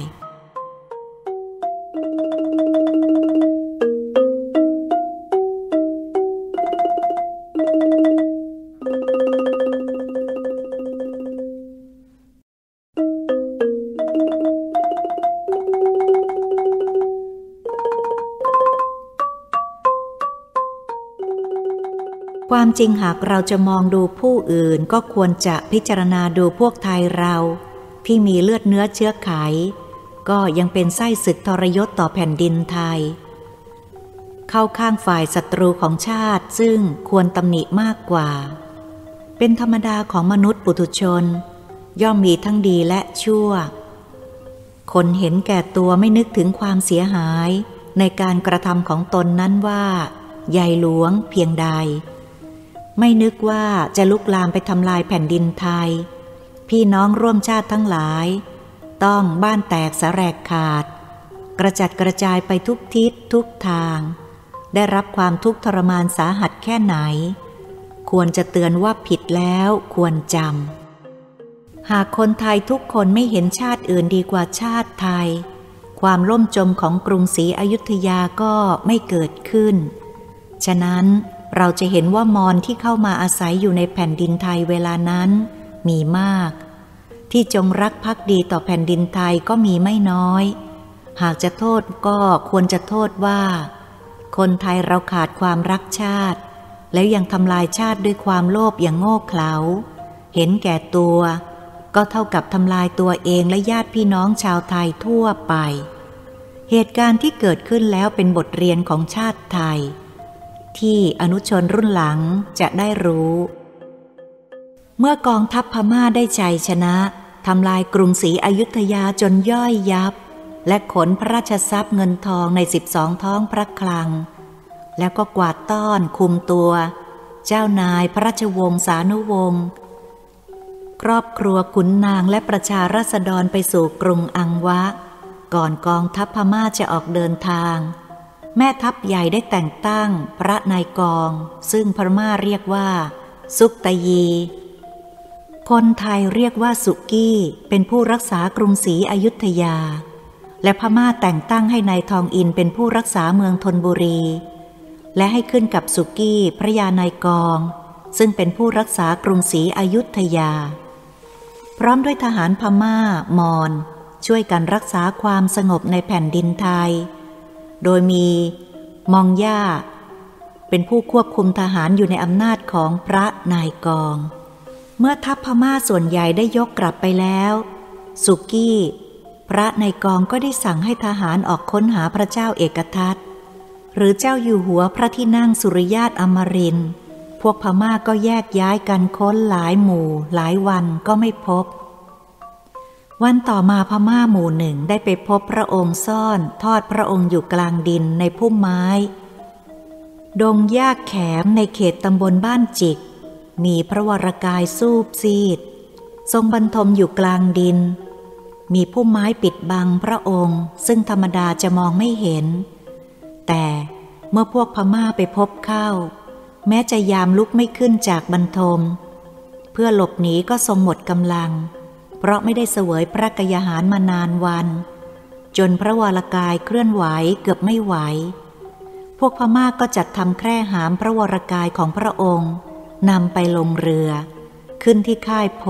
ความจริงหากเราจะมองดูผู้อื่นก็ควรจะพิจารณาดูพวกไทยเราที่มีเลือดเนื้อเชื้อไขก็ยังเป็นไส้ศึกทรยศต่อแผ่นดินไทยเข้าข้างฝ่ายศัตรูของชาติซึ่งควรตำหนิมากกว่าเป็นธรรมดาของมนุษย์ปุถุชนย่อมมีทั้งดีและชั่วคนเห็นแก่ตัวไม่นึกถึงความเสียหายในการกระทำของตนนั้นว่าใหญ่หลวงเพียงใดไม่นึกว่าจะลุกลามไปทำลายแผ่นดินไทยพี่น้องร่วมชาติทั้งหลายต้องบ้านแตกสะแรกขาดกระจัดกระจายไปทุกทิศทุกทางได้รับความทุกข์ทรมานสาหัสแค่ไหนควรจะเตือนว่าผิดแล้วควรจำหากคนไทยทุกคนไม่เห็นชาติอื่นดีกว่าชาติไทยความล่มจมของกรุงศรีอยุธยาก็ไม่เกิดขึ้นฉะนั้นเราจะเห็นว่ามอญที่เข้ามาอาศัยอยู่ในแผ่นดินไทยเวลานั้นมีมากที่จงรักภักดีต่อแผ่นดินไทยก็มีไม่น้อยหากจะโทษก็ควรจะโทษว่าคนไทยเราขาดความรักชาติแล้วยังทำลายชาติด้วยความโลภอย่างโง่เขลาเห็นแก่ตัวก็เท่ากับทำลายตัวเองและญาติพี่น้องชาวไทยทั่วไปเหตุการณ์ที่เกิดขึ้นแล้วเป็นบทเรียนของชาติไทยที่อนุชนรุ่นหลังจะได้รู้เมื่อกองทัพพม่าได้ชัยชนะทำลายกรุงศรีอยุธยาจนย่อยยับและขนพระราชทรัพย์เงินทองใน12ท้องพระคลังแล้วก็กวาดต้อนคุมตัวเจ้านายพระราชวงศ์สานุวงศ์ครอบครัวขุนนางและประชาราษฎรไปสู่กรุงอังวะก่อนกองทัพพม่าจะออกเดินทางแม่ทัพใหญ่ได้แต่งตั้งพระนายกองซึ่งพม่าเรียกว่าสุกตยีคนไทยเรียกว่าสุกี้เป็นผู้รักษากรุงศรีอยุธยาและพม่าแต่งตั้งให้นายทองอินเป็นผู้รักษาเมืองธนบุรีและให้ขึ้นกับสุกี้พระยานายกองซึ่งเป็นผู้รักษากรุงศรีอยุธยาพร้อมด้วยทหารพม่ามอญช่วยกันรักษาความสงบในแผ่นดินไทยโดยมีมองย่าเป็นผู้ควบคุมทหารอยู่ในอำนาจของพระนายกองเมื่อทัพพม่าส่วนใหญ่ได้ยกกลับไปแล้วสุกี้พระนายกองก็ได้สั่งให้ทหารออกค้นหาพระเจ้าเอกทัตหรือเจ้าอยู่หัวพระที่นั่งสุริยาตอมรินทร์พวกพม่าก็แยกย้ายกันค้นหลายหมู่หลายวันก็ไม่พบวันต่อมาพม่าหมู่หนึ่งได้ไปพบพระองค์ซ่อนทอดพระองค์อยู่กลางดินในพุ่มไม้ดงหญ้าแขมในเขตตำบลบ้านจิกมีพระวรกายซูบซีดทรงบรรทมอยู่กลางดินมีพุ่มไม้ปิดบังพระองค์ซึ่งธรรมดาจะมองไม่เห็นแต่เมื่อพวกพม่าไปพบเข้าแม้จะยามลุกไม่ขึ้นจากบรรทมเพื่อหลบหนีก็ทรงหมดกำลังเพราะไม่ได้เสวยพระกยาหารมานานวันจนพระวรกายเคลื่อนไหวเกือบไม่ไหวพวกพม่าก็จัดทำแคร่หามพระวรกายของพระองค์นำไปลงเรือขึ้นที่ค่ายโพ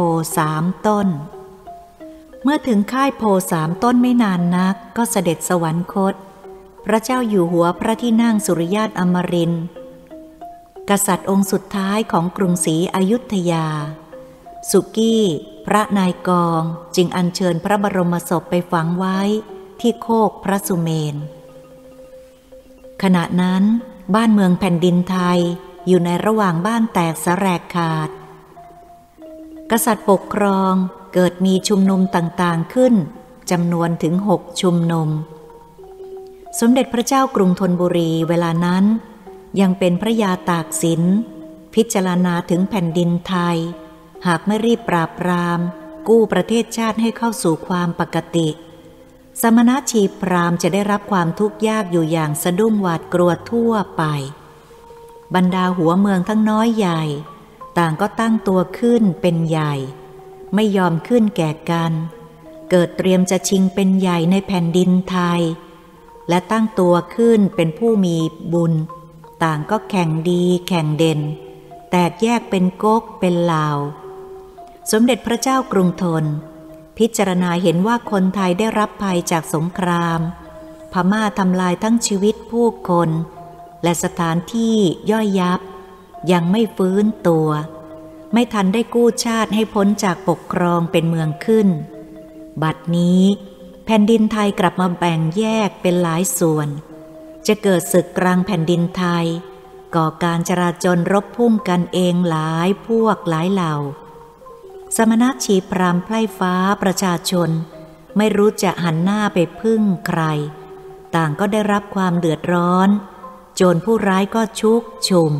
3 ต้นเมื่อถึงค่ายโพ3 ต้นไม่นานนักก็เสด็จสวรรคตพระเจ้าอยู่หัวพระที่นั่งสุริยาตอมรินทร์กษัตริย์องค์สุดท้ายของกรุงศรีอยุธยาสุกี้พระนายกองจึงอัญเชิญพระบรมศพไปฝังไว้ที่โคกพระสุเมนขณะนั้นบ้านเมืองแผ่นดินไทยอยู่ในระหว่างบ้านแตกสแลกขาดกษัตริย์ปกครองเกิดมีชุมนุมต่างๆขึ้นจำนวนถึง6 ชุมนุมสมเด็จพระเจ้ากรุงธนบุรีเวลานั้นยังเป็นพระยาตากสินพิจารณาถึงแผ่นดินไทยหากไม่รีบปราบปรามกู้ประเทศชาติให้เข้าสู่ความปกติสมณชีพราหมณ์จะได้รับความทุกข์ยากอยู่อย่างสะดุ้งหวาดกลัวทั่วไปบรรดาหัวเมืองทั้งน้อยใหญ่ต่างก็ตั้งตัวขึ้นเป็นใหญ่ไม่ยอมขึ้นแก่กันเกิดเตรียมจะชิงเป็นใหญ่ในแผ่นดินไทยและตั้งตัวขึ้นเป็นผู้มีบุญต่างก็แข่งดีแข่งเด่นแตกแยกเป็นก๊กเป็นเหล่าสมเด็จพระเจ้ากรุงธนพิจารณาเห็นว่าคนไทยได้รับภัยจากสงครามพม่าทำลายทั้งชีวิตผู้คนและสถานที่ย่อยยับยังไม่ฟื้นตัวไม่ทันได้กู้ชาติให้พ้นจากปกครองเป็นเมืองขึ้นบัดนี้แผ่นดินไทยกลับมาแบ่งแยกเป็นหลายส่วนจะเกิดศึกกลางแผ่นดินไทยก่อการจราจรรบพุ่งกันเองหลายพวกหลายเหล่าสมณชีพราหมณ์ไพร่ฟ้าประชาชนไม่รู้จะหันหน้าไปพึ่งใครต่างก็ได้รับความเดือดร้อนโจรผู้ร้ายก็ชุกชุม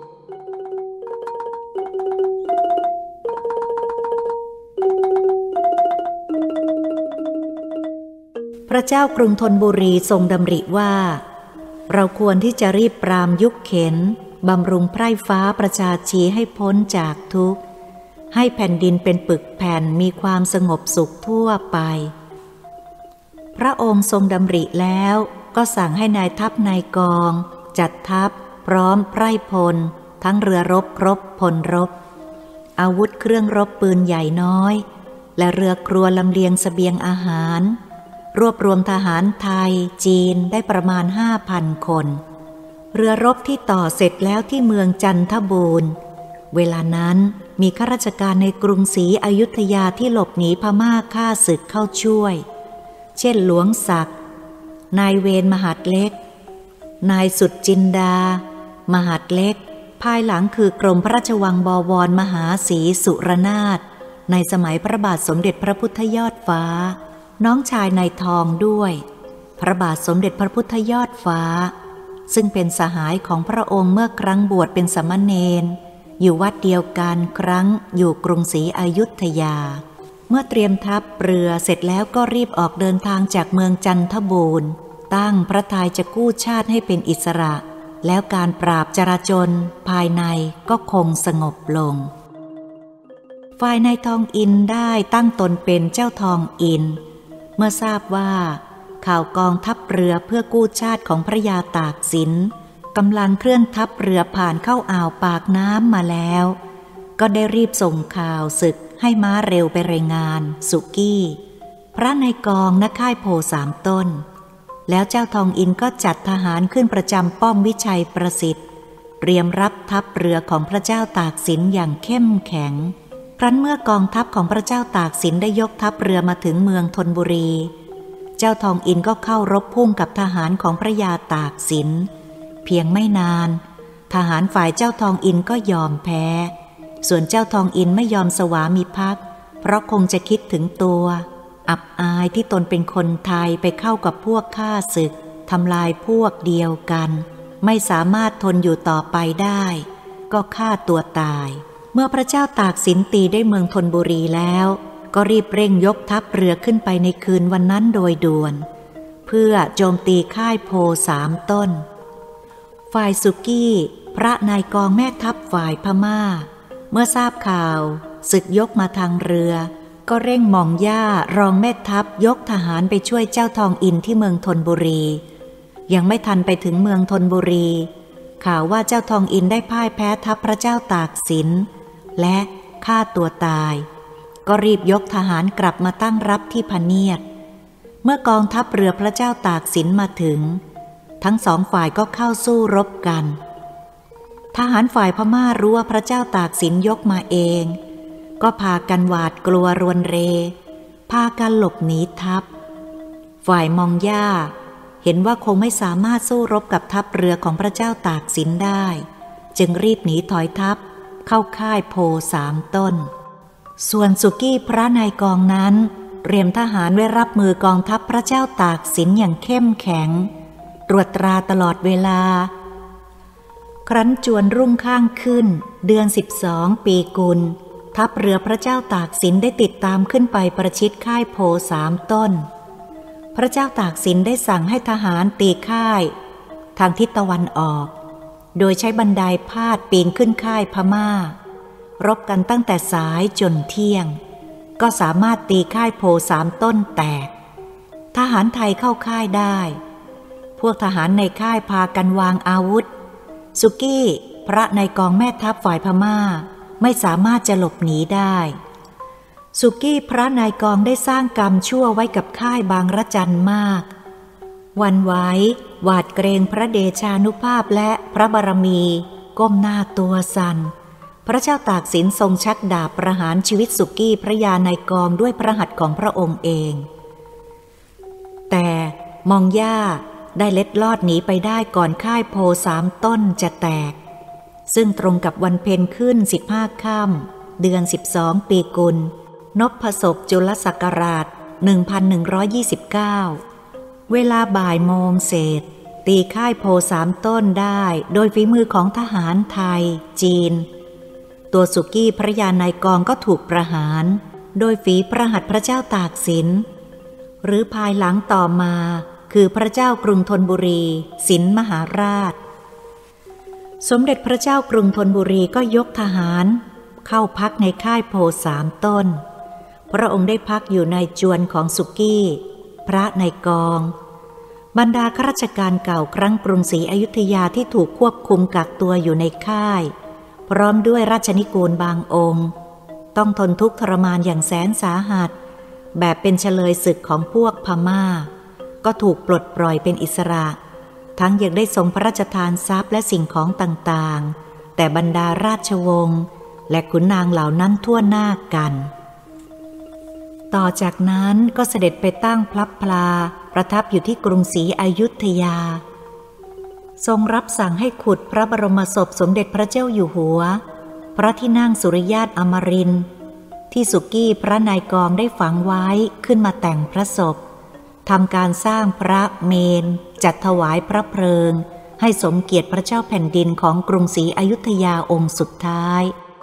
พระเจ้ากรุงธนบุรีทรงดำริว่าเราควรที่จะรีบปรามยุคเข็นบำรุงไพร่ฟ้าประชาชีให้พ้นจากทุกข์ให้แผ่นดินเป็นปึกแผ่นมีความสงบสุขทั่วไปพระองค์ทรงดำริแล้วก็สั่งให้นายทัพนายกองจัดทัพพร้อมไพร่พลทั้งเรือรบครบพลรบอาวุธเครื่องรบปืนใหญ่น้อยและเรือครัวลำเลียงเสบียงอาหารรวบรวมทหารไทยจีนได้ประมาณ 5,000 คนเรือรบที่ต่อเสร็จแล้วที่เมืองจันทบูรณ์เวลานั้นมีข้าราชการในกรุงศรีอยุธยาที่หลบหนีพม่าฆ่าศึกเข้าช่วยเช่นหลวงศักดิ์นายเวรมหาดเล็กนายสุดจินดามหาดเล็กภายหลังคือกรมพระราชวังบวรมหาศรีสุรนาถในสมัยพระบาทสมเด็จพระพุทธยอดฟ้าน้องชายนายทองด้วยพระบาทสมเด็จพระพุทธยอดฟ้าซึ่งเป็นสหายของพระองค์เมื่อครั้งบวชเป็นสามเณรอยู่วัดเดียวกันครั้งอยู่กรุงศรีอยุธยาเมื่อเตรียมทัพเรือเสร็จแล้วก็รีบออกเดินทางจากเมืองจันทบูรณ์ตั้งพระทัยจะกู้ชาติให้เป็นอิสระแล้วการปราบจราจรภายในก็คงสงบลงฝ่ายนายทองอินได้ตั้งตนเป็นเจ้าทองอินเมื่อทราบว่าข่าวกองทัพเรือเพื่อกู้ชาติของพระยาตากสินกำลังเคลื่อนทัพเรือผ่านเข้าอ่าวปากน้ำมาแล้วก็ได้รีบส่งข่าวศึกให้ม้าเร็วไปรายงานสุกี้พระนายกองณค่ายโพ3 ต้นแล้วเจ้าทองอินก็จัดทหารขึ้นประจำป้อมวิชัยประสิทธิ์เตรียมรับทัพเรือของพระเจ้าตากสินอย่างเข้มแข็งครั้นเมื่อกองทัพของพระเจ้าตากสินได้ยกทัพเรือมาถึงเมืองธนบุรีเจ้าทองอินก็เข้ารบพุ่งกับทหารของพระยาตากสินเพียงไม่นานทหารฝ่ายเจ้าทองอินก็ยอมแพ้ส่วนเจ้าทองอินไม่ยอมสวามิภักดิ์เพราะคงจะคิดถึงตัวอับอายที่ตนเป็นคนไทยไปเข้ากับพวกฆ่าศึกทำลายพวกเดียวกันไม่สามารถทนอยู่ต่อไปได้ก็ฆ่าตัวตายเมื่อพระเจ้าตากสินตีได้เมืองธนบุรีแล้วก็รีบเร่งยกทัพเรือขึ้นไปในคืนวันนั้นโดยด่วนเพื่อโจมตีค่ายโพ3 ต้นฝ่ายสุกี้พระนายกองแม่ทัพฝ่ายพม่าเมื่อทราบข่าวศึกยกมาทางเรือก็เร่งหม่องย่ารองแม่ทัพยกทหารไปช่วยเจ้าทองอินที่เมืองธนบุรียังไม่ทันไปถึงเมืองธนบุรีข่าวว่าเจ้าทองอินได้พ่ายแพ้ทัพพระเจ้าตากสินและฆ่าตัวตายก็รีบยกทหารกลับมาตั้งรับที่พเนียดเมื่อกองทัพเรือพระเจ้าตากสินมาถึงทั้ง2 ฝ่ายก็เข้าสู้รบกันทหารฝ่ายพม่ารู้ว่าพระเจ้าตากสินยกมาเองก็พากันหวาดกลัวรวนเรพากันหลบหนีทัพฝ่ายมองย่าเห็นว่าคงไม่สามารถสู้รบกับทัพเรือของพระเจ้าตากสินได้จึงรีบหนีถอยทัพเข้าค่ายโพ3 ต้นส่วนสุกี้พระนายกองนั้นเตรียมทหารไว้รับมือกองทัพพระเจ้าตากสินอย่างเข้มแข็งตรวจตราตลอดเวลาครั้นจวนรุ่งข้างขึ้นเดือน12 ปีกุลทัพเรือพระเจ้าตากสินได้ติดตามขึ้นไปประชิดค่ายโพ3 ต้นพระเจ้าตากสินได้สั่งให้ทหารตีค่ายทางทิศตะวันออกโดยใช้บันไดพาดปีนขึ้นค่ายพม่ารบกันตั้งแต่สายจนเที่ยงก็สามารถตีค่ายโพ3 ต้นแตกทหารไทยเข้าค่ายได้พวกทหารในค่ายพากันวางอาวุธสุกี้พระนายกองแม่ทัพฝ่ายพม่าไม่สามารถจะหลบหนีได้สุกี้พระนายกองได้สร้างกรรมชั่วไว้กับค่ายบางระจันมากวันไหวหวาดเกรงพระเดชานุภาพและพระบารมีก้มหน้าตัวสั่นพระเจ้าตากสินทรงชักดาบประหารชีวิตสุกี้พระยานายกองด้วยพระหัตถ์ของพระองค์เองแต่มองย่าได้เล็ดลอดหนีไปได้ก่อนค่ายโพ3 ต้นจะแตกซึ่งตรงกับวันเพ็ญขึ้น15 ค่ำเดือน12 ปีกุลนพศกจุลศักราช1129เวลาบ่ายโมงเศษตีค่ายโพ3 ต้นได้โดยฝีมือของทหารไทยจีนตัวสุกี้พระยานายกองก็ถูกประหารโดยฝีพระหัตถ์พระเจ้าตากสินหรือภายหลังต่อมาคือพระเจ้ากรุงธนบุรีสินมหาราชสมเด็จพระเจ้ากรุงธนบุรีก็ยกทหารเข้าพักในค่ายโพ3 ต้นพระองค์ได้พักอยู่ในจวนของสุกี้พระนายกองบรรดาข้าราชการเก่าครั้งกรุงศรีอยุธยาที่ถูกควบคุมกักตัวอยู่ในค่ายพร้อมด้วยราชนิกูลบางองค์ต้องทนทุกข์ทรมานอย่างแสนสาหัสแบบเป็นเฉลยศึกของพวกพม่าก็ถูกปลดปล่อยเป็นอิสระทั้งยังได้ทรงพระราชทานทรัพย์และสิ่งของต่างๆแต่บรรดาราชวงศ์และขุนนางเหล่านั้นทั่วหน้ากันต่อจากนั้นก็เสด็จไปตั้งพลับพลาประทับอยู่ที่กรุงศรีอยุธยาทรงรับสั่งให้ขุดพระบรมศพสมเด็จพระเจ้าอยู่หัวพระที่นั่งสุริยาตอมรินทร์ที่สุกี้พระนายกองได้ฝังไว้ขึ้นมาแต่งพระศพทำการสร้างพระเมนจัดถวายพระเพลิงให้สมเกียรติพระเจ้าแผ่นดินของกรุงศรีอยุธยาองค์สุดท้าย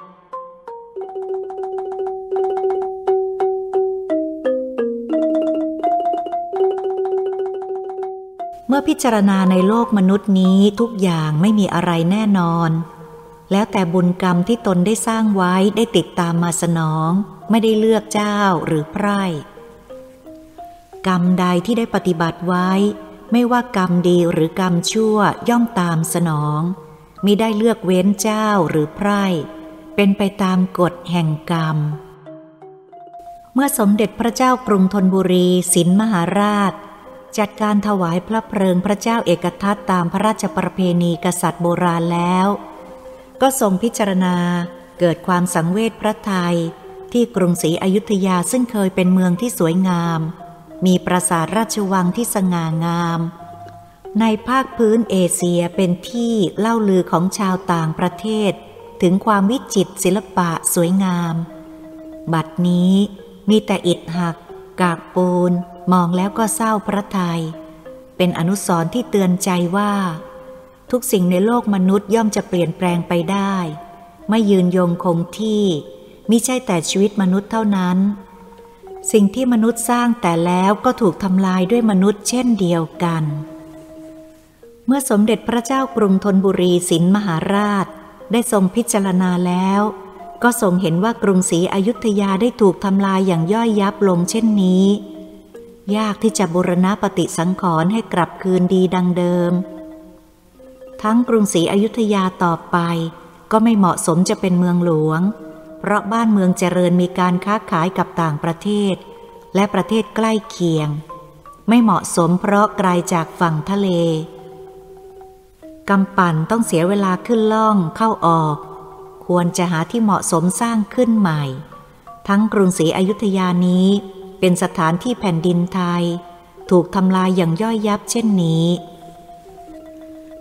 เมื่อพิจารณาในโลกมนุษย์นี้ทุกอย่างไม่มีอะไรแน่นอนแล้วแต่บุญกรรมที่ตนได้สร้างไว้ได้ติดตามมาสนองไม่ได้เลือกเจ้าหรือไพร่กรรมใดที่ได้ปฏิบัติไว้ไม่ว่ากรรมดีหรือกรรมชั่วย่อมตามสนองมิได้เลือกเว้นเจ้าหรือไพร่เป็นไปตามกฎแห่งกรรมเมื่อสมเด็จพระเจ้ากรุงธนบุรีสินมหาราชจัดการถวายพระเพลิงพระเจ้าเอกทัตตามพระราชประเพณีกษัตริย์โบราณแล้วก็ทรงพิจารณาเกิดความสังเวชพระทัยที่กรุงศรีอยุธยาซึ่งเคยเป็นเมืองที่สวยงามมีปราสาทราชวังที่สง่างามในภาคพื้นเอเชียเป็นที่เล่าลือของชาวต่างประเทศถึงความวิจิตรศิลปะสวยงามบัดนี้มีแต่อิฐหักกากปูนมองแล้วก็เศร้าพระทัยเป็นอนุสรณ์ที่เตือนใจว่าทุกสิ่งในโลกมนุษย์ย่อมจะเปลี่ยนแปลงไปได้ไม่ยืนยงคงที่มิใช่แต่ชีวิตมนุษย์เท่านั้นสิ่งที่มนุษย์สร้างแต่แล้วก็ถูกทำลายด้วยมนุษย์เช่นเดียวกันเมื่อสมเด็จพระเจ้ากรุงธนบุรีสินมหาราชได้ทรงพิจารณาแล้วก็ทรงเห็นว่ากรุงศรีอยุธยาได้ถูกทำลายอย่างย่อยยับลงเช่นนี้ยากที่จะบูรณะปฏิสังขรณ์ให้กลับคืนดีดังเดิมทั้งกรุงศรีอยุธยาต่อไปก็ไม่เหมาะสมจะเป็นเมืองหลวงเพราะบ้านเมืองเจริญมีการค้าขายกับต่างประเทศและประเทศใกล้เคียงไม่เหมาะสมเพราะไกลจากฝั่งทะเลกำปั่นต้องเสียเวลาขึ้นล่องเข้าออกควรจะหาที่เหมาะสมสร้างขึ้นใหม่ทั้งกรุงศรีอยุธยานี้เป็นสถานที่แผ่นดินไทยถูกทำลายอย่างย่อยยับเช่นนี้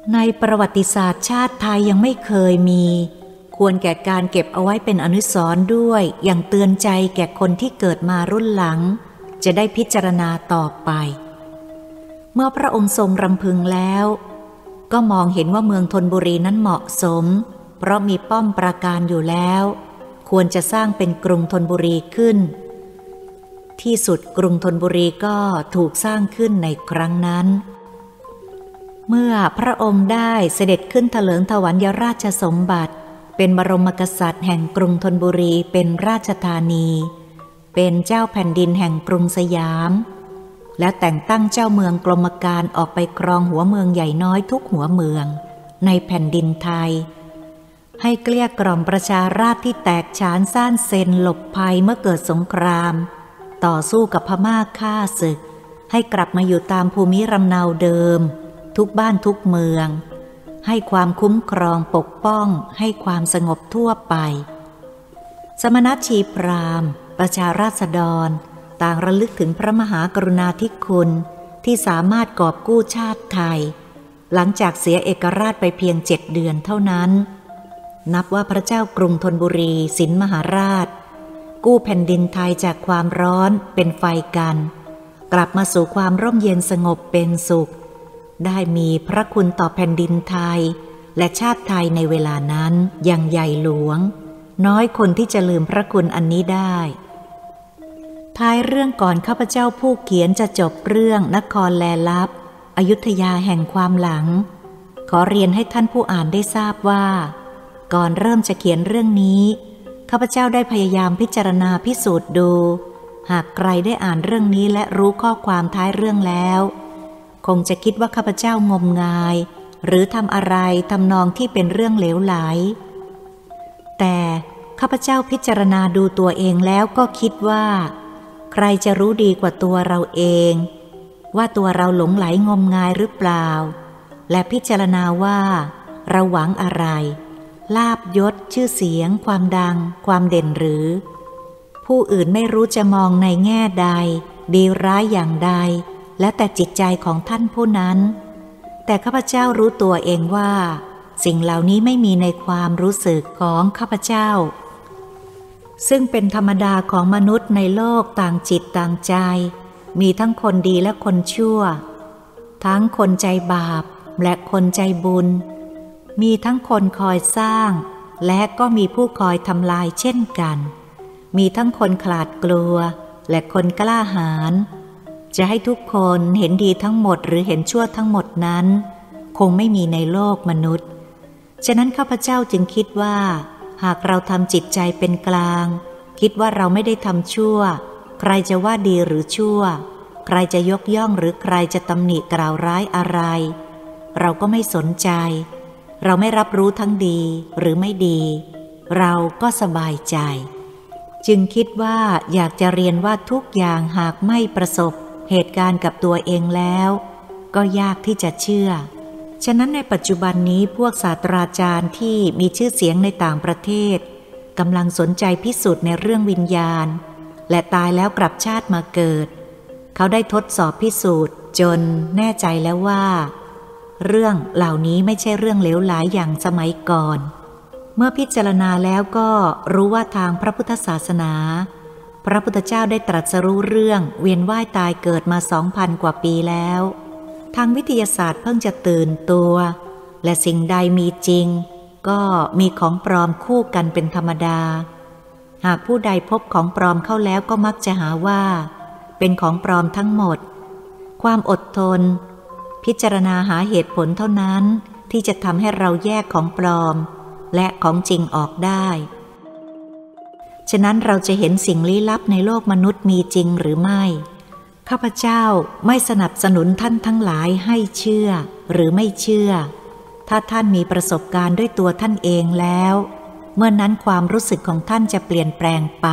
ในประวัติศาสตร์ชาติไทยยังไม่เคยมีควรแก่การเก็บเอาไว้เป็นอนุสรณ์ด้วยอย่างเตือนใจแก่คนที่เกิดมารุ่นหลังจะได้พิจารณาต่อไปเมื่อพระองค์ทรงรำพึงแล้วก็มองเห็นว่าเมืองธนบุรีนั้นเหมาะสมเพราะมีป้อมปราการอยู่แล้วควรจะสร้างเป็นกรุงธนบุรีขึ้นที่สุดกรุงธนบุรีก็ถูกสร้างขึ้นในครั้งนั้นเมื่อพระองค์ได้เสด็จขึ้นเถลิงถวัลยราชสมบัติเป็นบรมกษัตริย์แห่งกรุงธนบุรีเป็นราชธานีเป็นเจ้าแผ่นดินแห่งกรุงสยามและแต่งตั้งเจ้าเมืองกรมการออกไปครองหัวเมืองใหญ่น้อยทุกหัวเมืองในแผ่นดินไทยให้เกลี้ยกล่อมประชาราษฎร์ที่แตกฉานซ่านเซนหลบภัยเมื่อเกิดสงครามต่อสู้กับพม่าฆ่าศึกให้กลับมาอยู่ตามภูมิลำเนาเดิมทุกบ้านทุกเมืองให้ความคุ้มครองปกป้องให้ความสงบทั่วไปสมณชีพราหมณ์ประชาราษฎรต่างระลึกถึงพระมหากรุณาธิคุณที่สามารถกอบกู้ชาติไทยหลังจากเสียเอกราชไปเพียง7 เดือนเท่านั้นนับว่าพระเจ้ากรุงธนบุรีสินมหาราชกู้แผ่นดินไทยจากความร้อนเป็นไฟกันกลับมาสู่ความร่มเย็นสงบเป็นสุขได้มีพระคุณต่อแผ่นดินไทยและชาติไทยในเวลานั้นยังใหญ่หลวงน้อยคนที่จะลืมพระคุณอันนี้ได้ท้ายเรื่องก่อนข้าพเจ้าผู้เขียนจะจบเรื่องนครแลลับอยุธยาแห่งความหลังขอเรียนให้ท่านผู้อ่านได้ทราบว่าก่อนเริ่มจะเขียนเรื่องนี้ข้าพเจ้าได้พยายามพิจารณาพิสูจน์ดูหากใครได้อ่านเรื่องนี้และรู้ข้อความท้ายเรื่องแล้วคงจะคิดว่าข้าพเจ้างมงายหรือทำอะไรทำนองที่เป็นเรื่องเหลวไหลแต่ข้าพเจ้าพิจารณาดูตัวเองแล้วก็คิดว่าใครจะรู้ดีกว่าตัวเราเองว่าตัวเราหลงไหลงมงายหรือเปล่าและพิจารณาว่าเราหวังอะไรลาภยศชื่อเสียงความดังความเด่นหรือผู้อื่นไม่รู้จะมองในแง่ใดดีร้ายอย่างใดและแต่จิตใจของท่านผู้นั้นแต่ข้าพเจ้ารู้ตัวเองว่าสิ่งเหล่านี้ไม่มีในความรู้สึกของข้าพเจ้าซึ่งเป็นธรรมดาของมนุษย์ในโลกต่างจิตต่างใจมีทั้งคนดีและคนชั่วทั้งคนใจบาปและคนใจบุญมีทั้งคนคอยสร้างและก็มีผู้คอยทำลายเช่นกันมีทั้งคนขลาดกลัวและคนกล้าหาญจะให้ทุกคนเห็นดีทั้งหมดหรือเห็นชั่วทั้งหมดนั้นคงไม่มีในโลกมนุษย์ฉะนั้นข้าพเจ้าจึงคิดว่าหากเราทำจิตใจเป็นกลางคิดว่าเราไม่ได้ทำชั่วใครจะว่าดีหรือชั่วใครจะยกย่องหรือใครจะตำหนิกล่าวร้ายอะไรเราก็ไม่สนใจเราไม่รับรู้ทั้งดีหรือไม่ดีเราก็สบายใจจึงคิดว่าอยากจะเรียนว่าทุกอย่างหากไม่ประสบเหตุการณ์กับตัวเองแล้วก็ยากที่จะเชื่อฉะนั้นในปัจจุบันนี้พวกศาสตราจารย์ที่มีชื่อเสียงในต่างประเทศกำลังสนใจพิสูจน์ในเรื่องวิญญาณและตายแล้วกลับชาติมาเกิดเขาได้ทดสอบพิสูจน์จนแน่ใจแล้วว่าเรื่องเหล่านี้ไม่ใช่เรื่องเหลวไหลอย่างสมัยก่อนเมื่อพิจารณาแล้วก็รู้ว่าทางพระพุทธศาสนาพระพุทธเจ้าได้ตรัสรู้เรื่องเวียนว่ายตายเกิดมา 2,000 กว่าปีแล้วทางวิทยาศาสตร์เพิ่งจะตื่นตัวและสิ่งใดมีจริงก็มีของปลอมคู่กันเป็นธรรมดาหากผู้ใดพบของปลอมเข้าแล้วก็มักจะหาว่าเป็นของปลอมทั้งหมดความอดทนพิจารณาหาเหตุผลเท่านั้นที่จะทำให้เราแยกของปลอมและของจริงออกได้ฉะนั้นเราจะเห็นสิ่งลี้ลับในโลกมนุษย์มีจริงหรือไม่ข้าพเจ้าไม่สนับสนุนท่านทั้งหลายให้เชื่อหรือไม่เชื่อถ้าท่านมีประสบการณ์ด้วยตัวท่านเองแล้วเมื่อนั้นความรู้สึกของท่านจะเปลี่ยนแปลงไป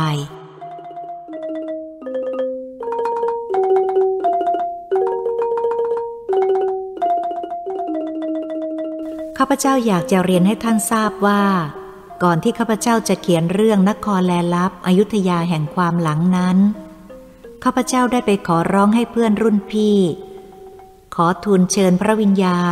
ข้าพเจ้าอยากจะเรียนให้ท่านทราบว่าก่อนที่ข้าพเจ้าจะเขียนเรื่องนครแลลับอยุธยาแห่งความหลังนั้นข้าพเจ้าได้ไปขอร้องให้เพื่อนรุ่นพี่ขอทูลเชิญพระวิญญาณ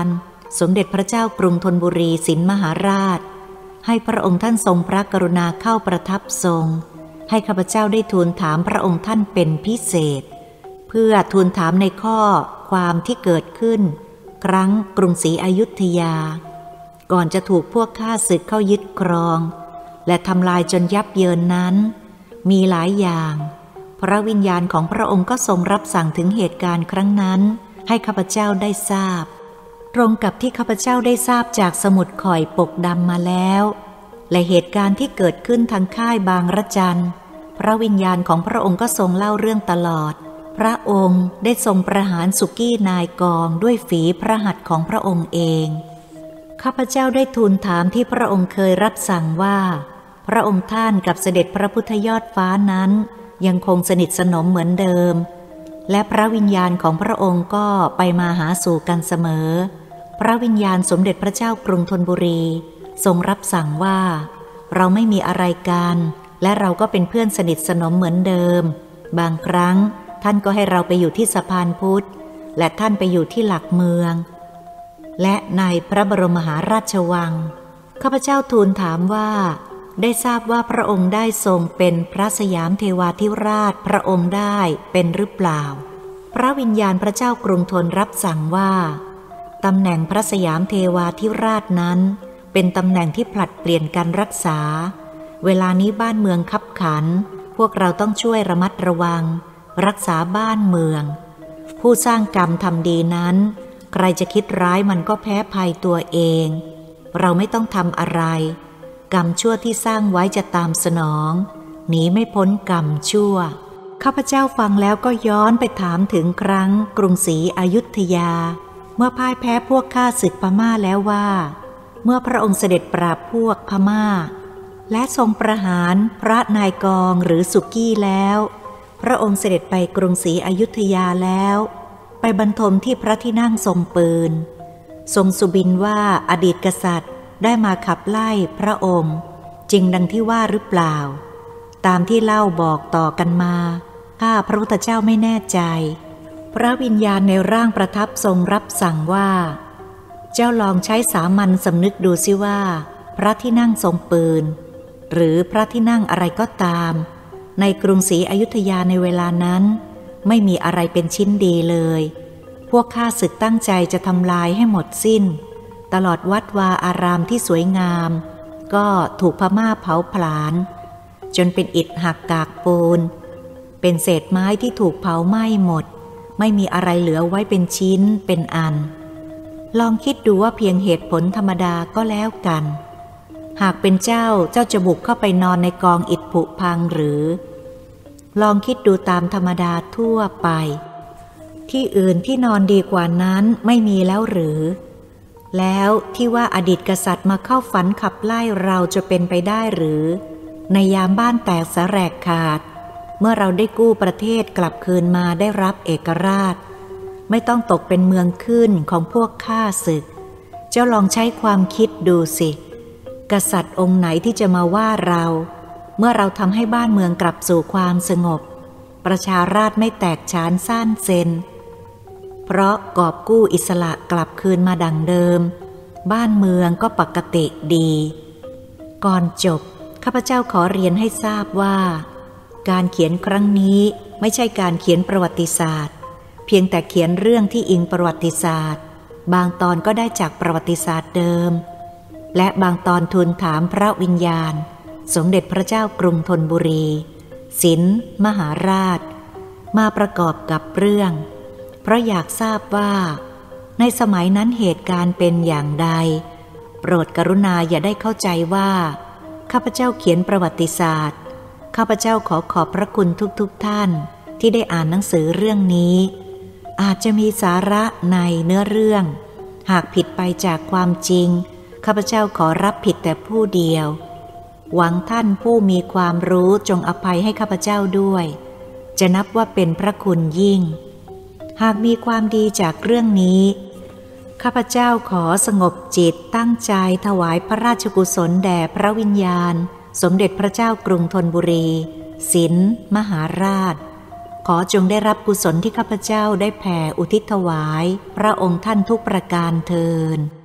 สมเด็จพระเจ้ากรุงธนบุรีสินมหาราชให้พระองค์ท่านทรงพระกรุณาเข้าประทับทรงให้ข้าพเจ้าได้ทูลถามพระองค์ท่านเป็นพิเศษเพื่อทูลถามในข้อความที่เกิดขึ้นครั้งกรุงศรีอยุธยาก่อนจะถูกพวกข้าศึกเข้ายึดครองและทำลายจนยับเยินนั้นมีหลายอย่างพระวิญญาณของพระองค์ก็ทรงรับสั่งถึงเหตุการณ์ครั้งนั้นให้ข้าพเจ้าได้ทราบตรงกับที่ข้าพเจ้าได้ทราบจากสมุดข่อยปกดำมาแล้วและเหตุการณ์ที่เกิดขึ้นทางค่ายบางระจันพระวิญญาณของพระองค์ก็ทรงเล่าเรื่องตลอดพระองค์ได้ทรงประหารสุกี้นายกองด้วยฝีพระหัตถ์ของพระองค์เองข้าพเจ้าได้ทูลถามที่พระองค์เคยรับสั่งว่าพระองค์ท่านกับเสด็จพระพุทธยอดฟ้านั้นยังคงสนิทสนมเหมือนเดิมและพระวิญญาณของพระองค์ก็ไปมาหาสู่กันเสมอพระวิญญาณสมเด็จพระเจ้ากรุงธนบุรีทรงรับสั่งว่าเราไม่มีอะไรกันและเราก็เป็นเพื่อนสนิทสนมเหมือนเดิมบางครั้งท่านก็ให้เราไปอยู่ที่สะพานพุทธและท่านไปอยู่ที่หลักเมืองและในพระบรมมหาราชวังข้าพเจ้าทูลถามว่าได้ทราบว่าพระองค์ได้ทรงเป็นพระสยามเทวาธิราชพระองค์ได้เป็นหรือเปล่าพระวิญญาณพระเจ้ากรุงธนรับสั่งว่าตำแหน่งพระสยามเทวาธิราชนั้นเป็นตำแหน่งที่ผลัดเปลี่ยนการรักษาเวลานี้บ้านเมืองคับขันพวกเราต้องช่วยระมัดระวังรักษาบ้านเมืองผู้สร้างกรรมทำดีนั้นใครจะคิดร้ายมันก็แพ้ภัยตัวเองเราไม่ต้องทำอะไรกรรมชั่วที่สร้างไว้จะตามสนองหนีไม่พ้นกรรมชั่วข้าพเจ้าฟังแล้วก็ย้อนไปถามถึงครั้งกรุงศรีอยุธยาเมื่อพ่ายแพ้พวกข้าศึกพม่าแล้วว่าเมื่อพระองค์เสด็จปราบพวกพม่าและทรงประหารพระนายกองหรือสุกี้แล้วพระองค์เสด็จไปกรุงศรีอยุธยาแล้วไปบรรทมที่พระที่นั่งทรงปืนทรงสุบินว่าอดีตกษัตริย์ได้มาขับไล่พระองค์จริงดังที่ว่าหรือเปล่าตามที่เล่าบอกต่อกันมาข้าพระพุทธเจ้าไม่แน่ใจพระวิญญาณในร่างประทับทรงรับสั่งว่าเจ้าลองใช้สามัญสำนึกดูสิว่าพระที่นั่งทรงปืนหรือพระที่นั่งอะไรก็ตามในกรุงศรีอยุธยาในเวลานั้นไม่มีอะไรเป็นชิ้นดีเลยพวกข้าศึกตั้งใจจะทำลายให้หมดสิ้นตลอดวัดวาอารามที่สวยงามก็ถูกพม่าเผาผลาญจนเป็นอิฐหักกากปูนเป็นเศษไม้ที่ถูกเผาไหม้หมดไม่มีอะไรเหลือไว้เป็นชิ้นเป็นอันลองคิดดูว่าเพียงเหตุผลธรรมดาก็แล้วกันหากเป็นเจ้าจะบุกเข้าไปนอนในกองอิฐผุพังหรือลองคิดดูตามธรรมดาทั่วไปที่อื่นที่นอนดีกว่านั้นไม่มีแล้วหรือแล้วที่ว่าอดีตกษัตริย์มาเข้าฝันขับไล่เราจะเป็นไปได้หรือในยามบ้านแตกสแสรกขาดเมื่อเราได้กู้ประเทศกลับคืนมาได้รับเอกราชไม่ต้องตกเป็นเมืองขึ้นของพวกข้าศึกเจ้าลองใช้ความคิดดูสิกษัตริย์องค์ไหนที่จะมาว่าเราเมื่อเราทำให้บ้านเมืองกลับสู่ความสงบประชาราษฎร์ไม่แตกฉานซ่านเซนเพราะกอบกู้อิสระกลับคืนมาดังเดิมบ้านเมืองก็ปกติดีก่อนจบข้าพเจ้าขอเรียนให้ทราบว่าการเขียนครั้งนี้ไม่ใช่การเขียนประวัติศาสตร์เพียงแต่เขียนเรื่องที่อิงประวัติศาสตร์บางตอนก็ได้จากประวัติศาสตร์เดิมและบางตอนทูลถามพระวิญญาณสมเด็จพระเจ้ากรุงธนบุรีสินมหาราชมาประกอบกับเรื่องเพราะอยากทราบว่าในสมัยนั้นเหตุการณ์เป็นอย่างใดโปรดกรุณาอย่าได้เข้าใจว่าข้าพเจ้าเขียนประวัติศาสตร์ข้าพเจ้าขอบพระคุณทุกท่านที่ได้อ่านหนังสือเรื่องนี้อาจจะมีสาระในเนื้อเรื่องหากผิดไปจากความจริงข้าพเจ้าขอรับผิดแต่ผู้เดียวหวังท่านผู้มีความรู้จงอภัยให้ข้าพเจ้าด้วยจะนับว่าเป็นพระคุณยิ่งหากมีความดีจากเรื่องนี้ข้าพเจ้าขอสงบจิตตั้งใจถวายพระราชกุศลแด่พระวิญญาณสมเด็จพระเจ้ากรุงธนบุรีสินมหาราชขอจงได้รับกุศลที่ข้าพเจ้าได้แผ่อุทิศถวายพระองค์ท่านทุกประการเทอญ